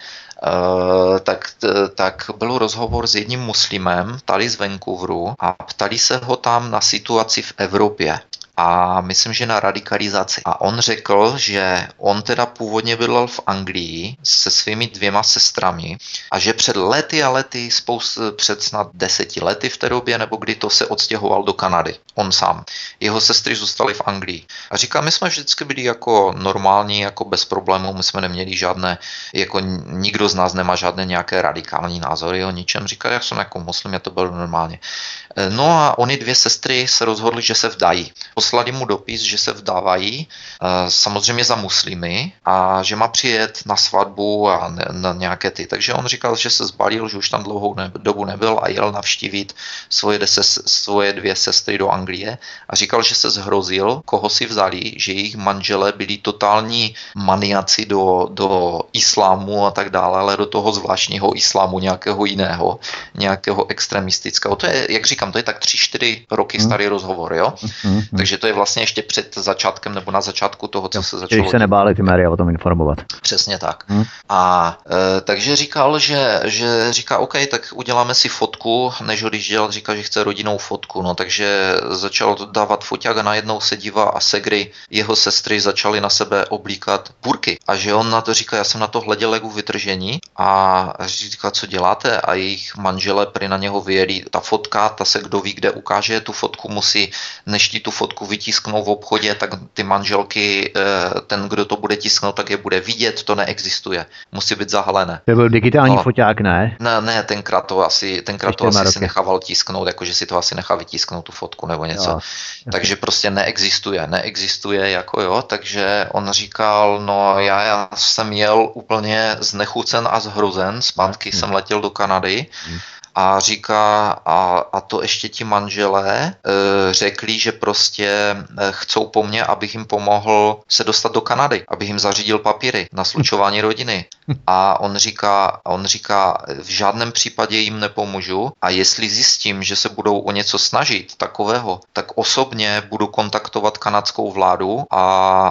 Uh, tak, tak byl rozhovor s jedním muslimem tady z Vancouveru a ptali se ho tam na situaci v Evropě. A myslím, že na radikalizaci. A on řekl, že on teda původně bydlel v Anglii se svými dvěma sestrami a že před lety a lety, spoust, před snad deseti lety v té době, nebo kdy to se odstěhoval do Kanady. On sám. Jeho sestry zůstaly v Anglii. A říká, my jsme vždycky byli jako normální, jako bez problémů, my jsme neměli žádné, jako nikdo z nás nemá žádné nějaké radikální názory o ničem. Říká, jak jsem jako muslim, já to bylo normálně. No a oni dvě sestry se rozhodly, že se vdají. Poslali mu dopis, že se vdávají, samozřejmě za muslimy, a že má přijet na svatbu a na nějaké ty. Takže on říkal, že se zbalil, že už tam dlouhou dobu nebyl a jel navštívit svoje, svoje dvě sestry do Anglie a říkal, že se zhrozil, koho si vzali, že jejich manželé byli totální maniaci do, do islámu a tak dále, ale do toho zvláštního islámu, nějakého jiného, nějakého extremistického. To je, jak říkám, to je tak tři, čtyři roky starý hmm. rozhovor, jo? Hmm. Takže to je vlastně ještě před začátkem nebo na začátku toho, co jo, se začalo. Když se nebáli ty média o tom informovat. Přesně tak. Hmm. A e, takže říkal, že, že říká, OK, tak uděláme si fotku, než ho když dělal, říká, že chce rodinnou fotku, no takže začal dávat foťák a najednou se dívá a segry jeho sestry začaly na sebe oblíkat burky. A že on na to říká, já jsem na to hleděl jako vytržení a říká, co děláte, a jejich manžele prý na něho vyjeli, ta fotka, ta se kdo ví, kde ukáže, tu fotku musí, než ti tu fotku vytisknou v obchodě, tak ty manželky, ten, kdo to bude tisknout, tak je bude vidět, to neexistuje. Musí být zahalené. To byl digitální no, foťák, ne? Ne, ne, tenkrát to asi, tenkrát to asi si nechával tisknout, jakože si to asi nechá vytisknout tu fotku nebo něco. Jo, takže prostě neexistuje, neexistuje, jako jo, takže on říkal, no já, já jsem jel úplně znechucen a zhrozen, zpátky hmm. jsem letěl do Kanady, hmm. A říká, a, a to ještě ti manželé e, řekli, že prostě e, chcou po mně, abych jim pomohl se dostat do Kanady, abych jim zařídil papíry na slučování rodiny. A on říká, on říká, v žádném případě jim nepomůžu a jestli zjistím, že se budou o něco snažit takového, tak osobně budu kontaktovat kanadskou vládu a,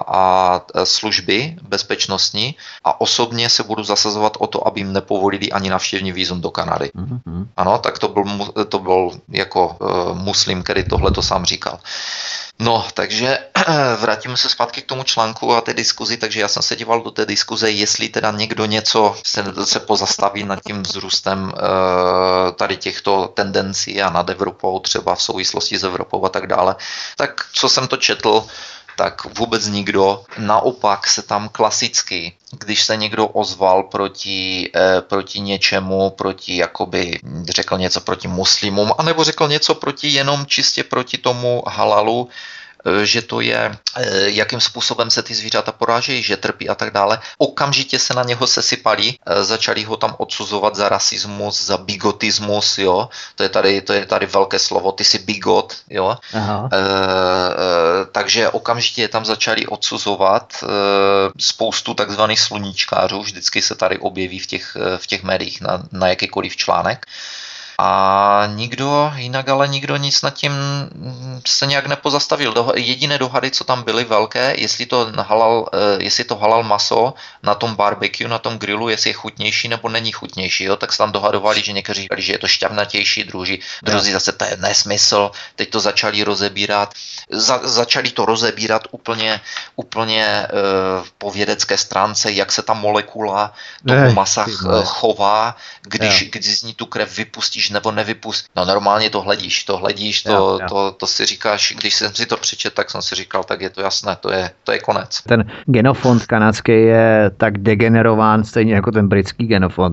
a služby bezpečnostní a osobně se budu zasazovat o to, aby jim nepovolili ani navštěvní vízum do Kanady. Mm-hmm. Ano, tak to byl, to byl jako uh, muslim, který tohle to sám říkal. No, takže vrátíme se zpátky k tomu článku a té diskuzi, takže já jsem se díval do té diskuze, jestli teda někdo něco se, se pozastaví nad tím vzrůstem uh, tady těchto tendencí a nad Evropou, třeba v souvislosti s Evropou a tak dále. Tak co jsem to četl, tak vůbec nikdo. Naopak se tam klasicky, když se někdo ozval proti, eh, proti něčemu, proti jakoby řekl něco proti muslimům, anebo řekl něco proti jenom čistě proti tomu halalu, že to je, jakým způsobem se ty zvířata porážejí, že trpí a tak dále. Okamžitě se na něho sesypali, začali ho tam odsuzovat za rasismus, za bigotismus, jo. To je tady, to je tady velké slovo, ty jsi bigot, jo. Aha. E, e, takže okamžitě je tam začali odsuzovat e, spoustu takzvaných sluníčkářů, vždycky se tady objeví v těch, v těch médiích na, na jakýkoliv článek. A nikdo, jinak ale nikdo nic nad tím se nějak nepozastavil. Do, jediné dohady, co tam byly velké, jestli to halal, jestli to halal maso na tom barbecue, na tom grilu, jestli je chutnější nebo není chutnější, jo? Tak se tam dohadovali, že někteří říkali, že je to šťavnatější, druzí, druzí zase to je nesmysl, teď to začali rozebírat. Za, začali to rozebírat úplně, úplně e, po vědecké stránce, jak se ta molekula toho masa chová, když, když z ní tu krev vypustíš nebo nevypust. No normálně to hledíš, to hledíš, to, jo, jo. To, to si říkáš, když jsem si to přečet, tak jsem si říkal, tak je to jasné, to je, to je konec. Ten genofond kanadský je tak degenerován, stejně jako ten britský genofond.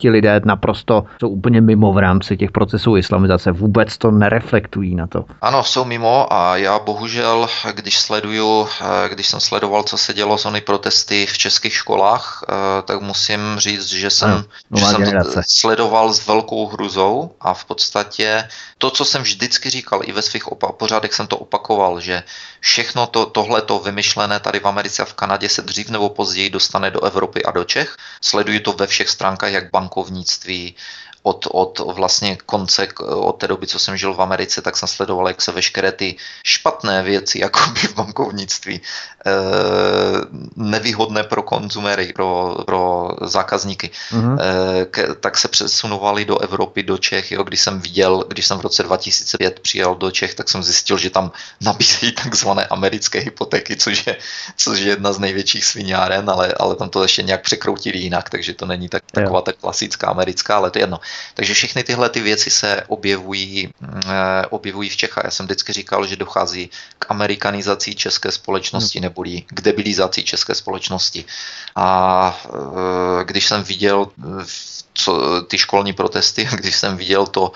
ti lidé naprosto jsou úplně mimo v rámci těch procesů islamizace, vůbec to nereflektují na to. Ano, jsou mimo a já bohužel, když sleduju, když jsem sledoval, co se dělo s ony protesty v českých školách, tak musím říct, že jsem, ano, že jsem to sledoval s velkou hrůzou a v podstatě to, co jsem vždycky říkal, i ve svých opa- pořádech jsem to opakoval, že všechno to, tohleto vymyšlené tady v Americe a v Kanadě se dřív nebo později dostane do Evropy a do Čech. Sleduju to ve všech stránkách, jak bankovnictví, Od, od vlastně konce, od té doby, co jsem žil v Americe, tak jsem sledoval, jak se veškeré ty špatné věci, jakoby v bankovnictví, e, nevýhodné pro konzumery, pro, pro zákazníky, mm-hmm. e, k, tak se přesunovali do Evropy, do Čech. Jo. Když jsem viděl, když jsem v roce dva tisíce pět přijel do Čech, tak jsem zjistil, že tam nabízejí takzvané americké hypotéky, což je, což je jedna z největších sviňáren, ale, ale tam to ještě nějak překroutili jinak, takže to není tak, taková ta klasická americká, ale to je jedno. Takže všechny tyhle ty věci se objevují, e, objevují v Čechách. Já jsem vždycky říkal, že dochází k amerikanizaci české společnosti hmm. nebo k debilizaci české společnosti. A e, když jsem viděl co, ty školní protesty, když jsem viděl to,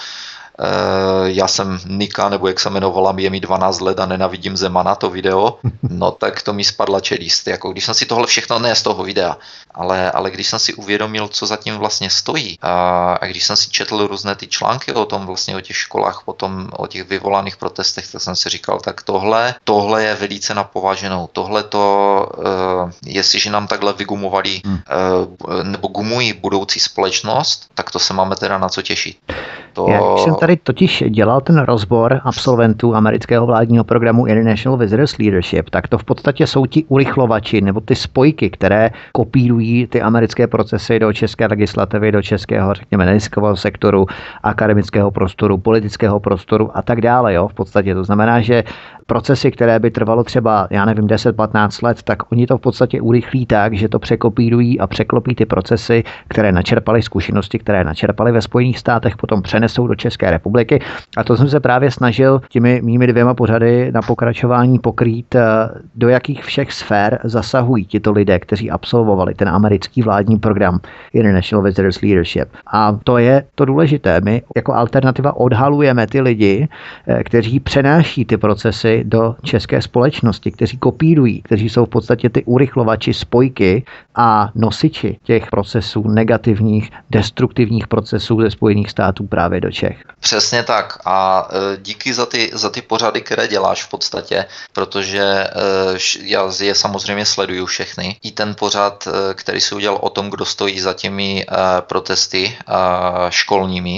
já jsem Nika, nebo jak se jmenovala, je mi dvanáct let a nenavidím Zemana, to video, no tak to mi spadla čelist. Jako když jsem si tohle všechno, ne z toho videa, ale, ale když jsem si uvědomil, co zatím vlastně stojí a, a když jsem si četl různé ty články o tom vlastně o těch školách, potom o těch vyvolaných protestech, tak jsem si říkal, tak tohle, tohle je velice na pováženou. Tohle to, uh, jestliže nám takhle vygumovali uh, nebo gumují budoucí společnost, tak to se máme teda na co těšit. To... Já jsem tady totiž dělal ten rozbor absolventů amerického vládního programu International Visitors Leadership, tak to v podstatě jsou ti urychlovači nebo ty spojky, které kopírují ty americké procesy do české legislativy, do českého, řekněme, neziskového sektoru, akademického prostoru, politického prostoru a tak dále. Jo? V podstatě to znamená, že procesy, které by trvalo třeba, já nevím, deset patnáct let, tak oni to v podstatě urychlí tak, že to překopírují a překlopí ty procesy, které načerpali zkušenosti, které načerpali ve Spojených státech, potom přenesou do České republiky. A to jsem se právě snažil těmi mými dvěma pořady na pokračování pokrýt, do jakých všech sfér zasahují tito lidé, kteří absolvovali ten americký vládní program International Visitors Leadership. A to je to důležité. My jako alternativa odhalujeme ty lidi, kteří přenáší ty procesy do české společnosti, kteří kopírují, kteří jsou v podstatě ty urychlovači, spojky a nosiči těch procesů, negativních, destruktivních procesů ze Spojených států právě do Čech. Přesně tak a díky za ty, za ty pořady, které děláš v podstatě, protože já je samozřejmě sleduju všechny. I ten pořad, který si udělal o tom, kdo stojí za těmi protesty školními,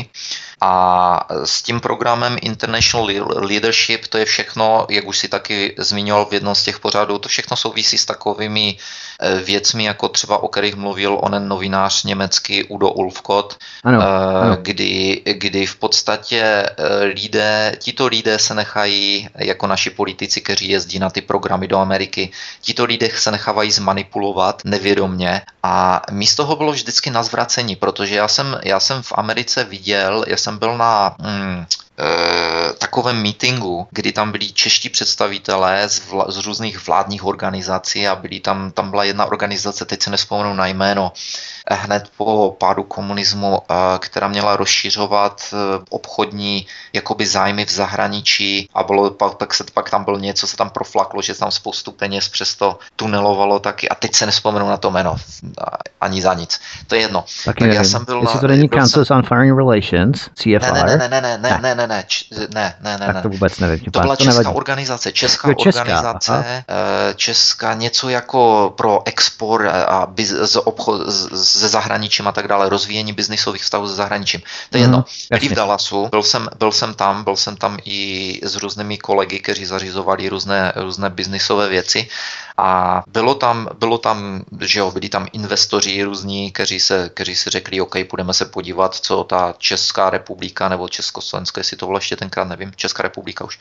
a s tím programem International Leadership, to je všechno, jak už si taky zmiňoval v jednom z těch pořadů, to všechno souvisí s takovými věcmi, jako třeba o kterých mluvil onen novinář německý Udo Ulfkot, ano, ano. Kdy, kdy v podstatě lidé, tito lidé se nechají, jako naši politici, kteří jezdí na ty programy do Ameriky, tito lidé se nechávají zmanipulovat nevědomně a místo toho bylo vždycky na zvracení, protože já jsem, já jsem v Americe viděl, já jsem byl na mm, e, takovém meetingu, kdy tam byli čeští představitelé z, vla, z různých vládních organizací a byli tam, tam byla jedna organizace, teď se nevzpomenu na jméno, hned po pádu komunismu, která měla rozšiřovat obchodní jakoby zájmy v zahraničí a bylo, pak, se, pak tam bylo něco, se tam proflaklo, že tam spoustu peněz přesto tunelovalo taky a teď se nevzpomenu na to jméno, ani za nic. To je jedno. Taky tak já jsem byl Jestli na, to není Council on Foreign Relations, C F R? Ne, ne, ne, ne, ne, ne, ne, ne, ne, ne, ne, ne, tak to vůbec nevím. To byla to česká nevadí. organizace, česká, česká organizace, aha. Česká něco jako pro export a biz, z obchod, z, ze zahraničím a tak dále, rozvíjení biznisových vztahů se zahraničím. To je jedno. Byli v Dallasu, byl jsem, byl jsem tam, byl jsem tam i s různými kolegy, kteří zařizovali různé, různé biznisové věci a bylo tam, bylo tam, že jo, byli tam investoři různí, kteří se, kteří si řekli, OK, půjdeme se podívat, co ta Česká republika nebo Československo, jestli to bylo ještě tenkrát, nevím, Česká republika už,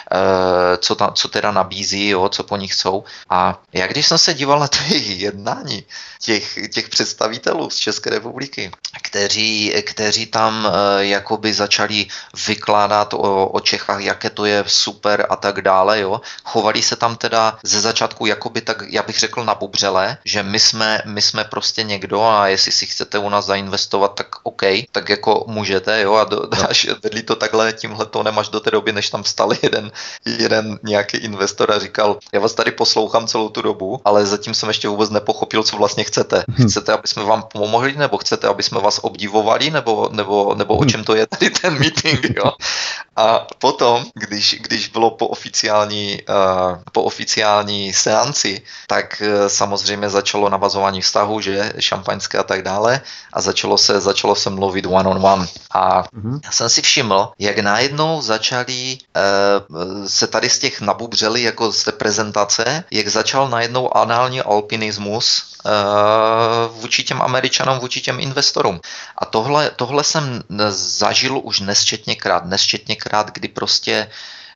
e, co, ta, co teda nabízí, jo, co po nich chcou. A já když jsem se díval na to jejich jednání těch, těch představitelů z České republiky, kteří, kteří tam jakoby začali vykládat o, o Čechách, jaké to je super a tak dále, jo. Chovali se tam teda ze začátku jakoby tak, já bych řekl na bubřele, že my jsme, my jsme prostě někdo a jestli si chcete u nás zainvestovat, tak OK, tak jako můžete, jo, a do, až vedli to takhle tímhle tónem až do té doby, než tam vstal jeden, jeden nějaký investor a říkal, já vás tady poslouchám celou tu dobu, ale zatím jsem ještě vůbec nepochopil, co vlastně chcete. Chcete, aby jsme vám pomohli, nebo chcete, aby jsme vás obdivovali, nebo, nebo, nebo o čem to je tady ten meeting, jo. A potom, když, když bylo po oficiální, uh, po oficiální seanci, tak uh, samozřejmě začalo navazování vztahu, že šampaňské a tak dále a začalo se, začalo se mluvit one on one. A mm-hmm. já jsem si všiml, jak najednou začali uh, se tady z těch nabubřeli jako z té prezentace, jak začal najednou anální alpinismus uh, vůči těm Američanům, vůči těm investorům. A tohle, tohle jsem zažil už nesčetněkrát, nesčetněkrát, kdy prostě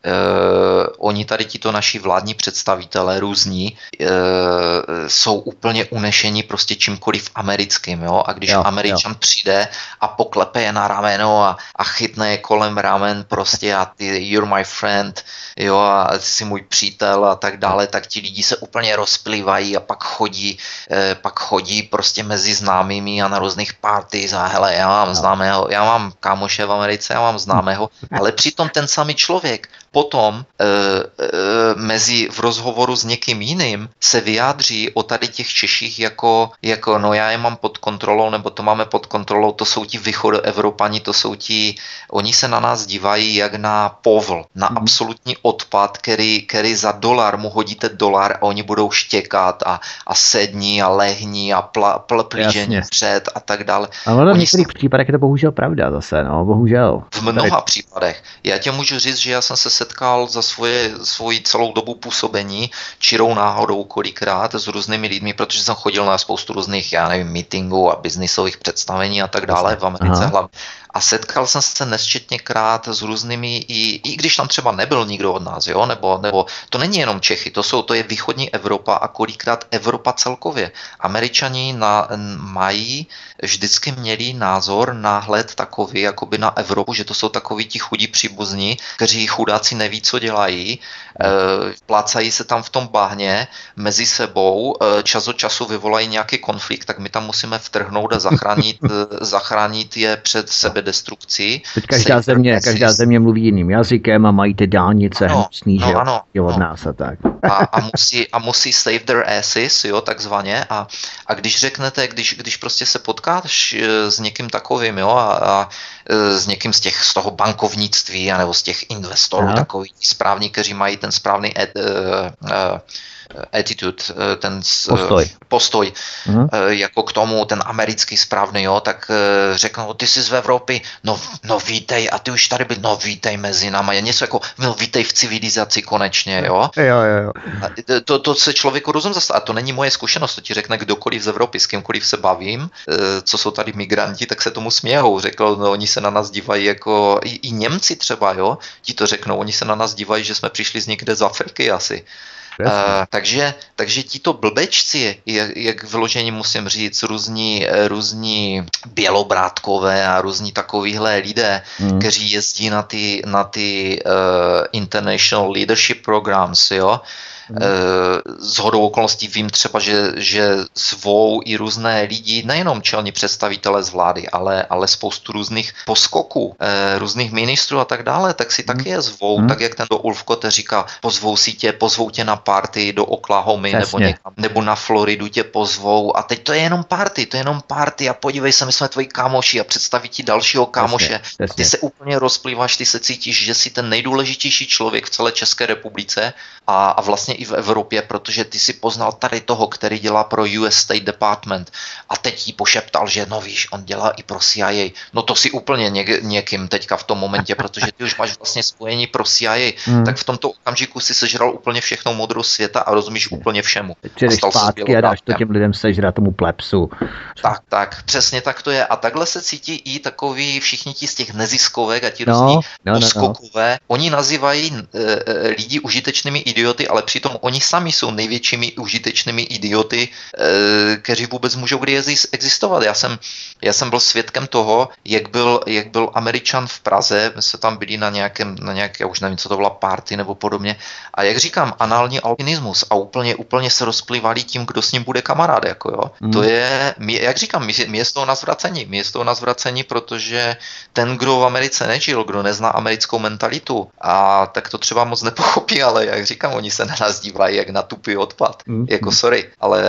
Uh, oni tady tito naši vládní představitelé různí uh, jsou úplně unešení prostě čímkoliv americkým, jo, a když jo, Američan jo. přijde a poklepe je na rameno a, a chytne je kolem ramen prostě a ty you're my friend, jo, a jsi můj přítel a tak dále, tak ti lidi se úplně rozplivají a pak chodí, eh, pak chodí prostě mezi známými a na různých parties a hele, já mám známého, já mám kámoše v Americe, já mám známého, ale přitom ten samý člověk potom e, e, mezi v rozhovoru s někým jiným se vyjádří o tady těch Češích jako, jako no já je mám pod kontrolou, nebo to máme pod kontrolou, to jsou ti východoevropani, to jsou ti, oni se na nás dívají jak na povl, na mm. absolutní odpad, který, který za dolar mu hodíte dolar a oni budou štěkat a, a sední a lehní a pla, pl, plížení před a tak dále. Ale v některých jsou... případech je to bohužel pravda zase, no, bohužel. V mnoha tady... případech. Já tě můžu říct, že já jsem se setkal za svoje, svoji celou dobu působení čirou náhodou kolikrát s různými lidmi, protože jsem chodil na spoustu různých, já nevím, meetingů a biznisových představení a tak dále v Americe hlavně. A setkal jsem se nesčetněkrát s různými, i, i když tam třeba nebyl nikdo od nás, jo, nebo, nebo to není jenom Čechy, to jsou, to je východní Evropa a kolikrát Evropa celkově. Američani na, mají, vždycky měli názor, náhled takový, jakoby na Evropu, že to jsou takoví ti chudí příbuzní, kteří chudáci neví, co dělají, e, plácají se tam v tom bahně mezi sebou, e, čas od času vyvolají nějaký konflikt, tak my tam musíme vtrhnout a zachránit, zachránit je před sebe destrukcí. Teď každá země, každá země mluví jiným jazykem a mají ty dálnice hnusný, že ano, jo, od no. nás a tak. A, a, musí, a musí save their asses, jo, takzvaně. A, a když řeknete, když, když prostě se potkáš s někým takovým, jo, a, a s někým z těch, z toho bankovnictví, anebo z těch investorů, Aha. takový správní, kteří mají ten správný ed, uh, uh, attitude, ten postoj, postoj uh-huh. jako k tomu, ten americký správný, jo, tak řeknou, ty jsi z Evropy, no, no vítej, a ty už tady byl, no vítej mezi náma, je něco jako, no vítej v civilizaci konečně, jo. Jo, jo, jo. To, to se člověku rozum zase, a to není moje zkušenost, to ti řekne kdokoliv z Evropy, s kýmkoliv se bavím, co jsou tady migranti, tak se tomu smějou, řekl, no oni se na nás dívají jako, i, i Němci třeba, jo, ti to řeknou, oni se na nás dívají, že jsme přišli z někde z Afriky asi. Uh, takže, takže tito blbečci, jak, jak vyložení musím říct, různí, různí bělobrátkové a různí takovýhle lidé, mm. kteří jezdí na ty, na ty uh, International Leadership Programs, jo, shodou okolností vím třeba, že, že zvou i různé lidi, nejenom čelní představitele z vlády, ale, ale spoustu různých poskoků, různých ministrů a tak dále, tak si taky je zvou, hmm. tak jak ten do Ulfkote říká, pozvou si tě, pozvou tě na party do Oklahomy nebo někam, nebo na Floridu tě pozvou a teď to je jenom party, to je jenom party a podívej se, my jsme tvoji kámoši a představí ti dalšího kámoše. Jasně, jasně. Ty se úplně rozplýváš, ty se cítíš, že jsi ten nejdůležitější člověk v celé České republice a, a vlastně i v Evropě, protože ty si poznal tady toho, který dělá pro U S State Department a teď jí pošeptal, že no víš, on dělá i pro C I A. No to si úplně něk, někým teďka v tom momentě, protože ty už máš vlastně spojení pro C I A, hmm. tak v tomto okamžiku si sežral úplně všechnou modrou světa a rozumíš úplně všemu. Přijdeš zpátky a dáš to těm lidem sežrat, tomu plepsu. Tak, tak, přesně tak to je. A takhle se cítí i takový všichni ti z těch neziskovek a ti různí no, no, no, poskokové. No. Oni nazývají e, e, lidi užitečnými idioty, ale přitom Přitom oni sami jsou největšími užitečnými idioty, kteří vůbec můžou kdy existovat. Já jsem, já jsem byl svědkem toho, jak byl, jak byl Američan v Praze, my jsme tam byli na nějakém, na nějaké, já už nevím, co to byla, party nebo podobně, a jak říkám, anální alpinismus a úplně, úplně se rozplývali tím, kdo s ním bude kamarád, jako jo. Mm. To je, jak říkám, my, my je z toho na zvracení, my je z toho na zvracení, protože ten, kdo v Americe nežil, kdo nezná americkou mentalitu, a tak to třeba moc nepochopí, ale jak říkám, oni se na nás dívají jak na tupý odpad, mm. jako sorry, ale,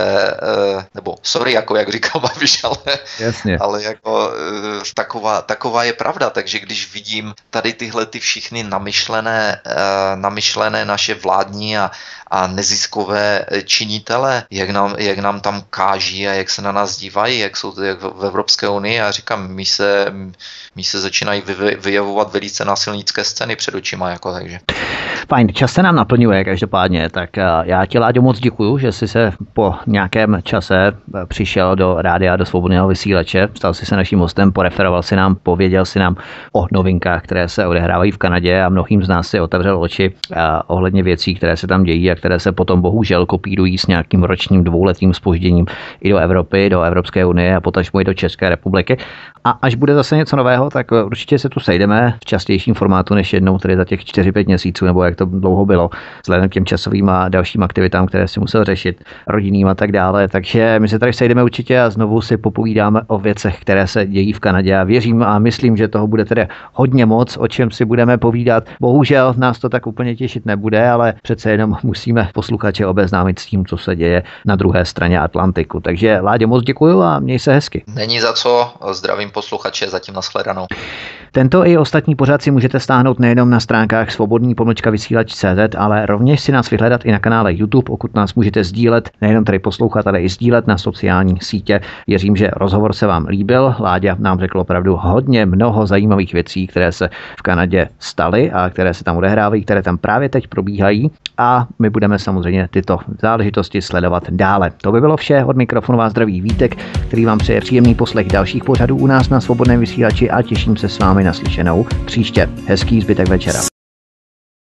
nebo sorry, jako jak říkal Babiš, ale, Jasně. ale jako taková, taková je pravda, takže když vidím tady tyhle ty všichni namyšlené, namyšlené naše vládní a, a neziskové činitele, jak nám, jak nám tam káží a jak se na nás dívají, jak jsou jak v Evropské unii, a říkám, my se, my se začínají vy, vyjevovat velice násilnické scény před očima, jako takže. Fajn, čas se nám naplňuje každopádně, tak já ti, Láďo, moc děkuju, že jsi se po nějakém čase přišel do rádia, do Svobodného vysílače, stal jsi se naším hostem, poreferoval si nám, pověděl si nám o novinkách, které se odehrávají v Kanadě, a mnohým z nás si otevřel oči ohledně věcí, které se tam dějí a které se potom bohužel kopírují s nějakým ročním dvouletým zpožděním i do Evropy, do Evropské unie a potažmo i do České republiky. A až bude zase něco nového, tak určitě se tu sejdeme v častějším formátu než jednou, tedy za těch čtyři pět měsíců, nebo jak to dlouho bylo, vzhledem k těm časovým a dalším aktivitám, které si musel řešit, rodinným a tak dále. Takže my se tady sejdeme určitě a znovu si popovídáme o věcech, které se dějí v Kanadě, a věřím a myslím, že toho bude tedy hodně moc, o čem si budeme povídat. Bohužel nás to tak úplně těšit nebude, ale přece jenom musíme posluchače obeznámit s tím, co se děje na druhé straně Atlantiku. Takže, Láďo, moc děkuju a měj se hezky. Není za co, zdravím posluchače, zatím nashledanou. Tento i ostatní pořad si můžete stáhnout nejenom na stránkách svobodný pomlčka vysílač tečka cé zet, ale rovněž si nás vyhledat i na kanále YouTube, pokud nás můžete sdílet, nejenom tady poslouchat, ale i sdílet na sociální sítě. Věřím, že rozhovor se vám líbil. Láďa nám řekl opravdu hodně mnoho zajímavých věcí, které se v Kanadě staly a které se tam odehrávají, které tam právě teď probíhají, a my budeme samozřejmě tyto záležitosti sledovat dále. To by bylo vše, od mikrofonu vás zdraví Vítek, který vám přeje příjemný poslech dalších pořadů u nás na Svobodném vysílači, a těším se s vámi na slyšenou příště. Hezký zbytek večera.